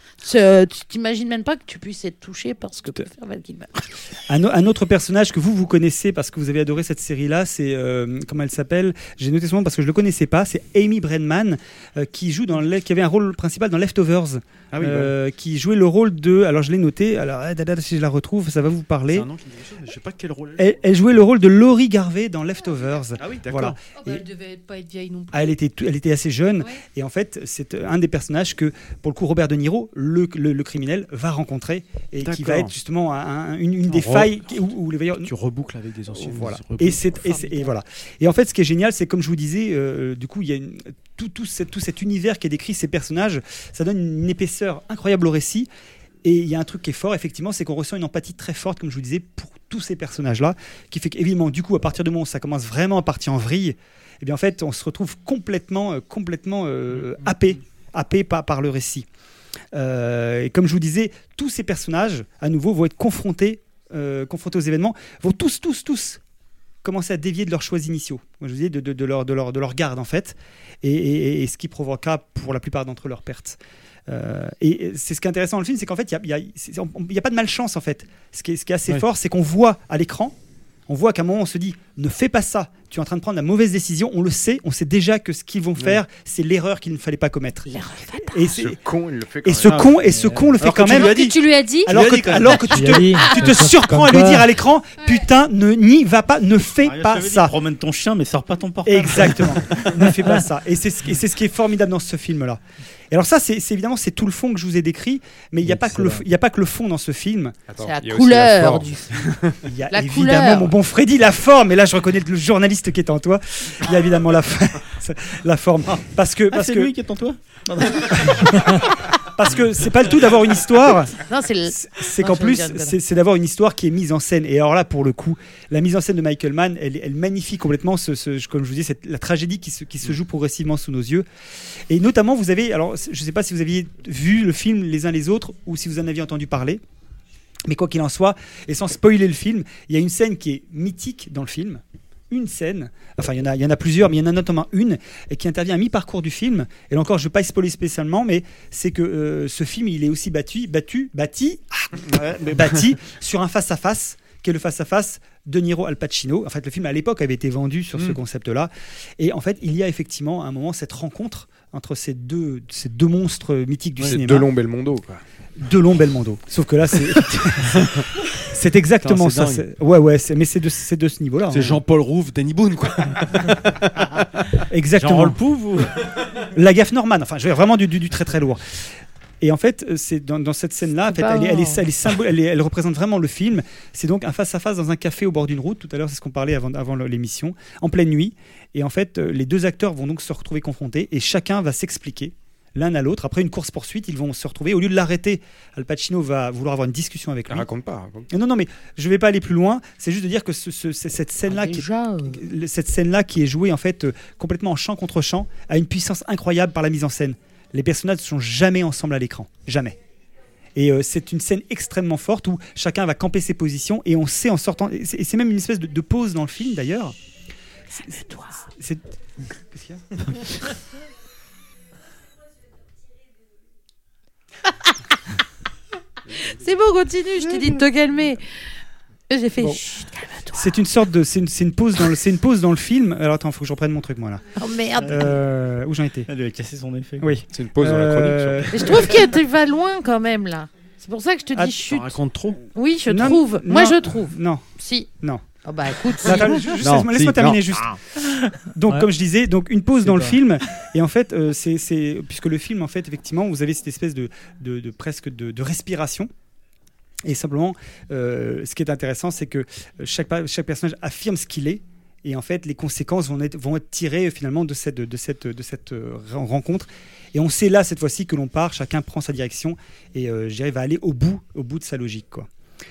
Tu t'imagines même pas que tu puisses être touché par ce que peut faire Val Kilmer. Un, un autre personnage que vous vous connaissez parce que vous avez adoré cette série-là, c'est euh, comment elle s'appelle ? J'ai noté son nom parce que je le connaissais pas. C'est Amy Brenneman euh, qui joue dans le, qui avait un rôle principal dans Leftovers, ah oui, euh, ouais. qui jouait le rôle de. Alors je l'ai noté. Alors si je la retrouve, ça va vous parler. C'est un nom qui me dit quelque chose, mais je sais pas quel rôle. Elle, elle jouait le rôle de Laurie Garvey dans Leftovers. Ah oui, d'accord. Voilà. Oh, bah, elle devait pas être vieille non plus. Ah, elle était, elle était assez jeune ouais. et en fait c'est un des personnages que pour le coup Robert De Niro, le, le, le criminel va rencontrer et qui va être justement un, une, une des re... failles où, où les tu reboucles avec des anciens. Voilà. Et, c'est, et, c'est, et voilà. Et en fait, ce qui est génial, c'est comme je vous disais, euh, du coup, il y a une, tout, tout, cet, tout cet univers qui est décrit, ces personnages, ça donne une épaisseur incroyable au récit. Et il y a un truc qui est fort, effectivement, c'est qu'on ressent une empathie très forte, comme je vous disais, pour tous ces personnages-là, qui fait qu'évidemment, du coup, à partir du moment où ça commence vraiment à partir en vrille, eh bien, en fait, on se retrouve complètement, complètement euh, happé, happé par, par le récit. Euh, et comme je vous disais, tous ces personnages, à nouveau, vont être confrontés, euh, confrontés aux événements, vont tous, tous, tous commencer à dévier de leurs choix initiaux. Moi, je vous disais, de, de, de, leur, de, leur, de leur garde, en fait, et, et, et ce qui provoquera, pour la plupart d'entre eux, leur perte. Euh, et c'est ce qui est intéressant dans le film, c'est qu'en fait, il n'y a, a, a pas de malchance, en fait. Ce qui est, ce qui est assez ouais. fort, c'est qu'on voit à l'écran, on voit qu'à un moment, on se dit, ne fais pas ça, tu es en train de prendre la mauvaise décision, on le sait, on sait déjà que ce qu'ils vont faire, ouais. c'est l'erreur qu'il ne fallait pas commettre. Et ce con, il le fait quand et même. Ce con, et ce con le fait quand même. Alors que tu lui as dit. Alors que, alors que tu te, tu te surprends à lui dire à l'écran, putain, ne n'y va pas, ne fais ah, pas ça. Dit, promène ton chien, mais sors pas ton portable. Exactement. Ne fais pas ça. Et c'est, ce, et c'est ce qui est formidable dans ce film-là. Et alors ça, c'est, c'est évidemment, c'est tout le fond que je vous ai décrit, mais il n'y a pas que le, il y a pas que le fond dans ce film. Attends, c'est la couleur la du film. Il y a la évidemment couleur. Mon bon Freddy, la forme. Et là, je reconnais le journaliste qui est en toi. Il y a évidemment la, la forme, parce que parce ah, c'est que lui qui est en toi. Parce que c'est pas le tout d'avoir une histoire. Non, c'est, le... c'est qu'en plus, c'est, c'est d'avoir une histoire qui est mise en scène. Et alors là, pour le coup, la mise en scène de Michael Mann, elle, elle magnifie complètement, ce, ce, comme je vous dis, cette, la tragédie qui se, qui se joue progressivement sous nos yeux. Et notamment, vous avez, alors, je sais pas si vous aviez vu le film les uns les autres ou si vous en aviez entendu parler. Mais quoi qu'il en soit, et sans spoiler le film, il y a une scène qui est mythique dans le film. Une scène, enfin il y en a, il y en a plusieurs, mais il y en a notamment une et qui intervient à mi-parcours du film. Et là encore, je ne vais pas spoiler spécialement, mais c'est que euh, ce film, il est aussi battu, battu, bâti, ouais, mais bâti sur un face-à-face, qui est le face-à-face de Niro Al Pacino. En fait, le film à l'époque avait été vendu sur mmh. ce concept-là. Et en fait, il y a effectivement à un moment cette rencontre entre ces deux, ces deux monstres mythiques du ouais, cinéma. Delon Belmondo, quoi. Delon Belmondo. Sauf que là, c'est. C'est exactement Putain, c'est ça. C'est... Ouais, ouais, c'est... mais c'est de, c'est de ce niveau-là. C'est hein. Jean-Paul Rouve, Danny Boone, quoi. Exactement. Jean-Paul Pouve ou... La gaffe Norman. Enfin, je veux dire, vraiment du, du, du très très lourd. Et en fait, c'est dans, dans cette scène-là, en fait, elle, est, elle, est, elle, est symbole, elle, est, elle représente vraiment le film. C'est donc un face-à-face dans un café au bord d'une route. Tout à l'heure, c'est ce qu'on parlait avant, avant l'émission, en pleine nuit. Et en fait, les deux acteurs vont donc se retrouver confrontés et chacun va s'expliquer l'un à l'autre. Après une course-poursuite, ils vont se retrouver. Au lieu de l'arrêter, Al Pacino va vouloir avoir une discussion avec lui. Raconte pas. Raconte. Non, non, mais je ne vais pas aller plus loin. C'est juste de dire que ce, ce, cette scène-là, ah, déjà, qui, euh... cette scène-là qui est jouée en fait euh, complètement en chant contre chant, a une puissance incroyable par la mise en scène. Les personnages ne sont jamais ensemble à l'écran, jamais. Et euh, c'est une scène extrêmement forte où chacun va camper ses positions et on sait en sortant. Et c'est, et c'est même une espèce de, de pause dans le film d'ailleurs. C'est toi. C'est... Qu'est-ce qu'il y a? C'est bon, continue, je t'ai dit de te calmer. J'ai fait bon. Chut, calme-toi. C'est une sorte de. C'est une, c'est une, pause, dans le, c'est une pause dans le film. Alors attends, il faut que je reprenne mon truc, moi là. Oh merde. Euh, où j'en étais? Elle lui a cassé son effet. Oui. C'est une pause dans la chronique. Euh... Mais je trouve que tu vas loin quand même là. C'est pour ça que je te dis ah, chut. Tu racontes trop. Oui, je non, trouve. non, Moi, je trouve. Non. Si. Non. Oh bah écoute, Non, attends, juste, juste, laisse-moi, laisse-moi terminer juste. Donc Ouais. comme je disais, donc une pause C'est dans le pas- film et en fait euh, c'est, c'est puisque le film en fait effectivement vous avez cette espèce de, de, de presque de, de respiration. Et simplement, euh, ce qui est intéressant, c'est que chaque, pa- chaque personnage affirme ce qu'il est. Et en fait, les conséquences vont être, vont être tirées finalement de cette, de cette, de cette euh, rencontre. Et on sait là, cette fois-ci, que l'on part, chacun prend sa direction et euh, je dirais, va aller au bout, au bout de sa logique, quoi.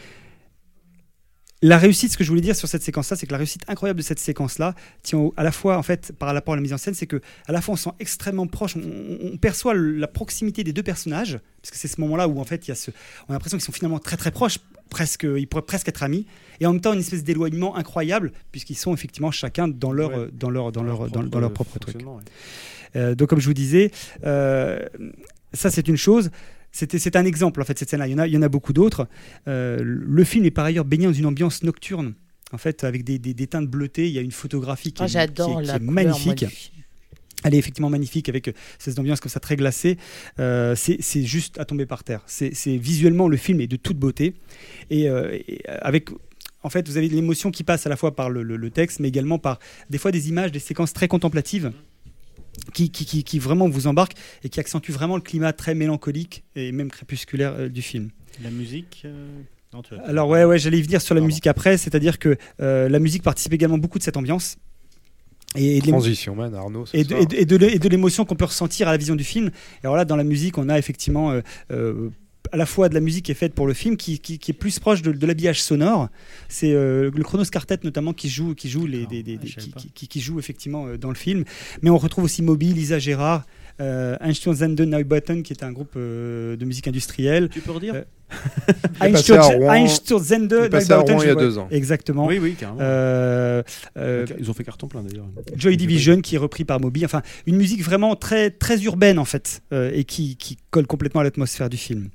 La réussite, ce que je voulais dire sur cette séquence-là, c'est que la réussite incroyable de cette séquence-là tient au- à la fois, en fait, par rapport à la mise en scène, c'est que à la fois on se sent extrêmement proche, on, on- on perçoit le- la proximité des deux personnages, parce que c'est ce moment-là où en fait il y a ce, on a l'impression qu'ils sont finalement très très proches, presque, ils pourraient presque être amis, et en même temps une espèce d'éloignement incroyable, puisqu'ils sont effectivement chacun dans leur, Ouais. euh, dans leur, dans leur, dans, propre, dans leur euh, propre truc. fonctionnement, ouais. Euh, donc comme je vous disais, euh, ça c'est une chose. C'était, c'est un exemple en fait cette scène-là. Il y en a, il y en a beaucoup d'autres. Euh, le film est par ailleurs baigné dans une ambiance nocturne. En fait, avec des, des, des teintes bleutées, il y a une photographie qui Ah, est, j'adore qui est- la qui est couleur, moi, magnifique. du film. Elle est effectivement magnifique avec euh, cette ambiance comme ça très glacée. Euh, c'est, c'est juste à tomber par terre. C'est, c'est visuellement le film est de toute beauté et, euh, et avec en fait vous avez l'émotion qui passe à la fois par le, le, le texte, mais également par des fois des images, des séquences très contemplatives. Qui, qui, qui, qui vraiment vous embarquent et qui accentuent vraiment le climat très mélancolique et même crépusculaire euh, du film. La musique euh, non, tu vas- Alors ouais, ouais, j'allais y venir sur la musique après, c'est-à-dire que euh, la musique participe également beaucoup de cette ambiance. Et, et de l'ém- Transition man, Arnaud. ce et de, soir. et de- et de l'é- et de l'émotion qu'on peut ressentir à la vision du film. Et alors là, dans la musique, on a effectivement euh, euh, à la fois de la musique qui est faite pour le film, qui, qui, qui est plus proche de, de l'habillage sonore. C'est euh, le Chronos Quartet notamment qui joue, qui joue les, des, des- des- qui, qui- qui- qui joue effectivement euh, dans le film. Mais on retrouve aussi Moby, Lisa Gérard, euh, Einstürzende Neubauten, qui est un groupe euh, de musique industrielle. Tu peux redire Euh, Il est passé à Einstürz- Rouen- Einstürzende il est passé à Neubauten, Rouen il y a je vois- deux ans. Exactement. Oui, oui, carrément. Euh, euh, Ils ont fait carton plein d'ailleurs. Joy Division qui est repris par Moby, enfin une musique vraiment très très urbaine en fait euh, et qui, qui colle complètement à l'atmosphère du film.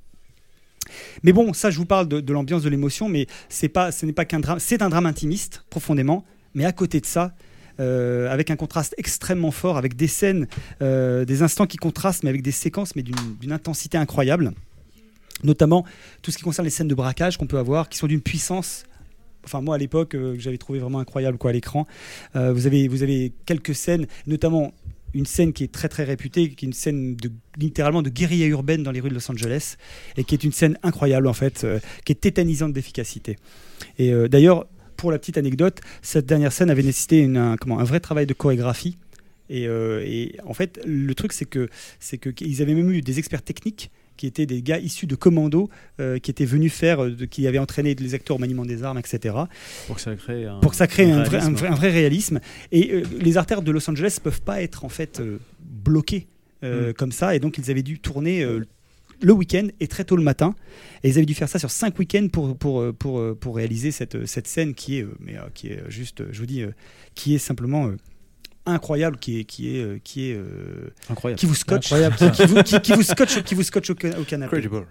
Mais bon, ça je vous parle de, de l'ambiance, de l'émotion, mais c'est pas, ce n'est pas qu'un drame, c'est un drame intimiste profondément, mais à côté de ça, euh, avec un contraste extrêmement fort, avec des scènes, euh, des instants qui contrastent, mais avec des séquences, mais d'une, d'une intensité incroyable. Notamment tout ce qui concerne les scènes de braquage qu'on peut avoir, qui sont d'une puissance. Enfin, moi à l'époque, euh, que j'avais trouvé vraiment incroyable quoi, à l'écran. Euh, vous, avez, vous avez quelques scènes, notamment une scène qui est très très réputée, qui est une scène de, littéralement de guérilla urbaine dans les rues de Los Angeles, et qui est une scène incroyable en fait, euh, qui est tétanisante d'efficacité. Et euh, d'ailleurs, pour la petite anecdote, cette dernière scène avait nécessité une, un, comment, un vrai travail de chorégraphie. Et, euh, et en fait, le truc c'est que c'est que qu'ils avaient même eu des experts techniques qui étaient des gars issus de commandos euh, qui étaient venus faire, euh, de, qui avaient entraîné les acteurs au maniement des armes, et cetera. Pour que ça crée un, Pour que ça crée un, un vrai, un, réalisme. vrai, un vrai réalisme. Et euh, les artères de Los Angeles ne peuvent pas être en fait euh, bloquées euh, Mm. comme ça. Et donc ils avaient dû tourner euh, le week-end et très tôt le matin. Et ils avaient dû faire ça sur cinq week-ends pour, pour, euh, pour, euh, pour réaliser cette, cette scène qui est, euh, mais, euh, qui est juste, euh, je vous dis, euh, qui est simplement euh, incroyable, qui est, qui est, euh, qui est euh, Incroyable. qui vous scotche, Incroyable, qui, ça. qui vous, qui, qui vous scotche, qui vous scotche au, ca- au canapé. Incredible.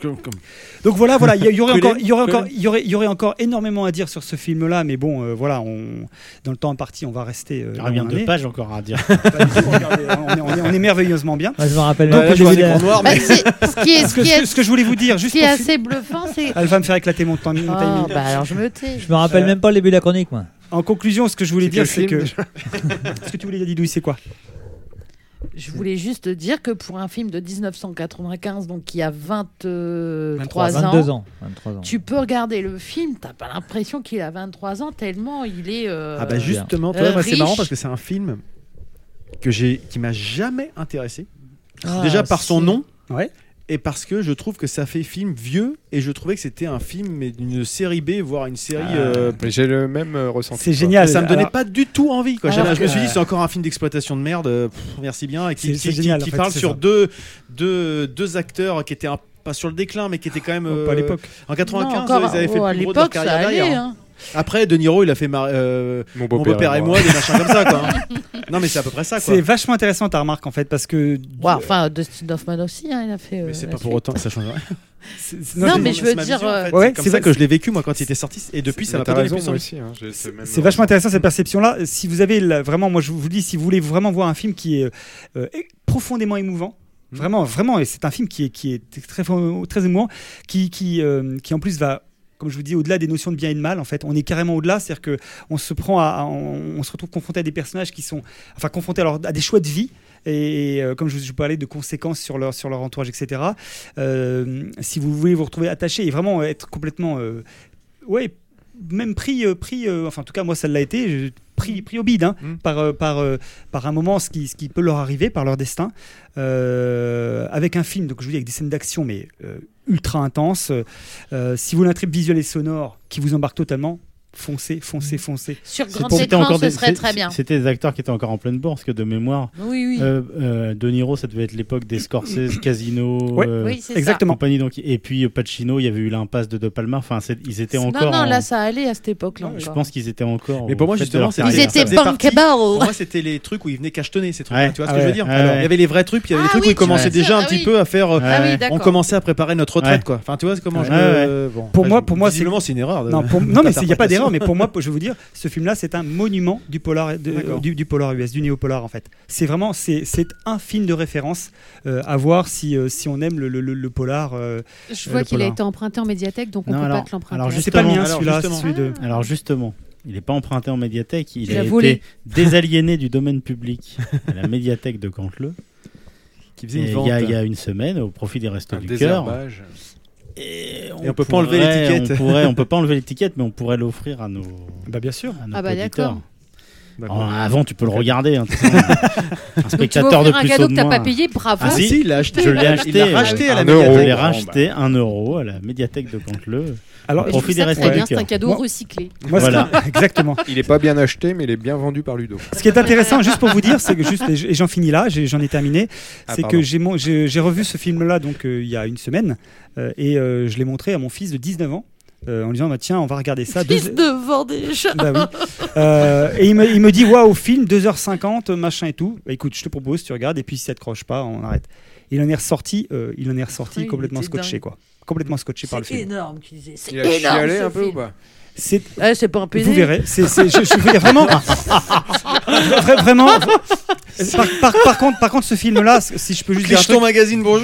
Donc voilà, voilà, il y, y aurait Collé, encore, il y aurait collé. encore, il y aurait, il y aurait encore énormément à dire sur ce film-là, mais bon, euh, voilà, on, dans le temps imparti, on va rester. Euh, Il là revient où on deux est. pages encore à dire. Pas du tout, regardez, hein, on, est, on, est, on est merveilleusement bien. Ouais, je me rappelle Donc, même pas je du vois début un de- écran noir, Bah, mais- c'est- ce qui est, ce, ce que, qui ce est, que- ce que je voulais vous dire, ce juste qui est pour fi- assez bluffant, c'est. Elle va me faire éclater mon temps. Mon Ah, timing. bah alors je me tais. Je me rappelle même pas le début de la chronique, moi. En conclusion, ce que je voulais C'est dire, quel c'est que. film, Ce que tu voulais dire, Didouille, c'est quoi? Je voulais juste dire que pour un film de dix-neuf cent quatre-vingt-quinze, donc qui a vingt-trois vingt-trois ans, vingt-deux ans. vingt-trois ans. tu peux regarder le film, t'as pas l'impression qu'il a vingt-trois ans tellement il est. euh, Ah bah justement, tu euh, vois, moi, c'est riche. marrant parce que c'est un film que j'ai, qui m'a jamais intéressé. Ah, Déjà par son si. nom. Ouais. Et parce que je trouve que ça fait film vieux et je trouvais que c'était un film mais d'une série B voire une série. Ah, euh, mais j'ai le même euh, ressenti. C'est quoi. génial. ça me donnait Alors- pas du tout envie. Quoi. Alors J'avais- je me que- suis dit c'est encore un film d'exploitation de merde. euh, pff, merci bien. Et qui, C'est- qui- c'est qui- génial, qui en fait, parle c'est sur ça. deux, deux, deux acteurs qui étaient un- pas sur le déclin mais qui étaient quand même. Oh, pas à euh, l'époque. En quatre-vingt-quinze, Non, encore, ils avaient fait oh, à le plus gros de leur l'époque, ça carrière allait. derrière. Hein. Après, De Niro, il a fait mar- euh, Mon Mon beau-père, beau-père et moi, des machins comme ça. Quoi. Non mais c'est à peu près ça. Quoi. C'est vachement intéressant ta remarque en fait, parce que. Ouais, enfin, Dustin Hoffman aussi, hein, il a fait. euh, Mais c'est la pas pour suite. autant que ça change rien. c'est- c'est- Non, j'ai- mais je veux ma dire, vision, en euh, fait. Ouais, c'est comme c'est ça vrai- que je l'ai vécu moi quand il était sorti et depuis ça Mais m'a t'as pas donné raison, plus moi envie. aussi. hein, j'ai ce même C'est vachement ressenti. intéressant cette perception-là. Si vous avez la- vraiment, moi je vous dis, si vous voulez vraiment voir un film qui est euh, profondément émouvant, vraiment, vraiment, et c'est un film qui est, qui est très, très émouvant, qui, qui, euh, qui en plus va comme je vous dis, au-delà des notions de bien et de mal. En fait, on est carrément au-delà, c'est-à-dire que on se prend, à, à- on, on se retrouve confronté à des personnages qui sont, enfin, confrontés à, leur- à des choix de vie. Et, et, euh, comme je vous je vous parlais de conséquences sur leur sur leur entourage, et cetera. Euh, si vous voulez vous retrouver attaché et vraiment être complètement, euh, ouais, même pris, euh, pris, euh, enfin en tout cas moi ça l'a été, je- pris, pris au bide hein, par, euh, par, euh, par un moment ce qui, ce qui peut leur arriver, par leur destin, euh, avec un film, donc je vous dis avec des scènes d'action mais euh, ultra intenses. Euh, si vous voulez un trip visuel et sonore qui vous embarque totalement, foncez, foncez, foncez. Sur C'est grand pour- écran, encore ce des- serait c'est- très bien. C'était des acteurs qui étaient encore en pleine bourse, que de mémoire. Oui, oui. Euh, euh, De Niro, ça devait être l'époque des Scorsese, Casino, Ouais. euh, Oui, c'est ça. Exactement. compagnie. Donc, et puis euh, Pacino, il y avait eu l'impasse de De Palma. Enfin, c'est- ils étaient encore. Non, non, en- là, ça allait à cette époque-là. Je encore. pense qu'ils étaient encore. Mais pour au moi, fait de justement, leur c'est- Ils carrière. étaient ça faisait partie- bankable. Pour moi, c'était les trucs où ils venaient cachetonner ces trucs. Ouais. Tu vois ce Ah que je veux ouais. dire Ouais, Alors, ouais. il y avait les vrais trucs, puis il y avait Ah les trucs oui, où ils commençaient tu veux déjà dire, un ah petit oui. peu à faire. euh, Ah oui, Ouais. On d'accord. commençait à préparer notre retraite, Ouais. quoi. Enfin, tu vois comment je. Ouais, me- bon. Pour Après, moi, je- pour moi, c'est- visiblement, c'est une erreur. de- Non, pour- non, mais il n'y a pas d'erreur. d'interprétation. Mais pour moi, je vais vous dire, ce film-là, c'est un monument du polar, de- D'accord. du, du polar U S, du néo-polar en fait. C'est vraiment, c'est, c'est un film de référence euh, à voir si, euh, si on aime le, le, le- le polar. euh, Je euh, vois le qu'il a polar. été emprunté en médiathèque, donc on Non, peut alors- pas te l'emprunter. alors C'est pas le mien, Alors, celui-là, c'est justement. celui de. Alors justement, il n'est pas emprunté en médiathèque, il Il a a été volé. désaliéné du domaine public à la médiathèque de Canteleu. Qui faisait Et une Il vente. y, a- il y a une semaine, au profit des Restos Un du Cœur. désherbage. Et Et on peut pas enlever pourrait- l'étiquette. On pourrait, on peut pas enlever l'étiquette, mais on pourrait l'offrir à nos, Bah bien sûr. à nos Ah bah auditeurs. d'accord. D'accord. Alors, avant, tu peux le regarder. Hein, de toute façon. un Donc tu vas spectateur de offrir un plus cadeau haut que de t'as moi. pas payé, bravo. Ah si, il l'a acheté. Je l'ai Il acheté. l'a racheté à la Un Je euro. médiathèque. l'ai Bon, racheté un euro à la médiathèque de Canteleu. Alors, Mais au je profit trouve des ça Restos très du bien, c'est Cœur. un cadeau Moi- recyclé. Moi, ce qui- Voilà. exactement. Il est pas bien acheté, mais il est bien vendu par Ludo. Ce qui est intéressant, juste pour vous dire, c'est que juste, et j'en finis là, j'ai- j'en ai terminé, Ah, c'est pardon. que j'ai mon- j'ai j'ai revu ce film-là donc euh, il y a une semaine euh, et euh, je l'ai montré à mon fils de dix-neuf ans. Euh, en lui disant bah, tiens on va regarder ça. Fils Deux- de vent déjà. Bah oui. Euh, et il me, il me dit waouh film deux heures cinquante machin et tout. Bah, écoute je te propose tu regardes et puis si ça te croche pas on arrête. Il en est ressorti euh, il en est ressorti Oui, il complètement était scotché dingue. quoi. Complètement scotché par le C'est film. énorme, tu disais. C'est Il a énorme. chialé ce un peu film. ou pas C'est Ouais, c'est pas un P D. vous verrez. C'est, c'est- je, je veux dire vraiment. Vra- vraiment. Par, par- par contre, par contre, ce film-là, si je peux juste dire un Clicheton truc, Magazine, bonjour.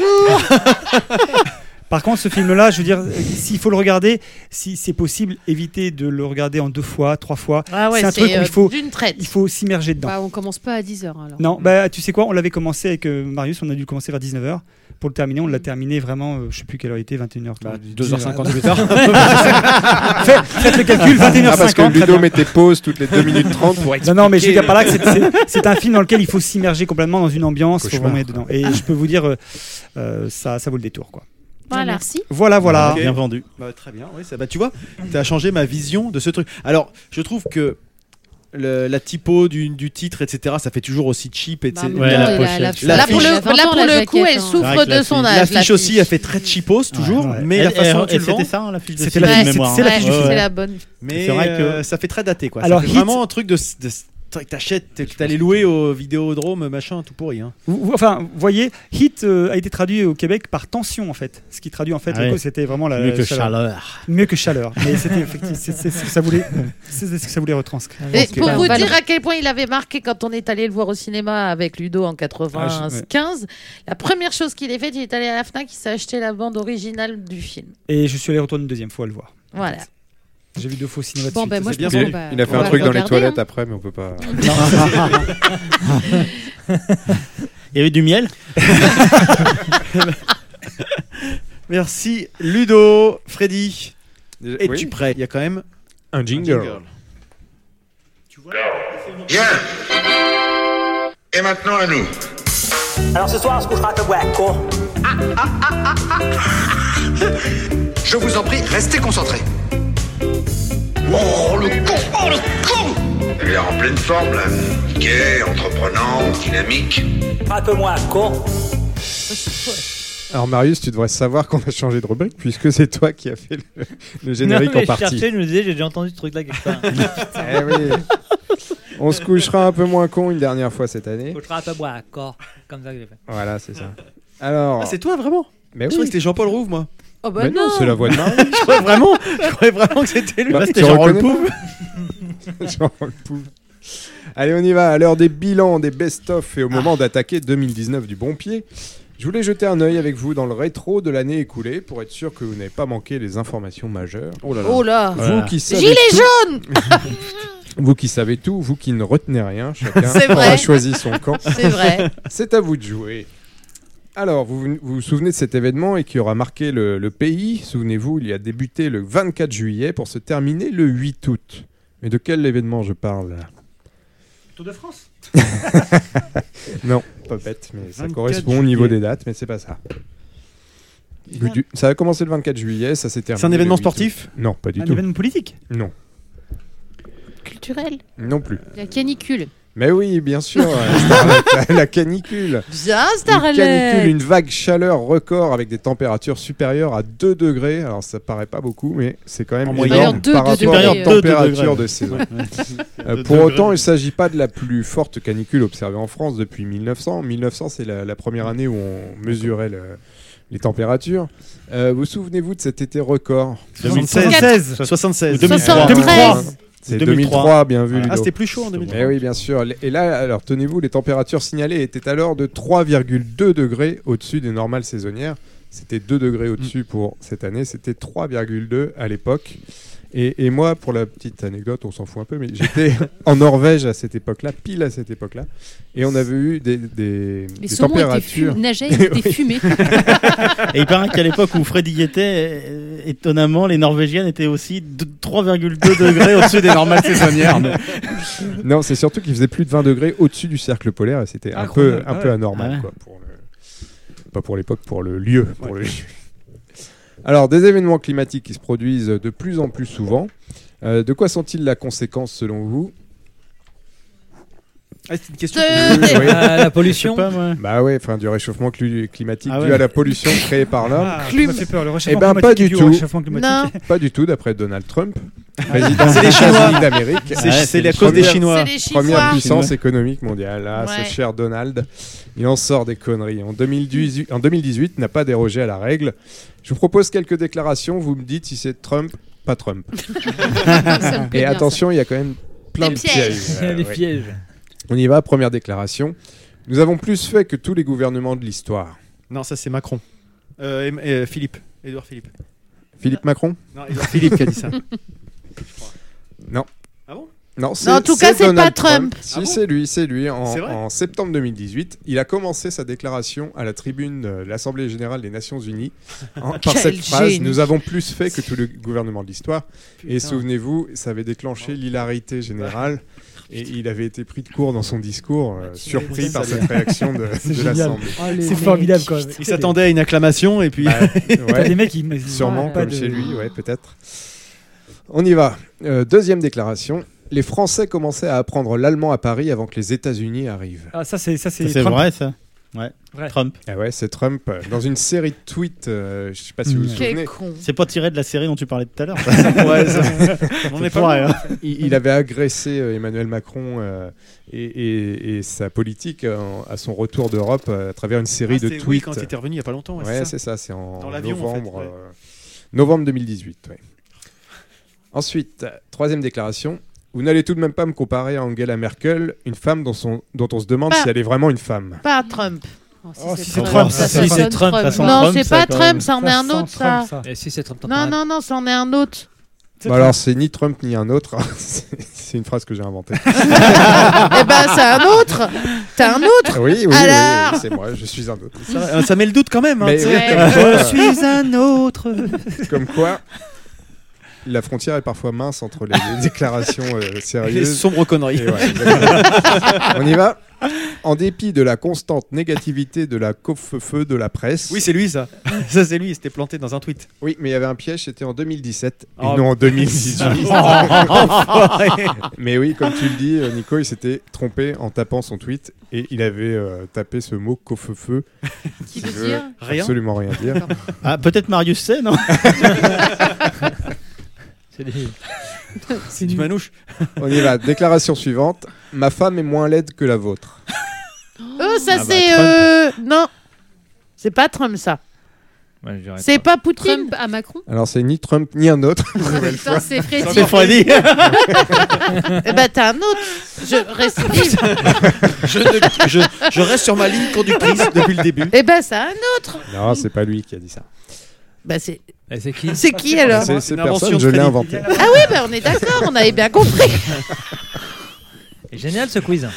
par contre, ce film-là, je veux dire, euh, s'il faut le regarder, si c'est possible, évitez de le regarder en deux fois, trois fois. Ah ouais, c'est un truc où euh, il faut, d'une traite. il faut s'immerger dedans. Bah, on commence pas à dix heures alors. Non, bah tu sais quoi, on l'avait commencé avec euh, Marius, on a dû commencer vers dix-neuf heures. Pour le terminer, on l'a terminé vraiment, euh, je sais plus quelle heure il était, vingt et une heures. Bah, deux heures cinquante plus tard. Faites, faites le calcul, vingt et une heures Ah, parce que cinquante. très Ludo bien. mettait pause toutes les deux minutes trente pour expliquer. Non, non, mais je veux dire par là que c'est- c'est- c'est un film dans lequel il faut s'immerger complètement dans une ambiance, il faut Cauchemar. vraiment être dedans. Et je peux vous dire, euh, euh, ça, ça vaut le détour, quoi. Voilà. Merci. Voilà, voilà. Ok. Bien vendu. Bah, très bien, oui, ça, bah, tu vois, tu as changé ma vision de ce truc. Alors, je trouve que le- la typo du, du titre, et cetera, ça fait toujours aussi cheap. Et Bah, c'est- mais Ouais, non, la il a- pochette. la- L'affiche- là, pour le, Là, là, pour la le coup, jaquette, elle hein. souffre C'est vrai que de son l'affiche- âge. L'affiche aussi, elle fait très cheapos toujours, Ouais, ouais. mais Et- la façon dont et- tu et le vends. c'était ça, hein, l'affiche de C'était film la- de c'est- mémoire. c'est hein. l'affiche du Ouais, film. C'est ouais. la bonne. Mais C'est vrai que- euh, ça fait très daté, quoi. Alors, ça fait Hit- vraiment un truc de, de que t'achètes, que t'allais louer au Vidéodrome, machin, tout pourri. Hein. Vous- vous- enfin, vous voyez, Hit euh, a été traduit au Québec par tension en fait. Ce qui traduit en fait, Ah ouais. c'était vraiment la Mieux la que chaleur. Mieux que chaleur. Mais c'était effectivement, c'est c'est ce que ça voulait, c'est ce que ça voulait retranscrire. Et Ok. pour Bah, vous on va dire le- à quel point il avait marqué quand on est allé le voir au cinéma avec Ludo en quatre-vingt-quinze, la première chose qu'il a faite, il est allé à la Fnac, il s'est acheté la bande originale du film. Et je suis allé retourner une deuxième fois le voir. Voilà. J'ai vu deux fois au cinéma. de Bon, suite, ben ça, moi, c'est je bien pense Il, qu'on fait. va- il a fait on un va truc le dans les regarder, toilettes hein. après, mais on peut pas. Il y avait du miel. Merci Ludo, Freddy. Déjà- Es-tu oui. prêt? Il y a quand même Un un jingle. Bien. Et maintenant à nous. Alors ce soir, on se couchera à Tobaco. Je vous en prie, restez concentrés. Oh, le con! Oh, le con! Il est en pleine forme, là. Gai, entreprenant, dynamique. Un peu moins con. Alors Marius, tu devrais savoir qu'on a changé de rubrique puisque c'est toi qui as fait le, le générique Non, mais en partie. Je cherchais, je me disais, j'ai déjà entendu ce truc-là quelque part. Eh oui. On se couchera un peu moins con une dernière fois cette année. Faut que je rate à boire, d'accord. Comme ça que j'ai fait. Voilà, c'est ça. Alors. Ah, c'est toi vraiment? Mais Je oui. croyais que c'était Jean-Paul Rouve, moi. Oh bah Mais non, non, c'est la voix de Marius. Je croyais vraiment, je croyais vraiment que c'était lui. Bah, Là, c'était tu Jean-Paul reconnais Pouve. pas Jean-Paul Pouve. Allez, on y va. À l'heure des bilans, des best-of et au moment d'attaquer deux mille dix-neuf du bon pied, Je voulais jeter un œil avec vous dans le rétro de l'année écoulée pour être sûr que vous n'avez pas manqué les informations majeures. Oh là là. Oh là. Vous Voilà. qui savez Gilet tout- jaune. Vous qui savez tout, vous qui ne retenez rien, chacun C'est aura vrai. choisi son camp. C'est vrai. C'est à vous de jouer. Alors, vous vous, vous souvenez de cet événement et qui aura marqué le, le pays. Souvenez-vous, il a débuté le vingt-quatre juillet pour se terminer le huit août. Mais de quel événement je parle là? Tour de France. Non, pas bête, mais ça vingt-quatre correspond au niveau juillet. des dates, mais c'est pas ça. Du- Ça a commencé le vingt-quatre juillet, ça s'est terminé. C'est un événement le huit sportif août. Non, pas du Un tout. événement politique. Non, Culturel. non plus. La canicule. Mais oui, bien sûr, euh, Starlet, la, la canicule. Bien, Une Starlet. canicule, une vague chaleur record avec des températures supérieures à deux degrés. Alors ça paraît pas beaucoup, mais c'est quand même En énorme moyenne. par rapport Supérieur aux deux degrés. températures de saison. Euh, Deux pour degrés. autant, il ne s'agit pas de la plus forte canicule observée en France depuis mille neuf cents. mille neuf cents, c'est la, la première année où on mesurait le- les températures. Euh, vous souvenez-vous de cet été record? deux mille seize. soixante-seize. deux mille trois. deux mille trois. C'est deux mille deux mille trois, trois, bien vu. Ah, Ludo. c'était plus chaud en deux mille trois. Eh oui, bien sûr. Et là, alors tenez-vous, les températures signalées étaient alors de trois virgule deux degrés au-dessus des normales saisonnières. C'était deux degrés au-dessus pour cette année. C'était trois virgule deux à l'époque. Et, et moi, pour la petite anecdote, on s'en fout un peu, mais j'étais en Norvège à cette époque-là, pile à cette époque-là, et on avait eu des, des, Les des saumons étaient températures. fumés, nageaient, ils étaient Oui. fumés. Et il paraît qu'à l'époque où Freddy y était, euh, étonnamment, les Norvégiennes étaient aussi de trois virgule deux degrés au-dessus des normales saisonnières. Mais- Non, c'est surtout qu'il faisait plus de vingt degrés au-dessus du cercle polaire, et c'était un peu, Incroyable. un Ah peu ouais. anormal. Ah ouais. Quoi, pour le... Pas pour l'époque, pour le lieu. Pour le lieu. Alors, des événements climatiques qui se produisent de plus en plus souvent. Euh, de quoi sont-ils la conséquence selon vous? Ah, c'est une question. Euh, Oui, oui. Ah, la pollution. Je sais pas, moi. Bah ouais, enfin du réchauffement cli- climatique Ah dû ouais. à la pollution créée par l'homme. Ah, Clume. ça m'a fait peur. Le Eh réchauffement ben pas climatique du est dû au tout. réchauffement climatique. Non. Pas du tout, d'après Donald Trump, président C'est des les Chinois. États-Unis d'Amérique. C'est Ouais, c'est c'est la les cause des Chinois. Chinois. C'est les Première Chinois. puissance Chinois. économique mondiale. Là, Ouais. ce cher Donald, il en sort des conneries. En deux mille dix-huit, en deux mille dix-huit, il n'a pas dérogé à la règle. Je vous propose quelques déclarations. Vous me dites si c'est Trump, pas Trump. Ça me plaît Et bien, attention, il y a quand même plein Des de pièges. pièges. Il y a Euh, des ouais. pièges. On y va, première déclaration. Nous avons plus fait que tous les gouvernements de l'histoire. Non, ça c'est Macron. Euh, et- et Philippe. Édouard Philippe. Philippe Macron? Non, Édouard Philippe qui a dit ça. Non. Ah bon? Non, en tout cas, c'est Donald pas Trump. Si, Ah bon c'est lui, c'est lui. En, C'est vrai en septembre deux mille dix-huit, il a commencé sa déclaration à la tribune de l'Assemblée générale des Nations Unies en- par Quel cette phrase génie. Nous avons plus fait que tout le gouvernement de l'histoire. Et Putain. souvenez-vous, ça avait déclenché l'hilarité générale. Et il avait été pris de court dans son discours, euh, surpris par cette réaction de, C'est de génial. l'Assemblée. Oh, les C'est mecs. formidable quand même. Il s'attendait à une acclamation et puis. Bah, T'as ouais, des mecs qui. sûrement, pas comme de- chez lui, ouais, peut-être. On y va. Euh, deuxième déclaration. Les Français commençaient à apprendre l'allemand à Paris avant que les États-Unis arrivent. Ah, ça c'est ça c'est Ça, C'est Trump. vrai, ça. Ouais. Vrai. Trump. Ah ouais, c'est Trump euh, dans une série de tweets. euh, je sais pas si vous vous Quel souvenez. con. C'est pas tiré de la série dont tu parlais tout à l'heure. Ouais, ça- on est C'est pas vrai, loin. hein. Il, il avait agressé euh, Emmanuel Macron euh, et, et- et sa politique euh, à son retour d'Europe euh, à travers une série Ah, de c'était- tweets. oui, quand il était revenu il y a pas longtemps. Ouais, Ouais, c'est c'est ça. ça, c'est en Dans l'avion, en fait, novembre, ouais. euh, novembre deux mille dix-huit. Ouais. Ensuite, euh, troisième déclaration. Vous n'allez tout de même pas me comparer à Angela Merkel, une femme dont, son- dont on se demande Pas- si elle est vraiment une femme. Pas Trump. Oh, si Oh, c'est si c'est Trump, Trump, ça, ça, ça si sonne c'est Trump, Trump. ça sent Non, Trump, c'est ça, pas quand Trump, même. c'en est un sent autre, Trump, ça. Et si c'est Trump, t'en Non, parles. non, non, c'en est un autre. C'est Bah Trump. alors, c'est ni Trump ni un autre. c'est c'est une phrase que j'ai inventée. Eh ben, c'est un autre. T'as un autre. Oui, oui, oui, Alors oui, c'est moi, je suis un autre. Ça, euh, ça met le doute quand même. hein, Mais tu sais. oui, Ouais. comme quoi, Je suis un autre. comme quoi, la frontière est parfois mince entre les, les déclarations euh, Les sérieuses. sombres conneries. Et ouais, exactement. On y va. En dépit de la constante négativité de la couvre-feu de la presse. Oui, c'est lui ça. Ça, c'est lui. Il s'était planté dans un tweet. Oui, mais il y avait un piège, c'était en deux mille dix-sept et Oh. non en deux mille dix-huit. Enfoiré. Mais oui, comme tu le dis, euh, Nico, il s'était trompé en tapant son tweet et il avait euh, tapé ce mot couvre-feu Qui veut dire Rien. absolument rien dire. Ah, peut-être Marius C, non? C'est des- C'est du manouche. On y va. Déclaration suivante. Ma femme est moins laide que la vôtre. Euh, ça Ah bah, c'est Trump. euh... non, c'est pas Trump ça. Ouais, je dirais C'est pas Poutine. Trump à Macron. Alors c'est ni Trump ni un autre. une nouvelle Putain, fois. c'est Freddy. C'est Freddy. Eh ben, t'as un autre. Je récidive. je, ne- je, je reste sur ma ligne conductrice depuis le début. Eh ben, c'est un autre. Non, c'est pas lui qui a dit ça. Bah, c'est. Et c'est qui C'est qui alors C'est c'est une invention personne, de je l'ai Freddy. inventé. Ah oui, bah, on est d'accord, on avait bien compris. C'est génial ce quiz.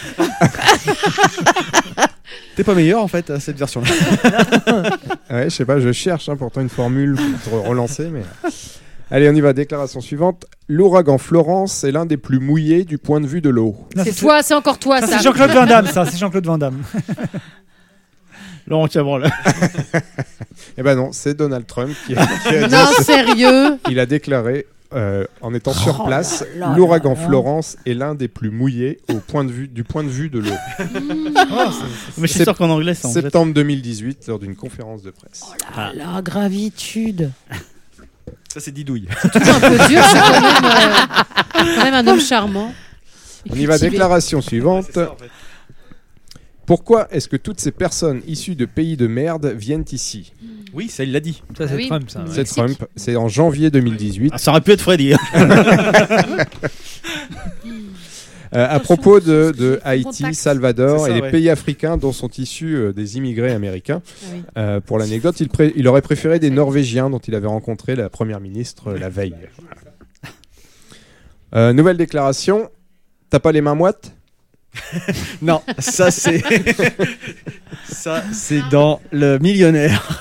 T'es pas meilleur en fait à cette version-là. Ouais, je sais pas, je cherche hein, pourtant une formule pour te relancer, mais. Allez, on y va. Déclaration suivante. L'ouragan Florence est l'un des plus mouillés du point de vue de l'eau. Non, C'est ça, toi, c'est encore toi, ça, ça. c'est Jean-Claude Van Damme, ça. C'est Jean-Claude Van Damme. Laurent Cabrol. Eh ben non, c'est Donald Trump qui a, qui a dit Non, ça. sérieux. Il a déclaré, euh, en étant sur Oh place, là là l'ouragan là là. Florence est l'un des plus mouillés au point de vue, du point de vue de l'eau. Mais je suis sûr qu'en anglais, c'est en fait. Septembre deux mille dix-huit, lors d'une conférence de presse. Ah, la gravitude. Ça c'est Didouille. C'est un peu dur, c'est quand même, euh, quand même un homme charmant. On y va, Cultivé. déclaration suivante. Pourquoi est-ce que toutes ces personnes issues de pays de merde viennent ici? Oui, ça il l'a dit. Ça, c'est Ah oui. Trump, ça. ouais. C'est Trump, c'est en janvier deux mille dix-huit. Ah, ça aurait pu être Freddy. Euh, à propos de, de Haïti, Contact. Salvador C'est ça, et les ouais. pays africains dont sont issus euh, des immigrés américains. Ah oui. Euh, pour l'anecdote, il, pré- il aurait préféré des Norvégiens dont il avait rencontré la première ministre euh, la veille. Voilà. Euh, nouvelle déclaration. T'as pas les mains moites? Non, ça c'est ça c'est dans le millionnaire.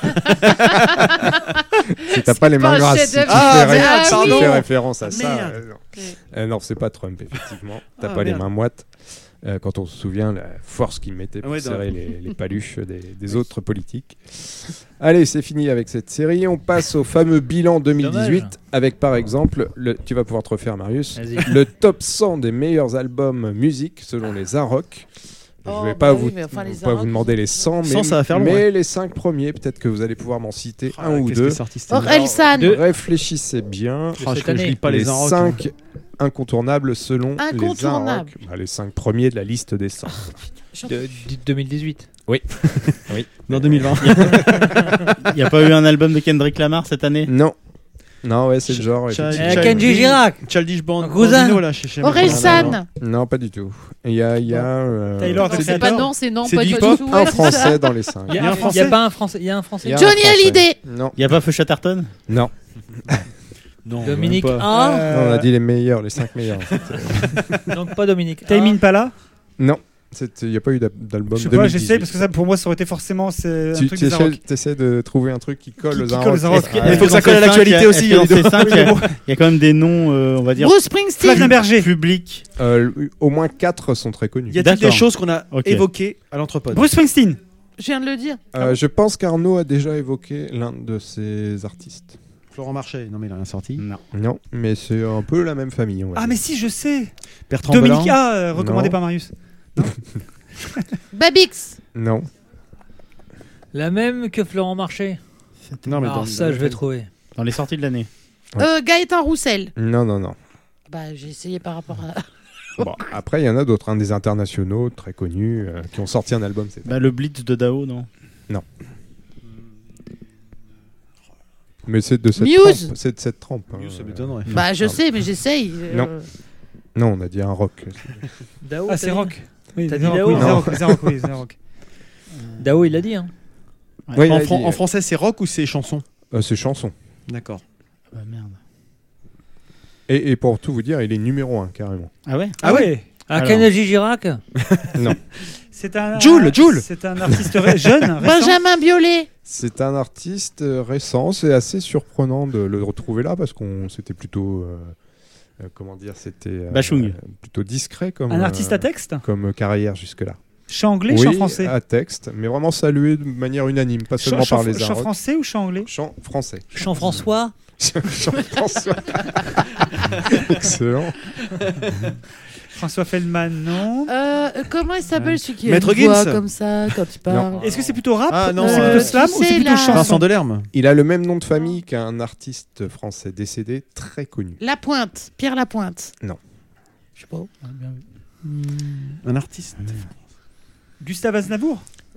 Si t'as pas les mains pas un grasses, si tu chef-d'œuvre. Ah, fais, ré- merde, si tu pardon. fais référence à ça. Merde. euh, non. Ouais. Euh, non, c'est pas Trump, effectivement. T'as Ah, pas les merde. mains moites. Euh, quand on se souvient la force qu'il mettait pour Ouais, dans- serrer les, les paluches des, des autres politiques. Allez, c'est fini avec cette série. On passe au fameux bilan deux mille dix-huit Dommage. avec par exemple, le, tu vas pouvoir te refaire Marius, Vas-y. le top cent des meilleurs albums musique selon les Arocs. Je Oh, vais bah pas, oui, vous, mais enfin, les pas vous Arocs, demander ils les sont- cent, mais, cent, ça va faire long, mais ouais. les cinq premiers, peut-être que vous allez pouvoir m'en citer Ah, un ou qu'est-ce deux. qui est sorti cette Oh, année Elsan. Deux. Réfléchissez bien. Ah, je, cette année. je lis pas les, les Arocs, cinq incontournables selon les Incontournables. Arocs. Bah, les cinq premiers de la liste des cent. De- de- deux mille dix-huit. Oui. oui. dans deux mille vingt. Il n'y a pas eu un album de Kendrick Lamar cette année? Non. Non, ouais, c'est le genre. Cha- effectivement. Eh, Kenji Girac. Childish Band- Cousin. Bambino là chez chez Orelsan. Non, pas du tout. Il y a. Il y a euh, Taylor, c'est- C'est pas non, c'est non, C'est pas du du hip-hop. tout. un ouais, c'est français ça. dans les cinq. Il y Il y a a, un il y a Français. pas un français. Il y a un français. Il y a un Johnny Français. Hallyday. Non. Il n'y a pas Feu Chatterton? Non. Non, Dominique même pas. A. Euh, Non, on a dit les meilleurs, les cinq meilleurs. en fait. Donc pas Dominique A. Tame Impala. Non. C'est- Il n'y a pas eu d'al- d'album. Je sais pas, deux mille j'essaie dix-huit. parce que ça pour moi ça aurait été forcément c'est un Tu truc des Arocs. essaies de trouver un truc qui colle Qui- aux qui Arocs. colle aux Arocs. Est-ce que- Ah, Il est-ce faut que que ça dans colle à ces cinq, l'actualité il y a- aussi, est-ce que dans Ludo. ces cinq, il y a- il y a quand même des noms, euh, on va dire, Bruce Springsteen. Flavien Berger. publics. Euh, au moins quatre sont très connus. Y a-t-il des D'accord. choses qu'on a Ok. évoquées à l'entrepode? Bruce Springsteen. Je viens de le dire. Euh, je pense qu'Arnaud a déjà évoqué l'un de ces artistes. Florent Marchais, non mais il a rien sorti. Non. Non, mais c'est un peu la même famille. On va Ah dire. mais si je sais. Bertrand Dominique Belin. A euh, recommandé Non. par Marius. Babix. Non. La même que Florent Marché. Non mais Alors dans- ça, dans je vais lequel- trouver. Dans les sorties de l'année. Ouais. Euh, Gaëtan Roussel. Non, non, non. Bah, j'ai essayé par rapport à. Bon, après, il y en a d'autres, hein, des internationaux très connus euh, qui ont sorti un album. C'est Bah, le Blitz de Dao, non? Non. Mais c'est de cette Muse. trempe. C'est de cette trempe. hein. Muse, ça m'étonnerait. Bah, je Ah, sais, mais j'essaye. euh, Non. Non, on a dit un rock. Dao, Ah t'as c'est dit rock. Oui, T'as c'est dit rock, Dao oui, Non. c'est rock, c'est rock, oui, c'est rock. Dao, il l'a dit. Hein. Oui, il en, a fran- dit, en euh, français, c'est rock ou c'est chanson? Euh, c'est chanson. D'accord. Bah, merde. Et, et pour tout vous dire, il est numéro un carrément. Ah ouais? Ah ouais. Ah, Alors. Kenji Girac. Non. C'est un Joule, Joule. C'est un artiste ré- jeune, récent. Benjamin Biolay. C'est un artiste euh, récent. C'est assez surprenant de le retrouver là parce qu'on c'était plutôt euh, euh, comment dire, c'était euh, Bachung. euh, plutôt discret comme Un artiste euh, à texte. comme carrière jusque là. Chant anglais, Oui, chant français. à texte, mais vraiment salué de manière unanime, pas Chant, seulement chant- par les chant Arocs. français ou chant anglais? Chant français. Jean-François. Jean-François. Excellent. François Feldman, non. Euh, comment il s'appelle celui qui a Maître une voix Gims. comme ça quand il parle? Est-ce que c'est plutôt rap? Ah, non, c'est euh, plutôt slam tu ou c'est sais, plutôt là. chanson? Vincent Delerme. Il a le même nom de famille qu'un artiste français décédé très connu. La Pointe. Pierre Lapointe. Non. Je sais pas. Un artiste. Gustave Aznavour.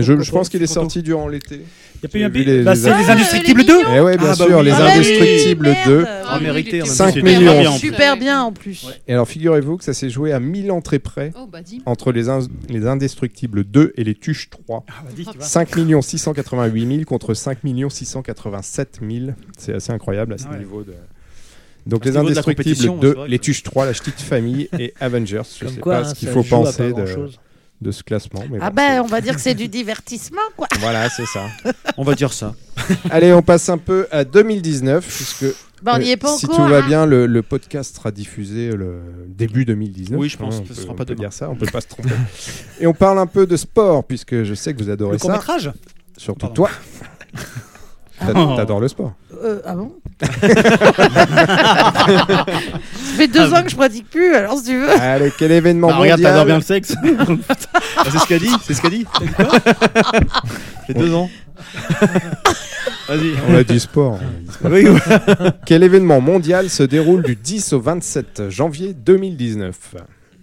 Et je, Pourquoi je pense pas, qu'il est photo. sorti durant l'été. Il y a pas eu J'ai un vu pi- les- bah, les c'est a- les Indestructibles les deux. Eh ouais, bien Ah, bah sûr, oui. les Ah, bah oui. Indestructibles Merde. deux. Ah, mérité en même cinq temps. Super millions. bien. Super bien en plus. Et alors, figurez-vous que ça s'est joué à mille entrées près Oh, bah dis. entre les, in- les Indestructibles deux et les Tuches trois. Ah, bah, dis, tu vois. cinq millions six cent quatre-vingt-huit mille contre cinq millions six cent quatre-vingt-sept mille. C'est assez incroyable à ce Ah ouais. niveau de... Donc À les ce niveau de la Indestructibles compétition, deux, c'est vrai que- Les Tuches trois, La Petite Famille et Avengers. Je Comme sais quoi, pas hein, ce qu'il ça faut se joue à pas penser de, grand-chose. de ce classement. Mais Ah bon, ben, on va dire que c'est du divertissement, quoi. c'est- Voilà, c'est ça. On va dire ça. Allez, on passe un peu à deux mille dix-neuf, puisque Bah, on n'y est pas si encore, tout va hein. bien, le, le podcast sera diffusé le début deux mille dix-neuf. Oui, je pense Hein, que on ce peut- sera on pas peut demain. dire ça, on peut pas se tromper. Et on parle un peu de sport, puisque je sais que vous adorez Le ça. court-métrage Surtout Pardon. toi. T'a- bon T'adores le sport. Euh, ah bon Ça fait deux ans que je pratique plus, alors si tu veux. Allez, quel événement Bah, regarde, mondial t'adores bien le sexe. Ah, c'est ce qu'a dit. C'est ce qu'a dit. C'est deux ans. Vas-y. On a dit sport. Oui, ouais. Quel événement mondial se déroule du dix au vingt-sept janvier deux mille dix-neuf?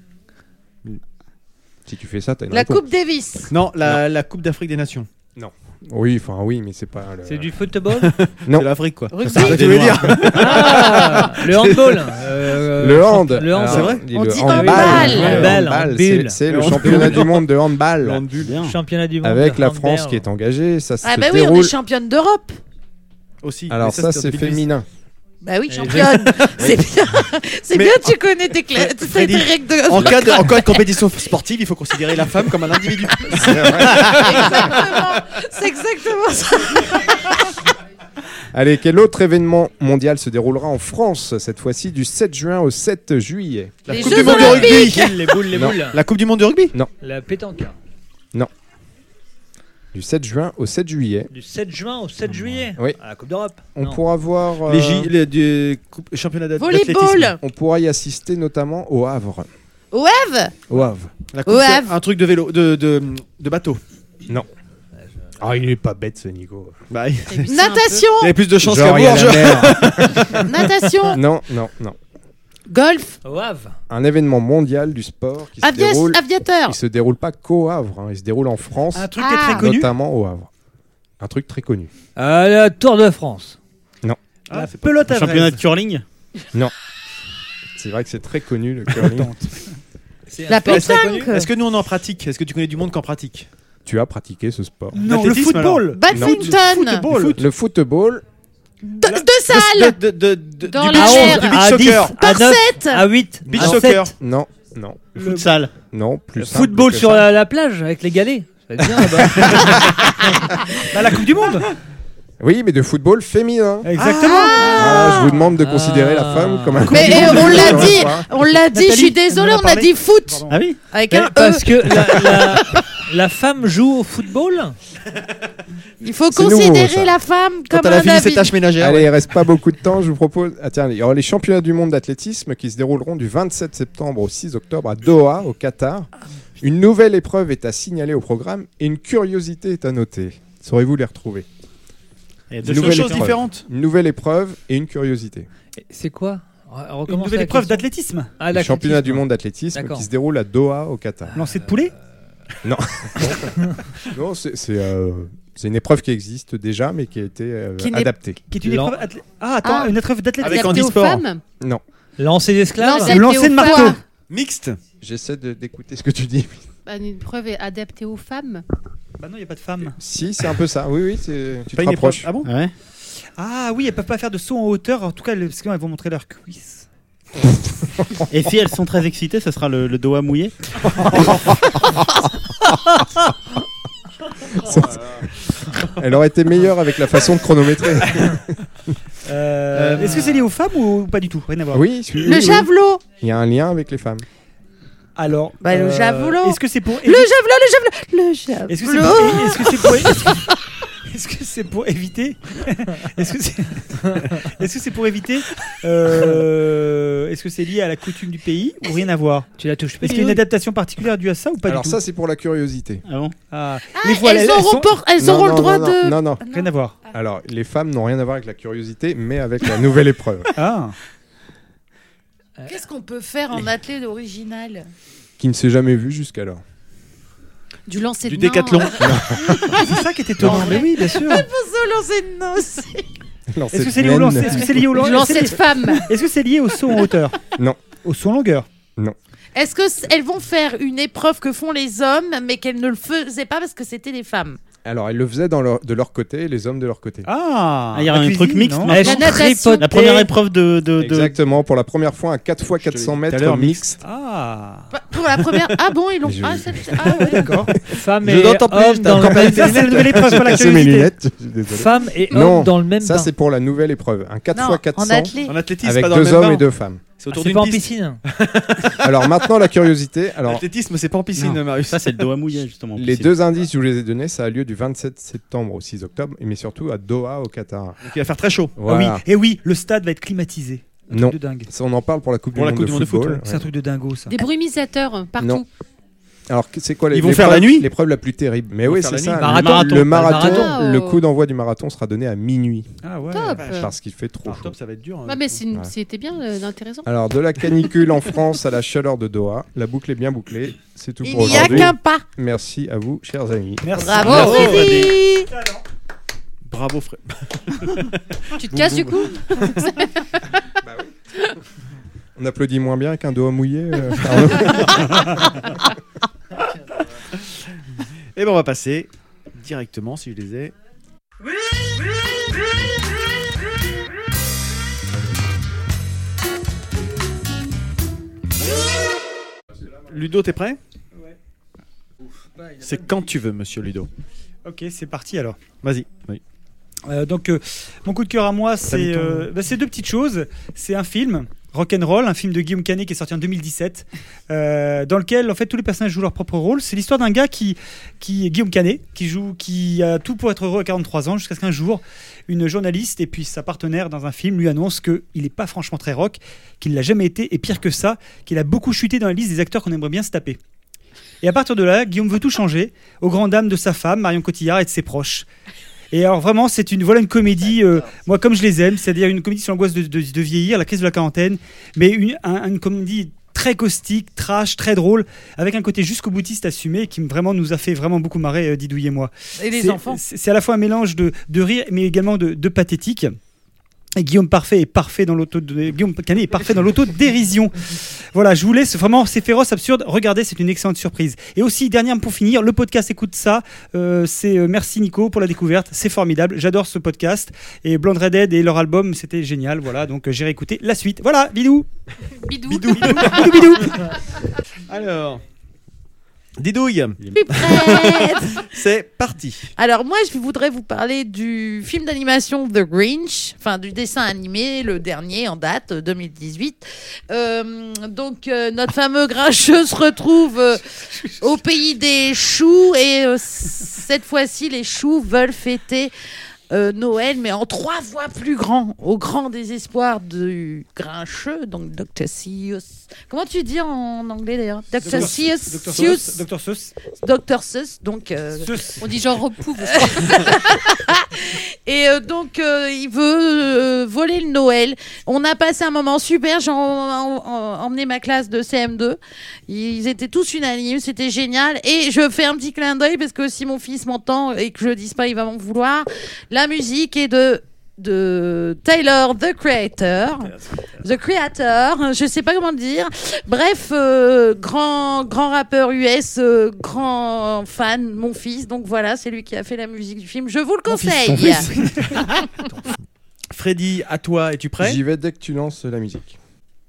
Si tu fais ça, t'as une La réponse. Coupe Davis. Non, la, la Coupe d'Afrique des Nations. Non. Oui, enfin oui, mais c'est pas. Le... C'est du football. Non. C'est l'Afrique, quoi. Rugby. C'est ça que tu voulais dire. Ah, le handball. Euh, Le hand. Le hand. Alors, C'est vrai dit On le dit handball. handball. Le Handball, handball, handball. c'est- C'est le Le championnat du monde de handball. Handball. Bien. Championnat du monde. Avec de la handball. France qui est engagée. Ça Ah se bah oui, on déroule. est championne d'Europe. Aussi. Alors Mais ça, c'était en c'est deux mille dix. féminin. Bah oui, championne. C'est bien. C'est Mais- bien, tu connais tes clés. tes Freddy, règles de. En cas, de, en cas de compétition sportive, il faut considérer la femme comme un individu. Exactement. C'est exactement ça. Allez, quel autre événement mondial se déroulera en France, cette fois-ci du sept juin au sept juillet? La Les Coupe Jeux du monde de rugby. Olympiques. Les boules, les Non. boules. La Coupe du monde de rugby. La pétanque. Du sept juin au sept juillet. Du sept juin au sept juillet. Oui. À la Coupe d'Europe. On Non. pourra voir. euh, Les J, les, du coupe- championnat d'at- d'athlétisme. Volleyball. On pourra y assister notamment au Havre. Au Havre. Au Havre. La coupe Au de- Havre. un truc de vélo, de, de, de bateau. Non. Ah, il est pas bête ce Nico. Bah, il Natation. y avait plus de chances Genre, qu'à il y a la Bourges. mer. Natation. Non, non, non. Golf. Au Havre. Un événement mondial du sport qui se Avia- déroule. Aviateur. Il se déroule pas qu'au Havre. hein, Il se déroule en France, Un truc qui est Ah. très connu. notamment au Havre. Un truc très connu. Euh, la Tour de France. La pelote à Championnat de braise. curling. C'est vrai que c'est très connu le curling. C'est un La sport très pétanque. connu. Est-ce que nous on en pratique? Est-ce que tu connais du monde qui en pratique? Tu as pratiqué ce sport. Non, le L'athlétisme, football. Badminton. Football. Le football, De, de salle. De, de, de, de- Dans du la beach, mer. du beach à soccer. dix, à neuf, Par à huit, Beach à soccer. sept. non, non, Le futsal. non, plus Le simple football que sur ça. la, la plage avec les galets. Ça va être bien là-bas. Bah, la Coupe du Monde. Oui, mais de football féminin. Exactement. Ah, je vous demande de Ah. considérer la femme comme un. Mais couple. euh, on l'a Ouais, dit, pas. on l'a dit, je suis désolée, on a dit foot Ah oui. avec Mais un E. parce que la, la, la femme joue au football. Il faut C'est nouveau, considérer ça. la femme Quand comme elle a un fini ses habit. tâches ménagères. Allez, ouais. il reste pas beaucoup de temps. Je vous propose. Ah tiens, il y aura les championnats du monde d'athlétisme qui se dérouleront du vingt-sept septembre au six octobre à Doha, au Qatar. Une nouvelle épreuve est à signaler au programme et une curiosité est à noter. Saurez-vous les retrouver? Il y a Une deux Deux nouvelle choses épreuve. différentes. Une nouvelle épreuve et une curiosité. C'est quoi Re- Une recommence nouvelle la épreuve question. d'athlétisme. Ah, Le championnat l'athlétisme. du monde d'athlétisme D'accord. qui se déroule à Doha, au Qatar. Lancer de poulet. Non, non, c'est c'est, euh, c'est une épreuve qui existe déjà, mais qui a été euh, Qui n'est- adaptée. Qui est une Lan- épreuve. athlé- Ah, attends, Ah. une épreuve d'athlétisme. Avec Adapté aux handisport. femmes. Non, Lancer d'esclaves. Lancer Le lancer de aux marteau. femmes. Mixte. j'essaie de- d'écouter ce que tu dis. Bah, une preuve est adaptée aux femmes. Bah non, il n'y a pas de femme. Si, c'est un peu ça. Oui, oui, c'est- tu te Pas une épreuve. rapproches. Ah bon? Ouais. Ah oui, elles peuvent pas faire de saut en hauteur. En tout cas, parce qu'elles vont montrer leur cuisse. Et si elles sont très excitées, ce sera le, le doigt mouillé. Elle aurait été meilleure avec la façon de chronométrer. Euh, Est-ce que c'est lié aux femmes ou pas du tout? Rien à voir. Oui, oui, Le oui. javelot. Il y a un lien avec les femmes. Alors. Bah, le javelot. Est-ce que c'est pour. Le javelot, le javelot, le javelot. Est-ce que c'est pour, est-ce que c'est pour, est-ce que- est-ce que c'est pour éviter Est-ce que c'est est-ce que c'est pour éviter euh, Est-ce que c'est lié à la coutume du pays ou rien à voir? Tu la touches pas. Est-ce qu'il y a une adaptation particulière due à ça ou pas Alors du tout? ça, c'est pour la curiosité. Ah bon? Ah, Ah, les voiles, elles elles auront, sont- por- elles Non, auront non, le droit non, de. Non, non. Rien à voir. Alors, les femmes n'ont rien à voir avec la curiosité, mais avec la nouvelle épreuve, Ah. Qu'est-ce qu'on peut faire en athlète original? qui ne s'est jamais vue jusqu'alors. Du lancer Du de nain. décathlon. C'est ça qui est étonnant. Mais oui, bien sûr. Pour se lancer de nain aussi. Lancer Est-ce que de c'est lié au naine. lancer Est-ce que c'est lié au Du lancer lancer de femmes. Est-ce que c'est lié au saut en hauteur? Non. Au saut en longueur? Est-ce que c- elles vont faire une épreuve que font les hommes, mais qu'elles ne le faisaient pas parce que c'était des femmes? Alors, ils le faisaient dans leur- de leur côté, les hommes de leur côté. Ah, Ah, il y a un truc mixte, non La La natation. La première épreuve de. de, de... Exactement, pour la première fois, un quatre fois quatre cents tout à mètres l'heure, mixte. Ah. Bah, Pour la première. Ah bon, ils l'ont. Je- Ah, c'est- ah ouais. D'accord. Femme Je et n'entends plus, homme je dans t'entends le pas. même Ça, c'est la nouvelle épreuve pour la J'ai cassé mes curiosité. lunettes, je suis désolé. Femme et homme Non, dans le même ça bain. c'est pour la nouvelle épreuve. Un quatre Non, fois quatre en cents athlée. En athlétisme, avec pas dans le deux même hommes bain. et deux femmes. C'est Ah, autour c'est d'une pas en piste. piscine. Alors maintenant, la curiosité. Alors, L'athlétisme, c'est pas en piscine, Non. Marius. Ça, c'est le dos à mouiller, justement. en les piscine. deux indices, je vous les ai donnés, ça a lieu du vingt-sept septembre au six octobre, mais surtout à Doha, au Qatar. Donc il va faire très chaud. Voilà. Ah oui, et oui, le stade va être climatisé. Un Non. truc de dingue. Ça, on en parle pour la Coupe Pour du la Monde Coupe de du Monde de foot, football. ouais. C'est un truc de dingo, ça. Des brumisateurs partout. Non. Alors, c'est quoi les Ils vont l'épreuve- faire la nuit L'épreuve la plus terrible. Mais Ils vont oui, faire c'est la ça. nuit. Marathon. Le Le marathon, marathon. le coup d'envoi du marathon sera donné à minuit Ah ouais. Top. parce qu'il fait trop Ah, chaud. top, ça va être dur. hein. Ouais, mais c'est une- Ouais. c'était bien euh, intéressant. Alors, de la canicule en France à la chaleur de Doha, la boucle est bien bouclée. C'est tout Il pour n'y a aujourd'hui. qu'un pas. Merci à vous, chers amis. Merci. Bravo, Bravo, Freddy. Bravo, Fred. Tu te casses du coup On applaudit moins bien qu'un doigt mouillé. euh, Arnaud. Et ben on va passer directement, si je les ai. Ludo, t'es prêt? C'est quand tu veux, monsieur Ludo. Ok, c'est parti alors. Vas-y. Oui. Euh, donc, euh, mon coup de cœur à moi, mis c'est ton- euh, bah, c'est deux petites choses. C'est un film, Rock'n'Roll, un film de Guillaume Canet qui est sorti en deux mille dix-sept, euh, dans lequel en fait tous les personnages jouent leur propre rôle. C'est l'histoire d'un gars qui, qui Guillaume Canet, qui joue, qui a tout pour être heureux à quarante-trois ans, jusqu'à ce qu'un jour, une journaliste et puis sa partenaire dans un film lui annoncent qu'il n'est pas franchement très rock, qu'il l'a jamais été, et pire que ça, qu'il a beaucoup chuté dans la liste des acteurs qu'on aimerait bien se taper. Et à partir de là, Guillaume veut tout changer, aux grandes dames de sa femme, Marion Cotillard, et de ses proches. Et alors vraiment, c'est une voilà une comédie, euh, moi comme je les aime, c'est-à-dire une comédie sur l'angoisse de, de, de vieillir, la crise de la quarantaine, mais une, un- une comédie très caustique, trash, très drôle, avec un côté jusqu'au boutiste assumé, qui vraiment nous a fait vraiment beaucoup marrer, euh, Didouille et moi. Et les C'est- enfants. C'est c'est à la fois un mélange de, de rire, mais également de, de pathétique. Et Guillaume Parfait est parfait dans l'auto Guillaume Canet est parfait dans l'autodérision. Voilà, je vous laisse vraiment, c'est féroce, absurde. Regardez, c'est une excellente surprise. Et aussi, dernière pour finir, le podcast Écoute ça. Euh, c'est euh, merci Nico pour la découverte, c'est formidable. J'adore ce podcast. Et Blonde Redhead et leur album, c'était génial. Voilà, donc euh, j'ai réécouté la suite. Voilà, bidou. Bidou. Bidou. Bidou bidou. Alors, Didouille, Je suis prête. c'est parti. Alors moi, je voudrais vous parler du film d'animation The Grinch, enfin du dessin animé, le dernier en date, deux mille dix-huit. Euh, donc euh, notre fameux grincheux se retrouve euh, au pays des choux et euh, cette fois-ci, les choux veulent fêter euh, Noël, mais en trois fois plus grand, au grand désespoir du grincheux, donc docteur Seuss. Comment tu dis en anglais d'ailleurs? docteur Seuss. Docteur Seuss. Seuss. Docteur Seuss. docteur Seuss, donc... euh, Seuss. On dit genre repouve. Et euh, donc, euh, il veut euh, voler le Noël. On a passé un moment super. J'ai en- en- en- emmené ma classe de C M deux. Ils étaient tous unanimes. C'était génial. Et je fais un petit clin d'œil parce que si mon fils m'entend et que je le dise pas, il va m'en vouloir. La musique est de de Tyler, the Creator, the Creator, je sais pas comment le dire. Bref, euh, grand grand rappeur U S, euh, grand fan, mon fils. Donc voilà, c'est lui qui a fait la musique du film. Je vous le conseille. Freddy, à toi, es-tu prêt? J'y vais dès que tu lances la musique.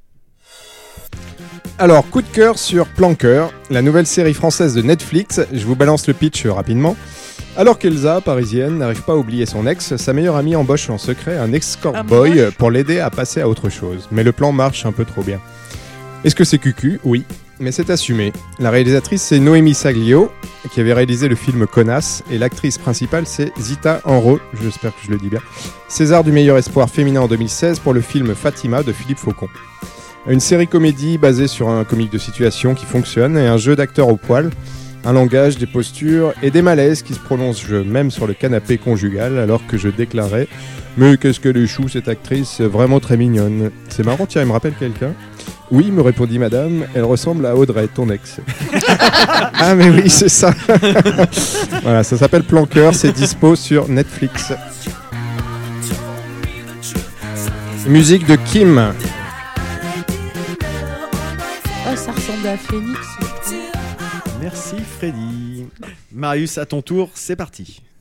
Alors, coup de cœur sur Planqueur, la nouvelle série française de Netflix. Je vous balance le pitch rapidement. Alors qu'Elsa, parisienne, n'arrive pas à oublier son ex, sa meilleure amie embauche en secret un escort boy pour l'aider à passer à autre chose. Mais le plan marche un peu trop bien. Est-ce que c'est cucu? Oui, mais c'est assumé. La réalisatrice, c'est Noémie Saglio, qui avait réalisé le film Connasse, et l'actrice principale, c'est Zita Enro, j'espère que je le dis bien. César du meilleur espoir féminin en deux mille seize pour le film Fatima de Philippe Faucon. Une série comédie basée sur un comique de situation qui fonctionne et un jeu d'acteurs au poil, un langage, des postures et des malaises qui se prononcent même sur le canapé conjugal alors que je déclarais « Mais qu'est-ce que les choux, cette actrice, vraiment très mignonne. C'est marrant, tiens, elle me rappelle quelqu'un ?» « Oui, me répondit madame, elle ressemble à Audrey, ton ex. » Ah mais oui, c'est ça. Voilà, ça s'appelle Planqueur, c'est dispo sur Netflix. Musique de Kim. Oh, ça ressemble à Phoenix. Merci Freddy. Marius, à ton tour, c'est parti.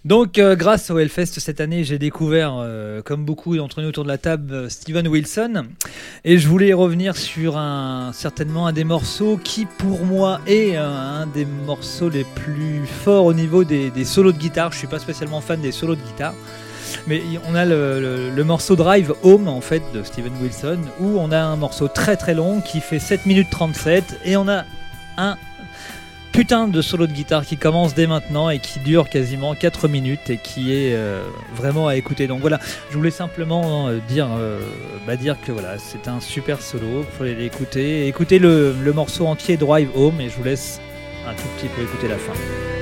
Donc, euh, grâce au Hellfest cette année, j'ai découvert, euh, comme beaucoup d'entre nous autour de la table, euh, Steven Wilson. Et je voulais revenir sur un, certainement un des morceaux qui, pour moi, est un, un des morceaux les plus forts au niveau des, des solos de guitare. Je ne suis pas spécialement fan des solos de guitare. Mais on a le, le, le morceau Drive Home, en fait, de Steven Wilson, où on a un morceau très très long qui fait sept minutes trente-sept. Et on a un putain de solo de guitare qui commence dès maintenant et qui dure quasiment quatre minutes et qui est euh, vraiment à écouter. Donc voilà, je voulais simplement euh, dire, euh, bah dire que voilà, c'est un super solo, il faut aller l'écouter. Écoutez le, le morceau entier Drive Home et je vous laisse un tout petit peu écouter la fin.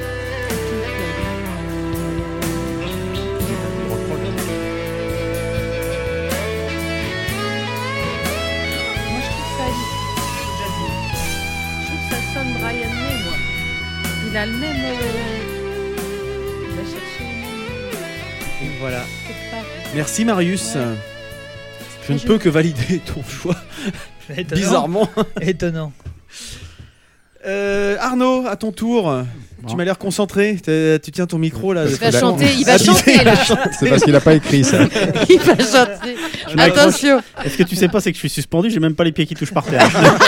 Il a le même. Euh... Il va chercher le même. Voilà. Merci Marius. Je ne peux que valider ton choix. Étonnant. Bizarrement. Étonnant. Euh, Arnaud, à ton tour. Bon. Tu m'as l'air concentré. T'es, tu tiens ton micro là. Il va chanter. Il va chanter là. C'est parce qu'il n'a pas écrit ça. Il va chanter. Attention. Est-ce que tu sais pas, c'est que je suis suspendu. J'ai même pas les pieds qui touchent par terre.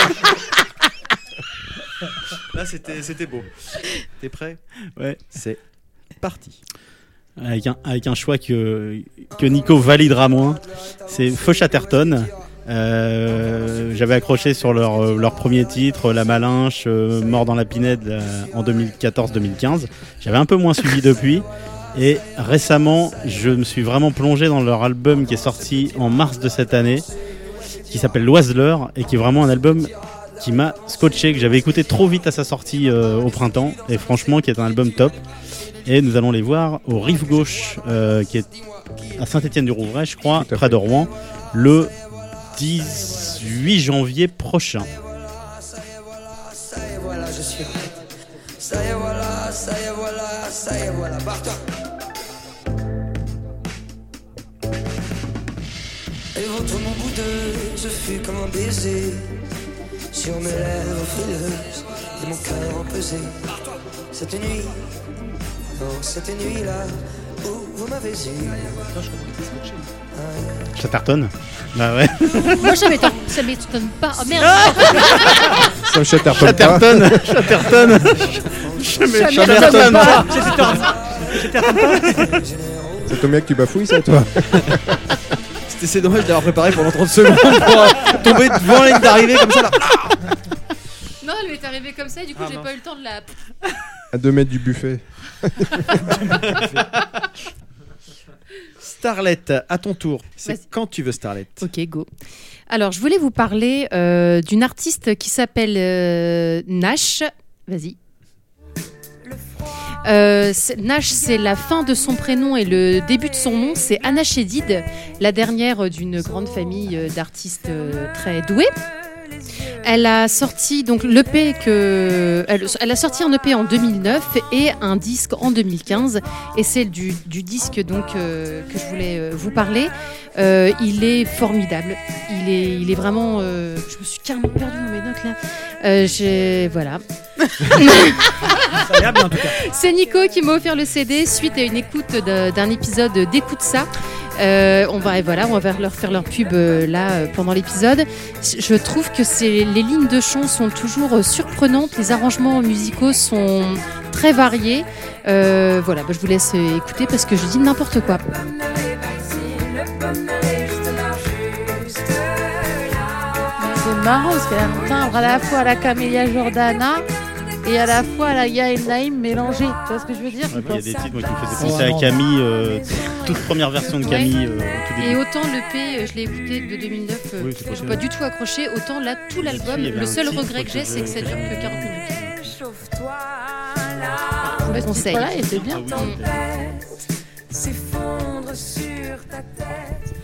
Là, c'était, c'était beau. T'es prêt ? Ouais. C'est parti. Avec un, avec un choix que, que Nico validera moins. C'est Feu Chatterton. Euh, j'avais accroché sur leur, leur premier titre, La Malinche, euh, Mort dans la Pinède, euh, en deux mille quatorze deux mille quinze. J'avais un peu moins suivi depuis. Et récemment, je me suis vraiment plongé dans leur album qui est sorti en mars de cette année, qui s'appelle L'Oiseleur, et qui est vraiment un album qui m'a scotché, que j'avais écouté trop vite à sa sortie euh, au printemps, et franchement qui est un album top. Et nous allons les voir au Rive Gauche, euh, qui est à Saint-Étienne-du-Rouvray, je crois, près de Rouen, le dix-huit janvier prochain. Ça y est voilà, je suis prête. Ça y est voilà, ça y est voilà, ça y est voilà, barre-toi. Et votre mon boudeux, je fus comme un baiser sur mes lèvres frileuses et mon cœur empesé. Cette nuit, oh cette nuit-là, où vous m'avez eu. Chatterton. Bah ouais. Moi ça m'étonne, ça m'étonne pas. Oh merde. Ça me Chatterton. Chatterton. Chatterton. Chatterton pas. Chatterton pas. C'est ton mec qui bafouille ça toi. C'était c'est dommage d'avoir préparé pendant trente secondes pour euh, tomber devant la ligne d'arrivée comme ça là. Non, elle m'est arrivée comme ça et du coup ah, j'ai non. pas eu le temps de la. À deux mètres du buffet. Starlet, à ton tour. C'est Vas-y. quand tu veux Starlet. Ok, go. Alors, je voulais vous parler euh, d'une artiste qui s'appelle euh, Nash. Vas-y. Euh, c'est- Nash, c'est la fin de son prénom et le début de son nom. C'est Anna Chédid, la dernière d'une grande famille euh, d'artistes euh, très doués. Elle a sorti donc l'E P que elle, elle a sorti un E P en deux mille neuf et un disque en deux mille quinze et c'est du, du disque donc euh, que je voulais euh, vous parler. Euh, il est formidable. Il est il est vraiment. Euh, je me suis carrément perdue dans mes notes là. Euh, j'ai voilà. Ça a l'air bien en tout cas. C'est Nico qui m'a offert le C D suite à une écoute de- d'un épisode d'Écoute ça. Euh, on va voilà, on va leur faire leur pub euh, là euh, pendant l'épisode. Je trouve que c'est les lignes de chant sont toujours euh, surprenantes, les arrangements musicaux sont très variés. Euh, voilà, bah, je vous laisse euh, écouter parce que je dis n'importe quoi. C'est marrant parce qu'elle a un timbre à la fois à la Camélia Jordana et à la fois à la Yael Naïm mélangée. Tu vois ce que je veux dire? Ouais, puis il y a des titres moi, qui me faisaient C'est penser à vraiment- Camille, euh, toute première version de Camille euh, au tout Et début. autant l'E P, euh, je l'ai écouté de deux mille neuf, euh, Oui, c'est j'ai possible. pas du tout accroché. Autant là, tout l'album, il y avait le un seul titre regret que j'ai, que c'est que ça je- dure que quarante minutes. Ouais, ce Conseil. titre-là, il était bien. Ah oui, S'effondre sur ta tête.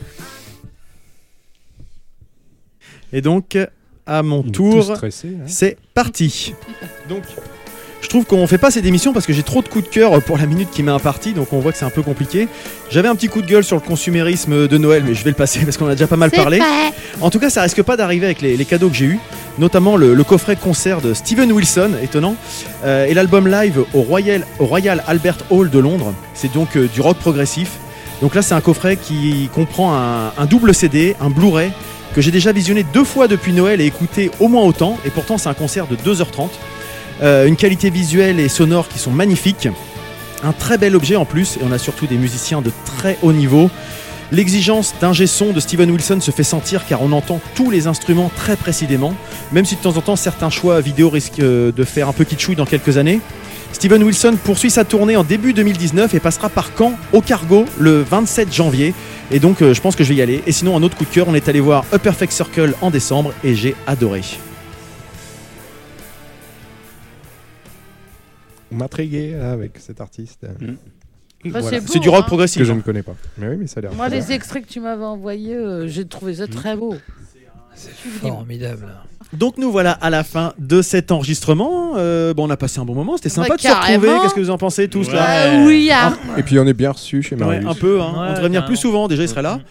Et donc, à mon Ils sont tour, tous stressés, hein. c'est parti. Donc, je trouve qu'on fait pas cette émission parce que j'ai trop de coups de cœur pour la minute qui m'est impartie, donc on voit que c'est un peu compliqué. J'avais un petit coup de gueule sur le consumérisme de Noël, mais je vais le passer parce qu'on a déjà pas mal C'est parlé. vrai. En tout cas, ça risque pas d'arriver avec les, les cadeaux que j'ai eus. notamment le, le coffret concert de Steven Wilson, étonnant, euh, et l'album live au Royal, au Royal Albert Hall de Londres. C'est donc euh, du rock progressif. Donc là, c'est un coffret qui comprend un, un double C D, un Blu-ray, que j'ai déjà visionné deux fois depuis Noël et écouté au moins autant. Et pourtant, c'est un concert de deux heures trente. Euh, une qualité visuelle et sonore qui sont magnifiques. Un très bel objet en plus, et on a surtout des musiciens de très haut niveau. L'exigence d'ingé son de Steven Wilson se fait sentir car on entend tous les instruments très précisément, même si de temps en temps certains choix vidéo risquent de faire un peu kitschouille dans quelques années. Steven Wilson poursuit sa tournée en début deux mille dix-neuf et passera par Caen au Cargo le vingt-sept janvier. Et donc euh, je pense que je vais y aller. Et sinon, un autre coup de cœur, on est allé voir A Perfect Circle en décembre et j'ai adoré. M'intriguer avec cet artiste. Bah, Voilà. c'est beau, C'est du rock hein. progressif. Que je hein. ne connais pas. Mais oui, mais ça a l'air. Moi, très les bien. extraits que tu m'avais envoyés, euh, j'ai trouvé ça très beau. C'est formidable. Donc nous voilà à la fin de cet enregistrement. Euh, bon, on a passé un bon moment, c'était sympa Bah, de se retrouver. carrément. Qu'est-ce que vous en pensez tous Ouais. là Ah oui, ah. Et puis on est bien reçu chez Ouais, Marius. un peu, hein. Ouais, on devrait venir plus carrément. souvent, déjà il serait là.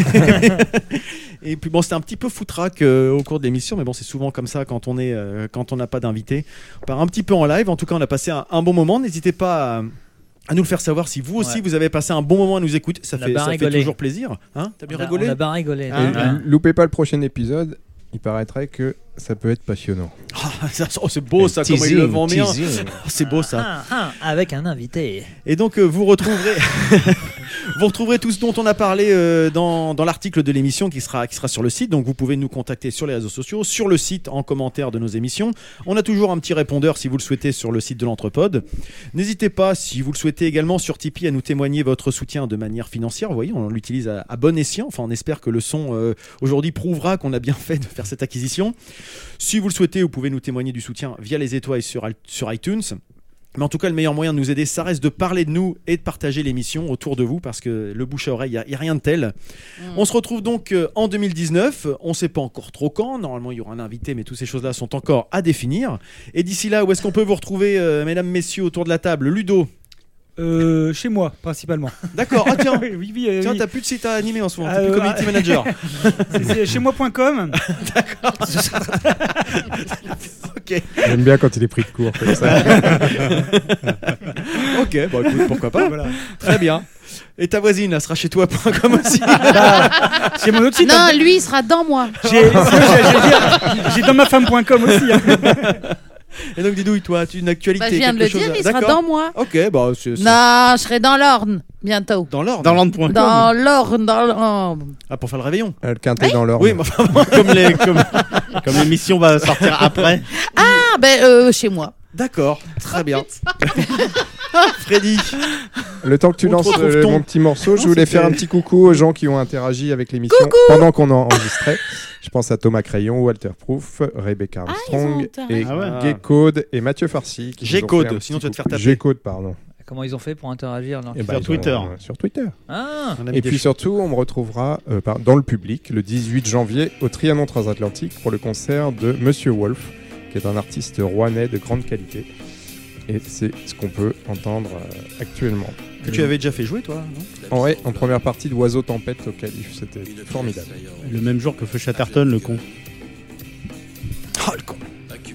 Et puis bon, c'était un petit peu foutraque euh, au cours de l'émission, mais bon, c'est souvent comme ça quand on est, euh, quand on n'a pas d'invité. On part un petit peu en live, en tout cas on a passé un, un bon moment. N'hésitez pas à, à nous le faire savoir si vous aussi Ouais. vous avez passé un bon moment à nous écouter. Ça, On a fait, bien ça fait rigolé. toujours plaisir. Hein, t'as bien On a- rigolé On a bien rigolé. Hein Et Ouais. loupez pas le prochain épisode. Il paraîtrait que ça peut être passionnant. Ah, ça- oh, c'est beau ça, Teasing, comment il le vend bien. teasing. Oh, c'est beau ça. Ah, ah, avec un invité. Et donc euh, vous retrouverez vous retrouverez tout ce dont on a parlé euh, dans, dans l'article de l'émission qui sera, qui sera sur le site. Donc vous pouvez nous contacter sur les réseaux sociaux, sur le site en commentaire de nos émissions. On a toujours un petit répondeur si vous le souhaitez sur le site de l'Entrepode. N'hésitez pas, si vous le souhaitez également sur Tipeee, à nous témoigner votre soutien de manière financière. Vous voyez, on l'utilise à, à bon escient. Enfin, on espère que le son euh, aujourd'hui prouvera qu'on a bien fait de faire cette acquisition. Si vous le souhaitez, vous pouvez nous témoigner du soutien via les étoiles sur, sur iTunes. Mais en tout cas, le meilleur moyen de nous aider, ça reste de parler de nous et de partager l'émission autour de vous, parce que le bouche à oreille, il n'y a, a rien de tel. Mmh. On se retrouve donc euh, en deux mille dix-neuf. On ne sait pas encore trop quand. Normalement, il y aura un invité, mais toutes ces choses-là sont encore à définir. Et d'ici là, où est-ce qu'on peut vous retrouver, euh, mesdames, messieurs, autour de la table? Ludo? Euh, chez moi, principalement. D'accord, ah tiens, oui, oui, euh, tiens, oui. t'as plus de site à animer en ce moment, t'es Euh, plus community ouais. manager. C'est- c'est chez moi point com. D'accord. Ok. J'aime bien quand il est pris de court comme ça. Ok, bon écoute, pourquoi pas. Voilà. Très bien. Et ta voisine, là, sera chez toi point com aussi. C'est mon autre site. Non, hein. lui, il sera dans moi. J'ai j'ai- j'ai- j'ai- j'ai dans ma femme point com aussi. hein. Et donc, Didouille, toi, tu as une actualité? Bah, je viens de quelque le chose dire, à- il sera D'accord. dans moi. Ok, bah, c'est. c'est- Non, je serai dans l'Orne bientôt. Dans l'ordre. Dans l'Orne point com. Dans l'Orne, dans l'Orne. Ah, pour faire le réveillon. Le quintet dans l'ordre. Oui, mais enfin, Comme les- comme- comme l'émission va sortir après. Ah, ben, euh, chez moi. d'accord, très bien. Freddy. Le temps que tu Où lances te euh, retrouve-t-on mon petit morceau, je Non, voulais c'était- faire un petit coucou aux gens qui ont interagi avec l'émission Coucou pendant qu'on enregistrait. Je pense à Thomas Crayon, Walter Proof, Rebecca Ah, ils ont Armstrong interagi. et Ah ouais. G-Code et Mathieu Farcy. qui nous ont G-Code, fait un sinon petit tu vas te faire coucou. taper. G-Code, pardon. Comment ils ont fait pour interagir là Eh ben, Sur ils Twitter. ont, euh, sur Twitter. Ah, On a mis Et des puis ch- surtout, on me retrouvera euh, par- dans le public le dix-huit janvier au Trianon Transatlantique pour le concert de Monsieur Wolf, qui est un artiste rouennais de grande qualité. Et c'est ce qu'on peut entendre euh, actuellement. Que tu avais déjà fait jouer, toi, non? Ouais, en première partie de Oiseau Tempête au Calife, c'était formidable. Le même jour que Feu Chatterton, le con. Oh, le con.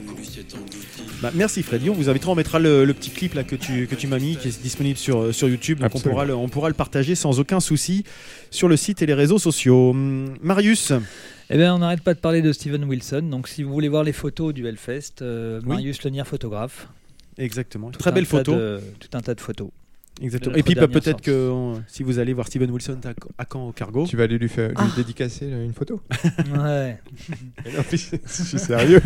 Bah, merci Freddy, on vous invitera, on mettra le, le petit clip là que tu, que tu m'as mis qui est disponible sur, euh, sur YouTube, donc on Absolument. pourra, le, on pourra le partager sans aucun souci sur le site et les réseaux sociaux. Hum, Marius, eh bien, on n'arrête pas de parler de Steven Wilson. Donc, si vous voulez voir les photos du Hellfest, euh, Oui. Marius Lenière, photographe. exactement, Tout très un belle tas photo. de- tout un tas de photos. Exactement. de Et puis notre bah, dernière peut-être sortie. que euh, si vous allez voir Steven Wilson à, à Caen au Cargo. Tu vas aller lui, faire, lui Ah. dédicacer euh, une photo. Ouais. Non, mais je je suis sérieux.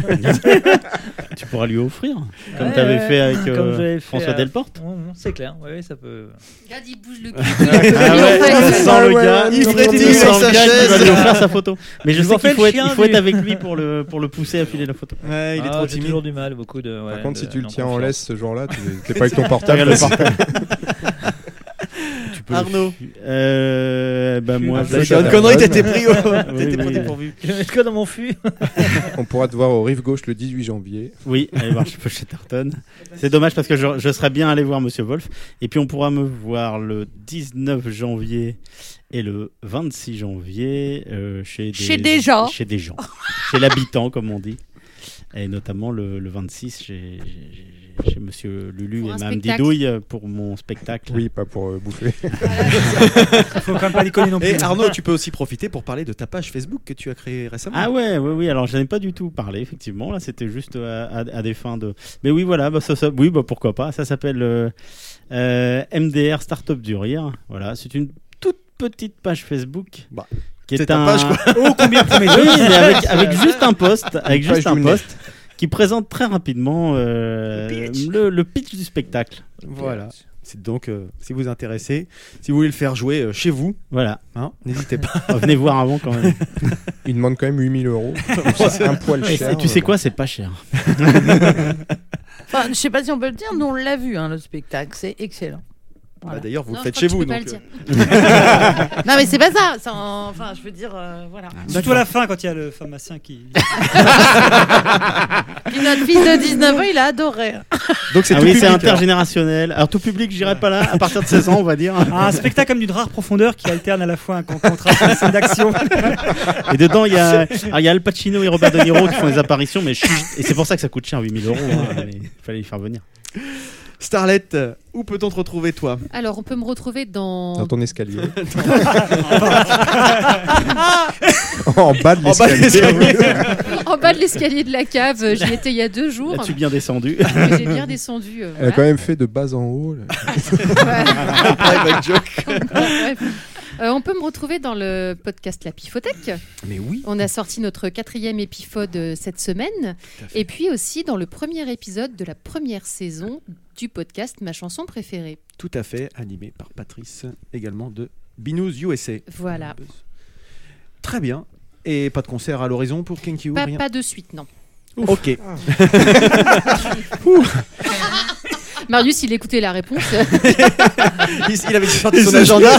Tu pourras lui offrir, comme Ouais, tu avais ouais, fait avec euh, comme j'avais fait François à- Delporte. Mmh, mmh, c'est clair, oui, oui, ça peut. Regarde, il bouge le Ah cul. ouais, sans le gars, il ferait il dire sans avec le sa gars, tu chaise. vas lui offrir sa photo. Mais je Je sais vous qu'il refais faut le être, chien il faut être du- avec lui pour le, pour le pousser à filer la photo. Ouais, il est Ah, trop j'ai timide. toujours du mal, beaucoup de. Ouais, Par contre, de- si tu le non, tiens en confiance. laisse ce jour-là, tu t'es pas avec ton portable. Regarde le parce que- Tu peux Arnaud. Euh, bah Je suis moi, un je- peu C'est Flash une à connerie, la t'étais bonne. pris, au- Oui, t'étais pris oui. dépourvu. Je vais mettre quoi dans mon fût? On pourra te voir au Rive Gauche le dix-huit janvier. Oui, allez voir Feu Chatterton. C'est dommage parce que je, je serais bien allé voir Monsieur Wolf. Et puis on pourra me voir le dix-neuf janvier et le vingt-six janvier euh, chez, des, Chez des gens. Chez des gens. Chez l'habitant, comme on dit. Et notamment le, le vingt-six, j'ai, j'ai, j'ai Monsieur Lulu Pour et un Mme spectacle. Didouille pour mon spectacle. Oui, pas pour euh, bouffer. Faut quand même pas déconner non plus. Et Arnaud, tu peux aussi profiter pour parler de ta page Facebook que tu as créée récemment. Ah ouais, ouais, oui. Alors, je n'en ai pas du tout parlé, effectivement. Là, c'était juste à, à, à des fins de. Mais oui, voilà. Bah, ça, ça, oui, bah, pourquoi pas. Ça s'appelle euh, euh, M D R Startup du Rire. Voilà, c'est une toute petite page Facebook. Bah, qui est, c'est un. ta page, quoi. Oh, combien de Oui, mais avec, avec juste un post, avec Une juste page un du post qui présente très rapidement euh, Le pitch. le, le pitch du spectacle. Voilà. C'est donc, euh, si vous intéressez, si vous voulez le faire jouer euh, chez vous, Voilà. hein, n'hésitez pas. Venez voir avant quand même. Il demande quand même huit mille euros. C'est un poil Et, cher. et tu sais quoi, c'est pas cher. Enfin, je sais pas si on peut le dire, nous on l'a vu, hein, le spectacle, c'est excellent. Voilà. Bah, d'ailleurs, vous Non, le faites je chez crois vous. que tu Donc, peux pas euh, le dire. Non mais c'est pas ça, c'est en- enfin je veux dire, euh, voilà. Surtout à la fin quand il y a le pharmacien qui. Puis notre fils de dix-neuf ans, il a adoré. donc c'est Ah tout oui, public, c'est alors. intergénérationnel. Alors tout public, j'irai pas là. À partir de seize ans, on va dire. Un spectacle comme d'une rare profondeur qui alterne à la fois un contraste et une scène d'action. Et dedans, il y a, alors, il y a Al Pacino et Robert De Niro qui font des apparitions, mais chut, et c'est pour ça que ça coûte cher, huit mille euros. Hein, il fallait les faire venir. Starlet, où peut-on te retrouver, toi? Alors, on peut me retrouver dans. Dans ton escalier. En bas de En bas de l'escalier. l'escalier. En bas de l'escalier de la cave, j'y étais il y a deux jours. Là-dessus, bien descendu. Mais J'ai bien descendu. euh, Elle a voilà. quand même fait de bas en haut. là. Private joke. Bref. Euh, on peut me retrouver dans le podcast La Pifothèque. Mais oui. On a sorti notre quatrième épifode euh, cette semaine. Et puis aussi dans le premier épisode de la première saison du podcast Ma chanson préférée. Tout à fait, animé par Patrice, également de Binous U S A. Voilà. Très bien. Et pas de concert à l'horizon pour Kinky ou Pas, rien pas de suite, non. Ok. Marius, il écoutait la réponse. il, il avait sorti son agenda.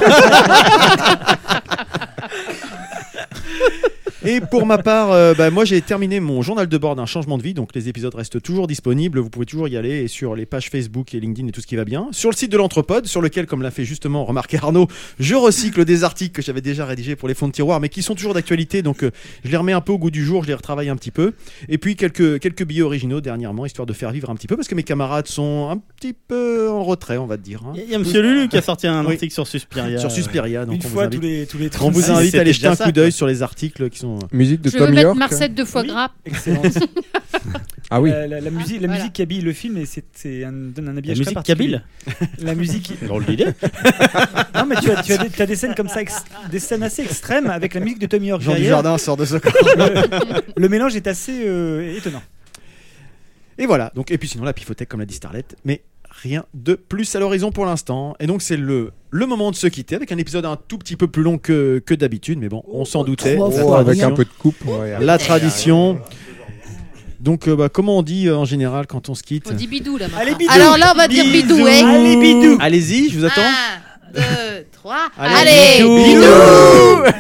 Et pour ma part, euh, bah, moi j'ai terminé mon journal de bord d'un changement de vie, donc les épisodes restent toujours disponibles, vous pouvez toujours y aller, et sur les pages Facebook et LinkedIn et tout ce qui va bien. Sur le site de l'Entrepode, sur lequel, comme l'a fait justement remarquer Arnaud, je recycle des articles que j'avais déjà rédigés pour les fonds de tiroir, mais qui sont toujours d'actualité, donc euh, je les remets un peu au goût du jour, je les retravaille un petit peu. Et puis quelques, quelques billets originaux dernièrement, histoire de faire vivre un petit peu, parce que mes camarades sont un petit peu en retrait, on va te dire. hein. Il y a Monsieur Lulu qui a sorti un Oui. article sur Suspiria. Sur Suspiria, donc Une on fois vous invite, tous les tous les on vous trente-six. invite à aller jeter déjà un ça, coup d'œil quoi. sur les articles qui sont... Musique de Je veux Tom mettre York. Marcette de foie Oui. gras. Excellent. Ah oui. La, la- la musique, la Voilà. musique qui habille le film, et c'est, c'est un, donne un La habillage musique très particulier. kabyle. La musique. Drôle d'idée. Non, mais tu as, tu as, des, tu as des scènes comme ça, ex- des scènes assez extrêmes avec la musique de Tommy York Jean derrière. Dujardin sort de ce corps. Le, le mélange est assez euh, étonnant. Et voilà, donc, et puis sinon la pifothèque comme l'a dit Starlet, mais rien de plus à l'horizon pour l'instant. Et donc c'est le, le moment de se quitter avec un épisode un tout petit peu plus long que, que d'habitude, mais bon, on s'en doutait. trois La fois avec tradition. un peu de coupe. ouais. La tradition. Donc euh, bah, comment on dit euh, en général quand on se quitte? On dit bidou là maintenant. Allez, bidou. Alors là, on va dire bidou, Bisous. hein. Allez, bidou. Allez-y, je vous attends. Un, deux, trois. Allez, Allez, bidou. bidou.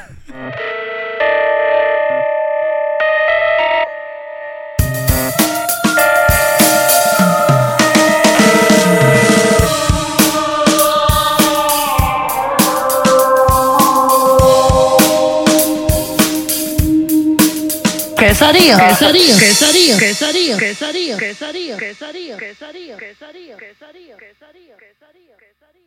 Quesadilla, quesadilla, quesadilla, quesadilla, quesadilla, quesadilla, quesadilla, quesadilla, quesadilla, quesadilla, quesadilla, quesadilla.